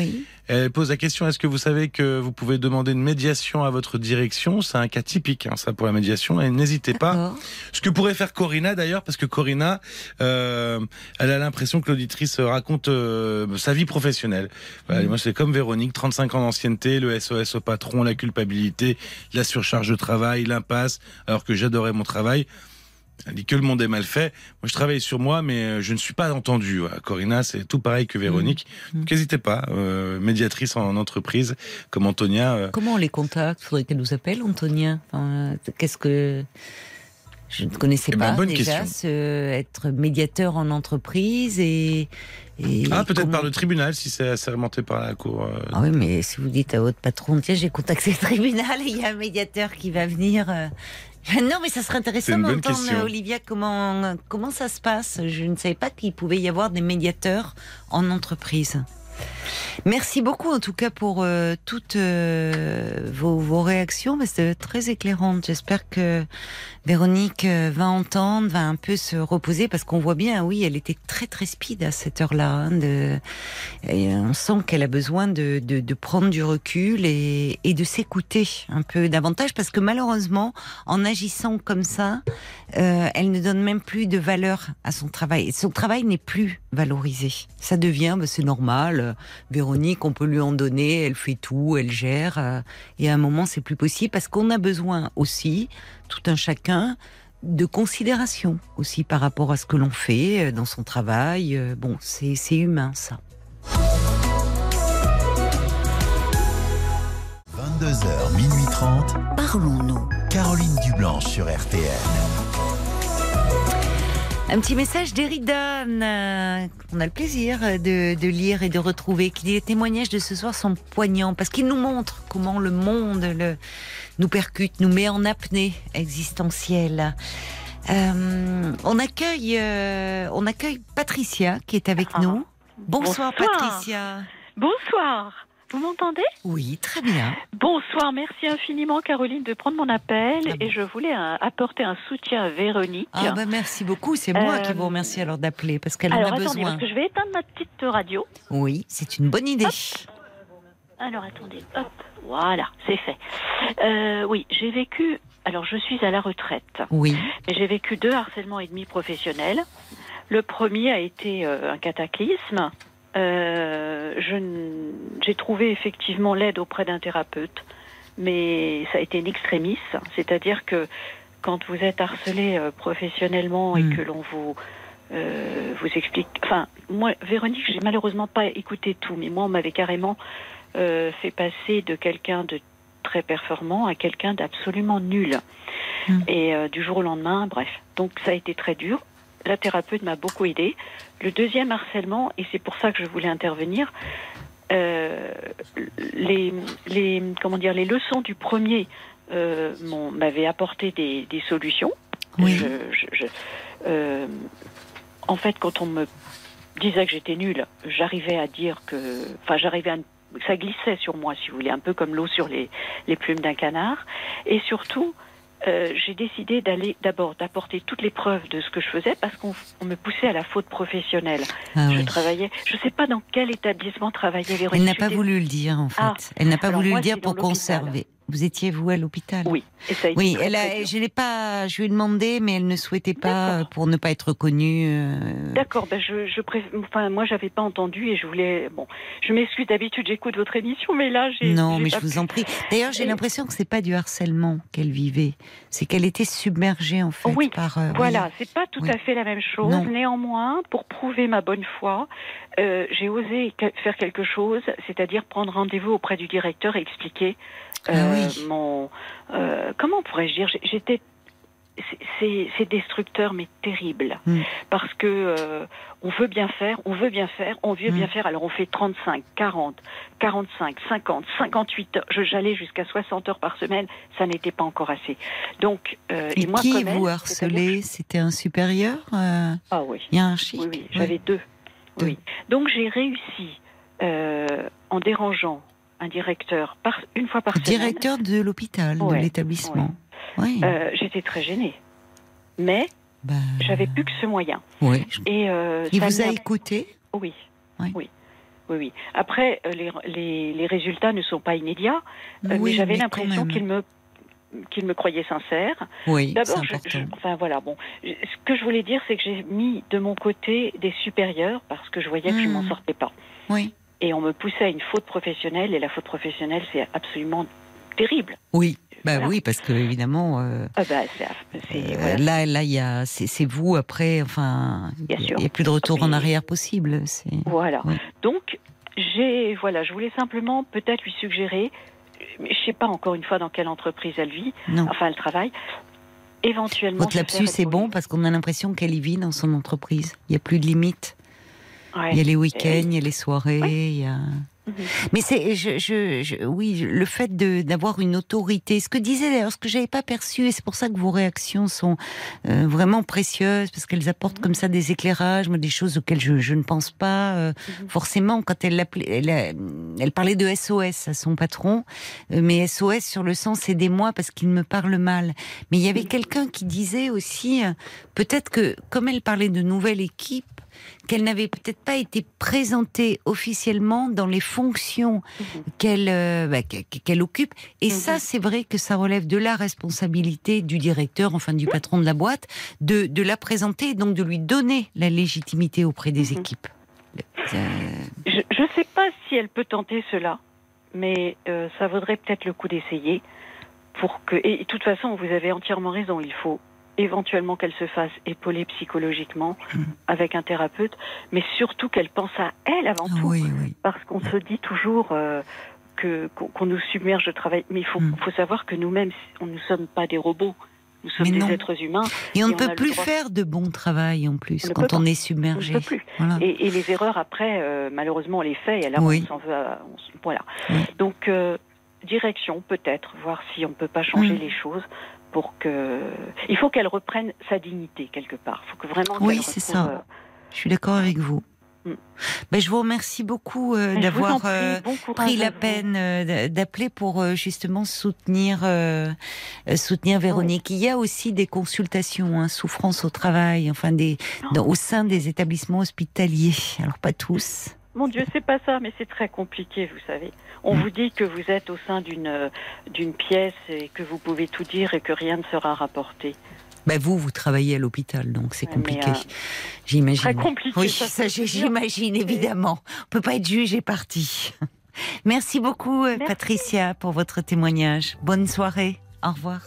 Elle pose la question, est-ce que vous savez que vous pouvez demander une médiation à votre direction ? C'est un cas typique, ça, pour la médiation. Et n'hésitez pas. Ce que pourrait faire Corinna, d'ailleurs, parce que Corinna, elle a l'impression que l'auditrice raconte sa vie professionnelle. Voilà, moi, c'est comme Véronique, 35 ans d'ancienneté, le SOS au patron, la culpabilité, la surcharge de travail, l'impasse, alors que j'adorais mon travail. Elle dit que le monde est mal fait. Moi, je travaille sur moi, mais je ne suis pas entendu. Voilà. Corinna, c'est tout pareil que Véronique. N'hésitez pas, médiatrice en entreprise, comme Antonia. Comment on les contacte ? Il faudrait qu'elle nous appelle, Antonia. Qu'est-ce que... Je ne connaissais pas déjà être médiateur en entreprise et peut-être par le tribunal, si c'est assermenté par la cour. Ah oui, mais si vous dites à votre patron, tiens, j'ai contacté le tribunal et il y a un médiateur qui va venir... Non, mais ça serait intéressant d'entendre, Olivia, comment ça se passe. Je ne savais pas qu'il pouvait y avoir des médiateurs en entreprise. Merci beaucoup en tout cas pour toutes vos réactions, mais c'est très éclairante. J'espère que Véronique va entendre, va un peu se reposer, parce qu'on voit bien, oui, elle était très très speed à cette heure-là. Et on sent qu'elle a besoin de prendre du recul et de s'écouter un peu davantage, parce que malheureusement, en agissant comme ça, elle ne donne même plus de valeur à son travail. Et son travail n'est plus valorisé. Ça devient, c'est normal. Véronique, on peut lui en donner, elle fait tout, elle gère. Et à un moment, c'est plus possible, parce qu'on a besoin aussi, tout un chacun, de considération aussi par rapport à ce que l'on fait dans son travail. Bon, c'est humain, ça. 22h, minuit 30. Parlons-nous. Caroline Dublanche sur RTL. Un petit message d'Eridan, qu'on a le plaisir de lire et de retrouver, qui dit: les témoignages de ce soir sont poignants, parce qu'ils nous montrent comment le monde nous percute, nous met en apnée existentielle. On accueille Patricia, qui est avec nous. Bonsoir Patricia. Bonsoir. Vous m'entendez ? Oui, très bien. Bonsoir, merci infiniment Caroline de prendre mon appel et je voulais apporter un soutien à Véronique. Merci beaucoup, c'est moi qui vous remercie alors d'appeler parce qu'elle en a besoin. Parce que je vais éteindre ma petite radio. Oui, c'est une bonne idée. Hop. Alors attendez, hop, voilà, c'est fait. Oui, j'ai vécu, alors je suis à la retraite. Oui. Mais j'ai vécu 2 harcèlements et demi professionnels. Le premier a été un cataclysme. J'ai trouvé effectivement l'aide auprès d'un thérapeute, mais ça a été une extremis, c'est-à-dire que quand vous êtes harcelé professionnellement et que l'on vous explique... Enfin, moi, Véronique, j'ai malheureusement pas écouté tout, mais moi, on m'avait carrément fait passer de quelqu'un de très performant à quelqu'un d'absolument nul. Et du jour au lendemain, bref. Donc ça a été très dur. la thérapeute m'a beaucoup aidée. Le deuxième harcèlement, et c'est pour ça que je voulais intervenir, les leçons du premier m'avaient apporté des solutions. Oui. En fait, quand on me disait que j'étais nulle, j'arrivais à dire que... Enfin, ça glissait sur moi, si vous voulez, un peu comme l'eau sur les plumes d'un canard. Et surtout, j'ai décidé d'apporter toutes les preuves de ce que je faisais parce qu'on me poussait à la faute professionnelle. Je travaillais... Je ne sais pas dans quel établissement travaillait Véronique. Elle n'a pas voulu le dire, en fait. Elle n'a pas voulu le dire pour conserver. Vous étiez, vous, à l'hôpital? Oui. Et ça a été je lui ai demandé, mais elle ne souhaitait pas, pour ne pas être connue. D'accord, moi, j'avais pas entendu et je voulais... Bon, je m'excuse, d'habitude, j'écoute votre émission, mais là, je vous en prie. D'ailleurs, j'ai l'impression que c'est pas du harcèlement qu'elle vivait. C'est qu'elle était submergée, en fait, par... Voilà, c'est pas tout à fait la même chose. Non. Néanmoins, pour prouver ma bonne foi, j'ai osé faire quelque chose, c'est-à-dire prendre rendez-vous auprès du directeur et expliquer... comment pourrais-je dire, c'est destructeur mais terrible parce que on veut bien faire, alors on fait 35, 40, 45, 50, 58 heures, j'allais jusqu'à 60 heures par semaine, ça n'était pas encore assez. Donc et moi, qui vous harcelait? C'était un supérieur Ah oui. Hiérarchique? Oui, j'avais deux. Oui. Donc j'ai réussi en dérangeant un directeur une fois par semaine. Directeur de l'hôpital, de l'établissement. Oui. J'étais très gênée. Mais j'avais plus que ce moyen. Oui. Et, il vous a écouté? Oui. Après, les résultats ne sont pas immédiats, mais j'avais l'impression qu'il me croyait sincère. Oui, d'abord, c'est important. Ce que je voulais dire, c'est que j'ai mis de mon côté des supérieurs parce que je voyais que je m'en sortais pas. Oui. Et on me poussait à une faute professionnelle, et la faute professionnelle, c'est absolument terrible. Oui, oui, parce que évidemment, là, c'est vous après. Enfin, il n'y a plus de retour en arrière possible. Voilà. Oui. Donc, je voulais simplement peut-être lui suggérer, je sais pas encore une fois dans quelle entreprise elle vit, elle travaille. Éventuellement. Votre lapsus, c'est bon parce qu'on a l'impression qu'elle y vit dans son entreprise. Il n'y a plus de limite. Ouais. Il y a les week-ends, il y a les soirées, il y a... Mais c'est, oui, le fait d'avoir une autorité, ce que disait d'ailleurs, ce que j'avais pas perçu, et c'est pour ça que vos réactions sont vraiment précieuses, parce qu'elles apportent comme ça des éclairages, des choses auxquelles je ne pense pas forcément. Quand elle parlait de SOS à son patron, mais SOS sur le sens aidez-moi parce qu'il me parle mal. Mais il y avait quelqu'un qui disait aussi, peut-être que comme elle parlait de nouvelle équipe, qu'elle n'avait peut-être pas été présentée officiellement dans les fonctions qu'elle occupe. Et ça, c'est vrai que ça relève de la responsabilité du directeur, enfin du patron de la boîte, de la présenter et donc de lui donner la légitimité auprès des équipes. Je ne sais pas si elle peut tenter cela, mais ça vaudrait peut-être le coup d'essayer. Et de toute façon, vous avez entièrement raison, il faut éventuellement qu'elle se fasse épauler psychologiquement avec un thérapeute, mais surtout qu'elle pense à elle avant tout. Parce qu'on se dit toujours qu'on nous submerge de travail. Mais il faut savoir que nous-mêmes, nous ne sommes pas des robots. Nous sommes des êtres humains. Et on ne peut plus faire de bon travail en plus quand on est submergé. On ne peut plus. Voilà. Et les erreurs, après, malheureusement, on les fait. Et là, on s'en veut. Voilà. Donc, direction, peut-être, voir si on ne peut pas changer les choses. Il faut qu'elle reprenne sa dignité quelque part. Il faut que vraiment. Oui, c'est ça. Je suis d'accord avec vous. Je vous remercie beaucoup d'avoir pris la peine d'appeler pour justement soutenir Véronique. Il y a aussi des consultations, souffrance au travail, au sein des établissements hospitaliers. Alors pas tous. Mon Dieu, c'est pas ça, mais c'est très compliqué, vous savez. On vous dit que vous êtes au sein d'une pièce et que vous pouvez tout dire et que rien ne sera rapporté. Vous travaillez à l'hôpital, donc c'est compliqué. J'imagine. Très compliqué. Oui, ça j'imagine, évidemment. On peut pas être juge et parti. Merci beaucoup, Patricia, pour votre témoignage. Bonne soirée. Au revoir.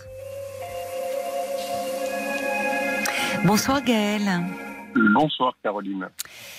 Bonsoir, Gaël. Bonsoir, Caroline.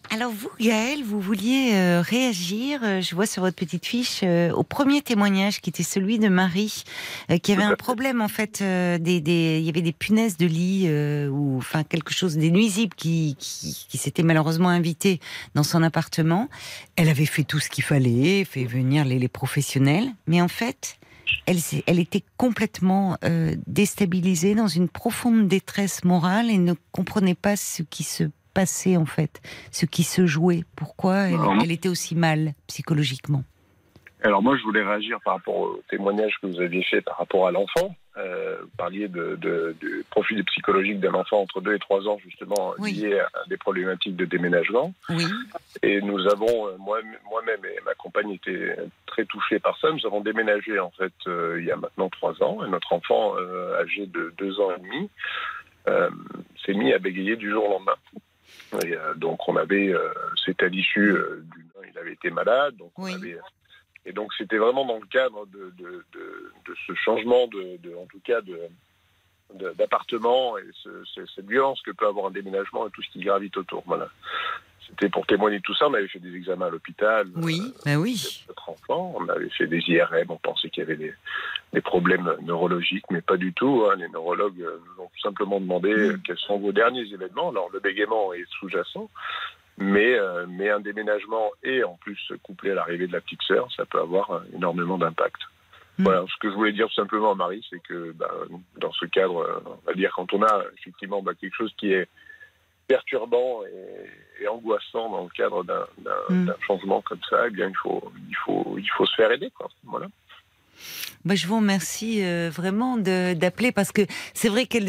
Alors vous, Gaëlle, vous vouliez réagir, je vois sur votre petite fiche, au premier témoignage qui était celui de Marie, qui avait un problème en fait, il y avait des punaises de lit ou enfin quelque chose, des nuisibles qui s'étaient malheureusement invitées dans son appartement. Elle avait fait tout ce qu'il fallait, fait venir les professionnels, mais en fait, elle était complètement déstabilisée, dans une profonde détresse morale et ne comprenait pas ce qui se passait en fait, ce qui se jouait. Pourquoi elle était aussi mal psychologiquement? Alors moi, je voulais réagir par rapport au témoignage que vous aviez fait par rapport à l'enfant. Vous parliez du profil psychologique d'un enfant entre 2 et 3 ans, justement, lié à des problématiques de déménagement. Oui. Et nous avons, moi-même et ma compagne étaient très touchés par ça. Nous avons déménagé, en fait, il y a maintenant 3 ans. Et notre enfant, âgé de 2 ans et demi, s'est mis à bégayer du jour au lendemain. Et, donc on avait, c'était à l'issue il avait été malade, donc on avait, et donc c'était vraiment dans le cadre de ce changement en tout cas d'appartement et cette violence que peut avoir un déménagement et tout ce qui gravite autour. Voilà. C'était pour témoigner de tout ça. On avait fait des examens à l'hôpital. Notre enfant, on avait fait des IRM. On pensait qu'il y avait des problèmes neurologiques, mais pas du tout. Hein. Les neurologues nous ont tout simplement demandé quels sont vos derniers événements. Alors le bégaiement est sous-jacent, mais un déménagement et en plus couplé à l'arrivée de la petite sœur, ça peut avoir énormément d'impact. Voilà, ce que je voulais dire tout simplement à Marie, c'est que dans ce cadre, on va dire quand on a effectivement quelque chose qui est perturbant et angoissant dans le cadre d'un changement comme ça, eh bien il faut se faire aider, quoi. Voilà. Je vous remercie vraiment d'appeler, parce que c'est vrai qu'elle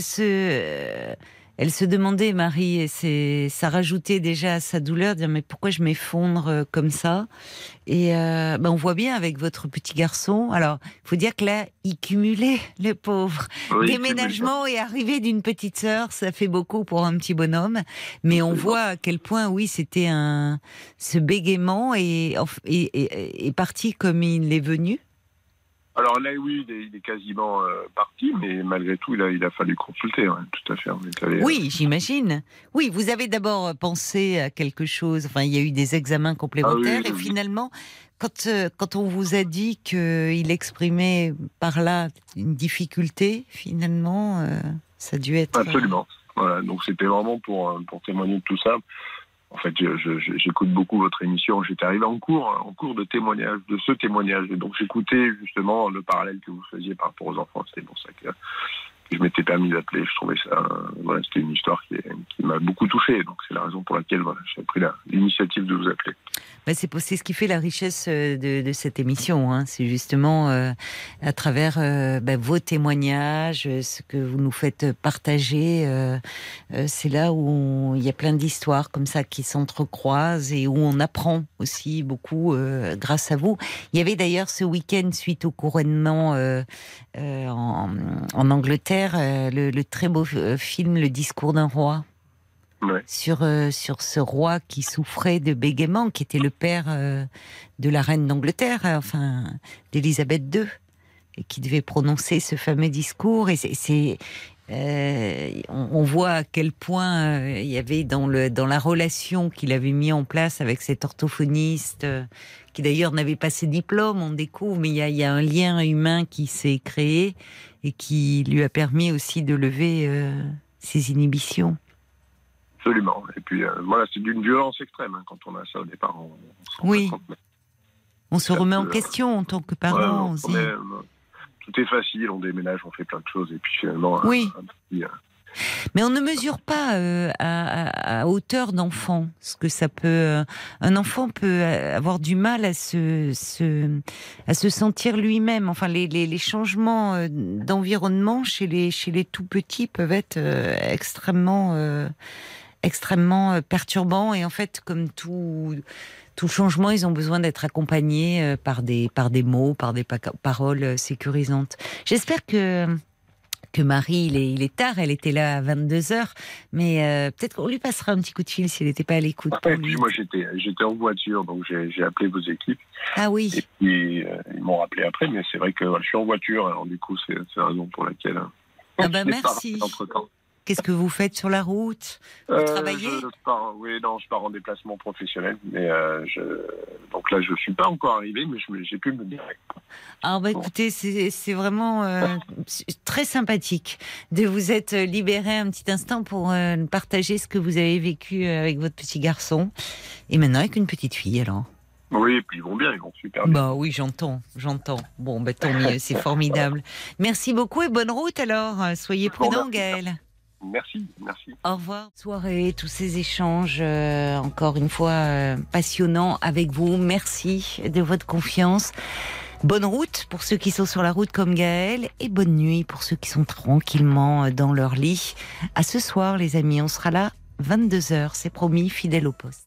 se demandait, Marie, et ça rajoutait déjà à sa douleur, dire mais pourquoi je m'effondre comme ça. Et on voit bien avec votre petit garçon. Alors, il faut dire que là, il cumulait, le pauvre. Déménagement et arrivée d'une petite sœur, ça fait beaucoup pour un petit bonhomme. Mais on voit à quel point, c'était ce bégaiement est parti comme il est venu. Alors là, oui, il est quasiment parti, mais malgré tout, il a fallu consulter, tout à fait. Oui, j'imagine. Oui, vous avez d'abord pensé à quelque chose, enfin, il y a eu des examens complémentaires, et finalement, quand on vous a dit qu'il exprimait par là une difficulté, finalement, ça a dû être... Absolument. Voilà, donc c'était vraiment pour témoigner de tout ça. En fait, j'écoute beaucoup votre émission. J'étais arrivé en cours de témoignage, de ce témoignage. Et donc, j'écoutais justement le parallèle que vous faisiez par rapport aux enfants. C'était pour ça que je m'étais permis d'appeler. Je trouvais ça, c'était une histoire qui m'a beaucoup touché. Donc, c'est la raison pour laquelle j'ai pris l'initiative de vous appeler. C'est ce qui fait la richesse de cette émission. Hein. C'est justement à travers vos témoignages, ce que vous nous faites partager. C'est là où il y a plein d'histoires comme ça qui s'entrecroisent et où on apprend aussi beaucoup grâce à vous. Il y avait d'ailleurs ce week-end, suite au couronnement en Angleterre, le très beau film Le discours d'un roi. Ouais. Sur ce roi qui souffrait de bégaiement, qui était le père de la reine d'Angleterre, d'Élisabeth II, et qui devait prononcer ce fameux discours. Et on voit à quel point il y avait dans la relation qu'il avait mis en place avec cet orthophoniste, qui d'ailleurs n'avait pas ses diplômes, on découvre, mais il y a un lien humain qui s'est créé et qui lui a permis aussi de lever ses inhibitions. Absolument. Et puis, c'est d'une violence extrême. Quand on a ça au départ, on se remet en question en tant que parent. Tout est facile, on déménage, on fait plein de choses. Et puis finalement... Mais on ne mesure pas à hauteur d'enfant ce que ça peut... un enfant peut avoir du mal à se sentir lui-même. Enfin, les changements d'environnement chez les tout petits peuvent être extrêmement perturbants, et en fait, comme tout changement, ils ont besoin d'être accompagnés par des mots, par des paroles sécurisantes. J'espère que Marie, il est tard, elle était là à 22h, mais peut-être qu'on lui passera un petit coup de fil s'il n'était pas à l'écoute. Moi, j'étais en voiture, donc j'ai appelé vos équipes. Ah oui. Et puis, ils m'ont rappelé après, mais c'est vrai que je suis en voiture, alors du coup, c'est la raison pour laquelle... merci. Qu'est-ce que vous faites sur la route? Vous travaillez? Je pars en déplacement professionnel. Mais donc là, je ne suis pas encore arrivé, mais j'ai pu me dire. Alors, écoutez, c'est vraiment très sympathique de vous être libéré un petit instant pour partager ce que vous avez vécu avec votre petit garçon. Et maintenant, avec une petite fille, alors. Oui, et puis ils vont super bien. Bah oui, j'entends. Bon, tant mieux, c'est formidable. Merci beaucoup et bonne route alors. Soyez prudents, Gaël. Merci. Au revoir. Soirée, tous ces échanges, encore une fois, passionnants avec vous. Merci de votre confiance. Bonne route pour ceux qui sont sur la route comme Gaël et bonne nuit pour ceux qui sont tranquillement dans leur lit. À ce soir, les amis, on sera là 22h, c'est promis, fidèle au poste.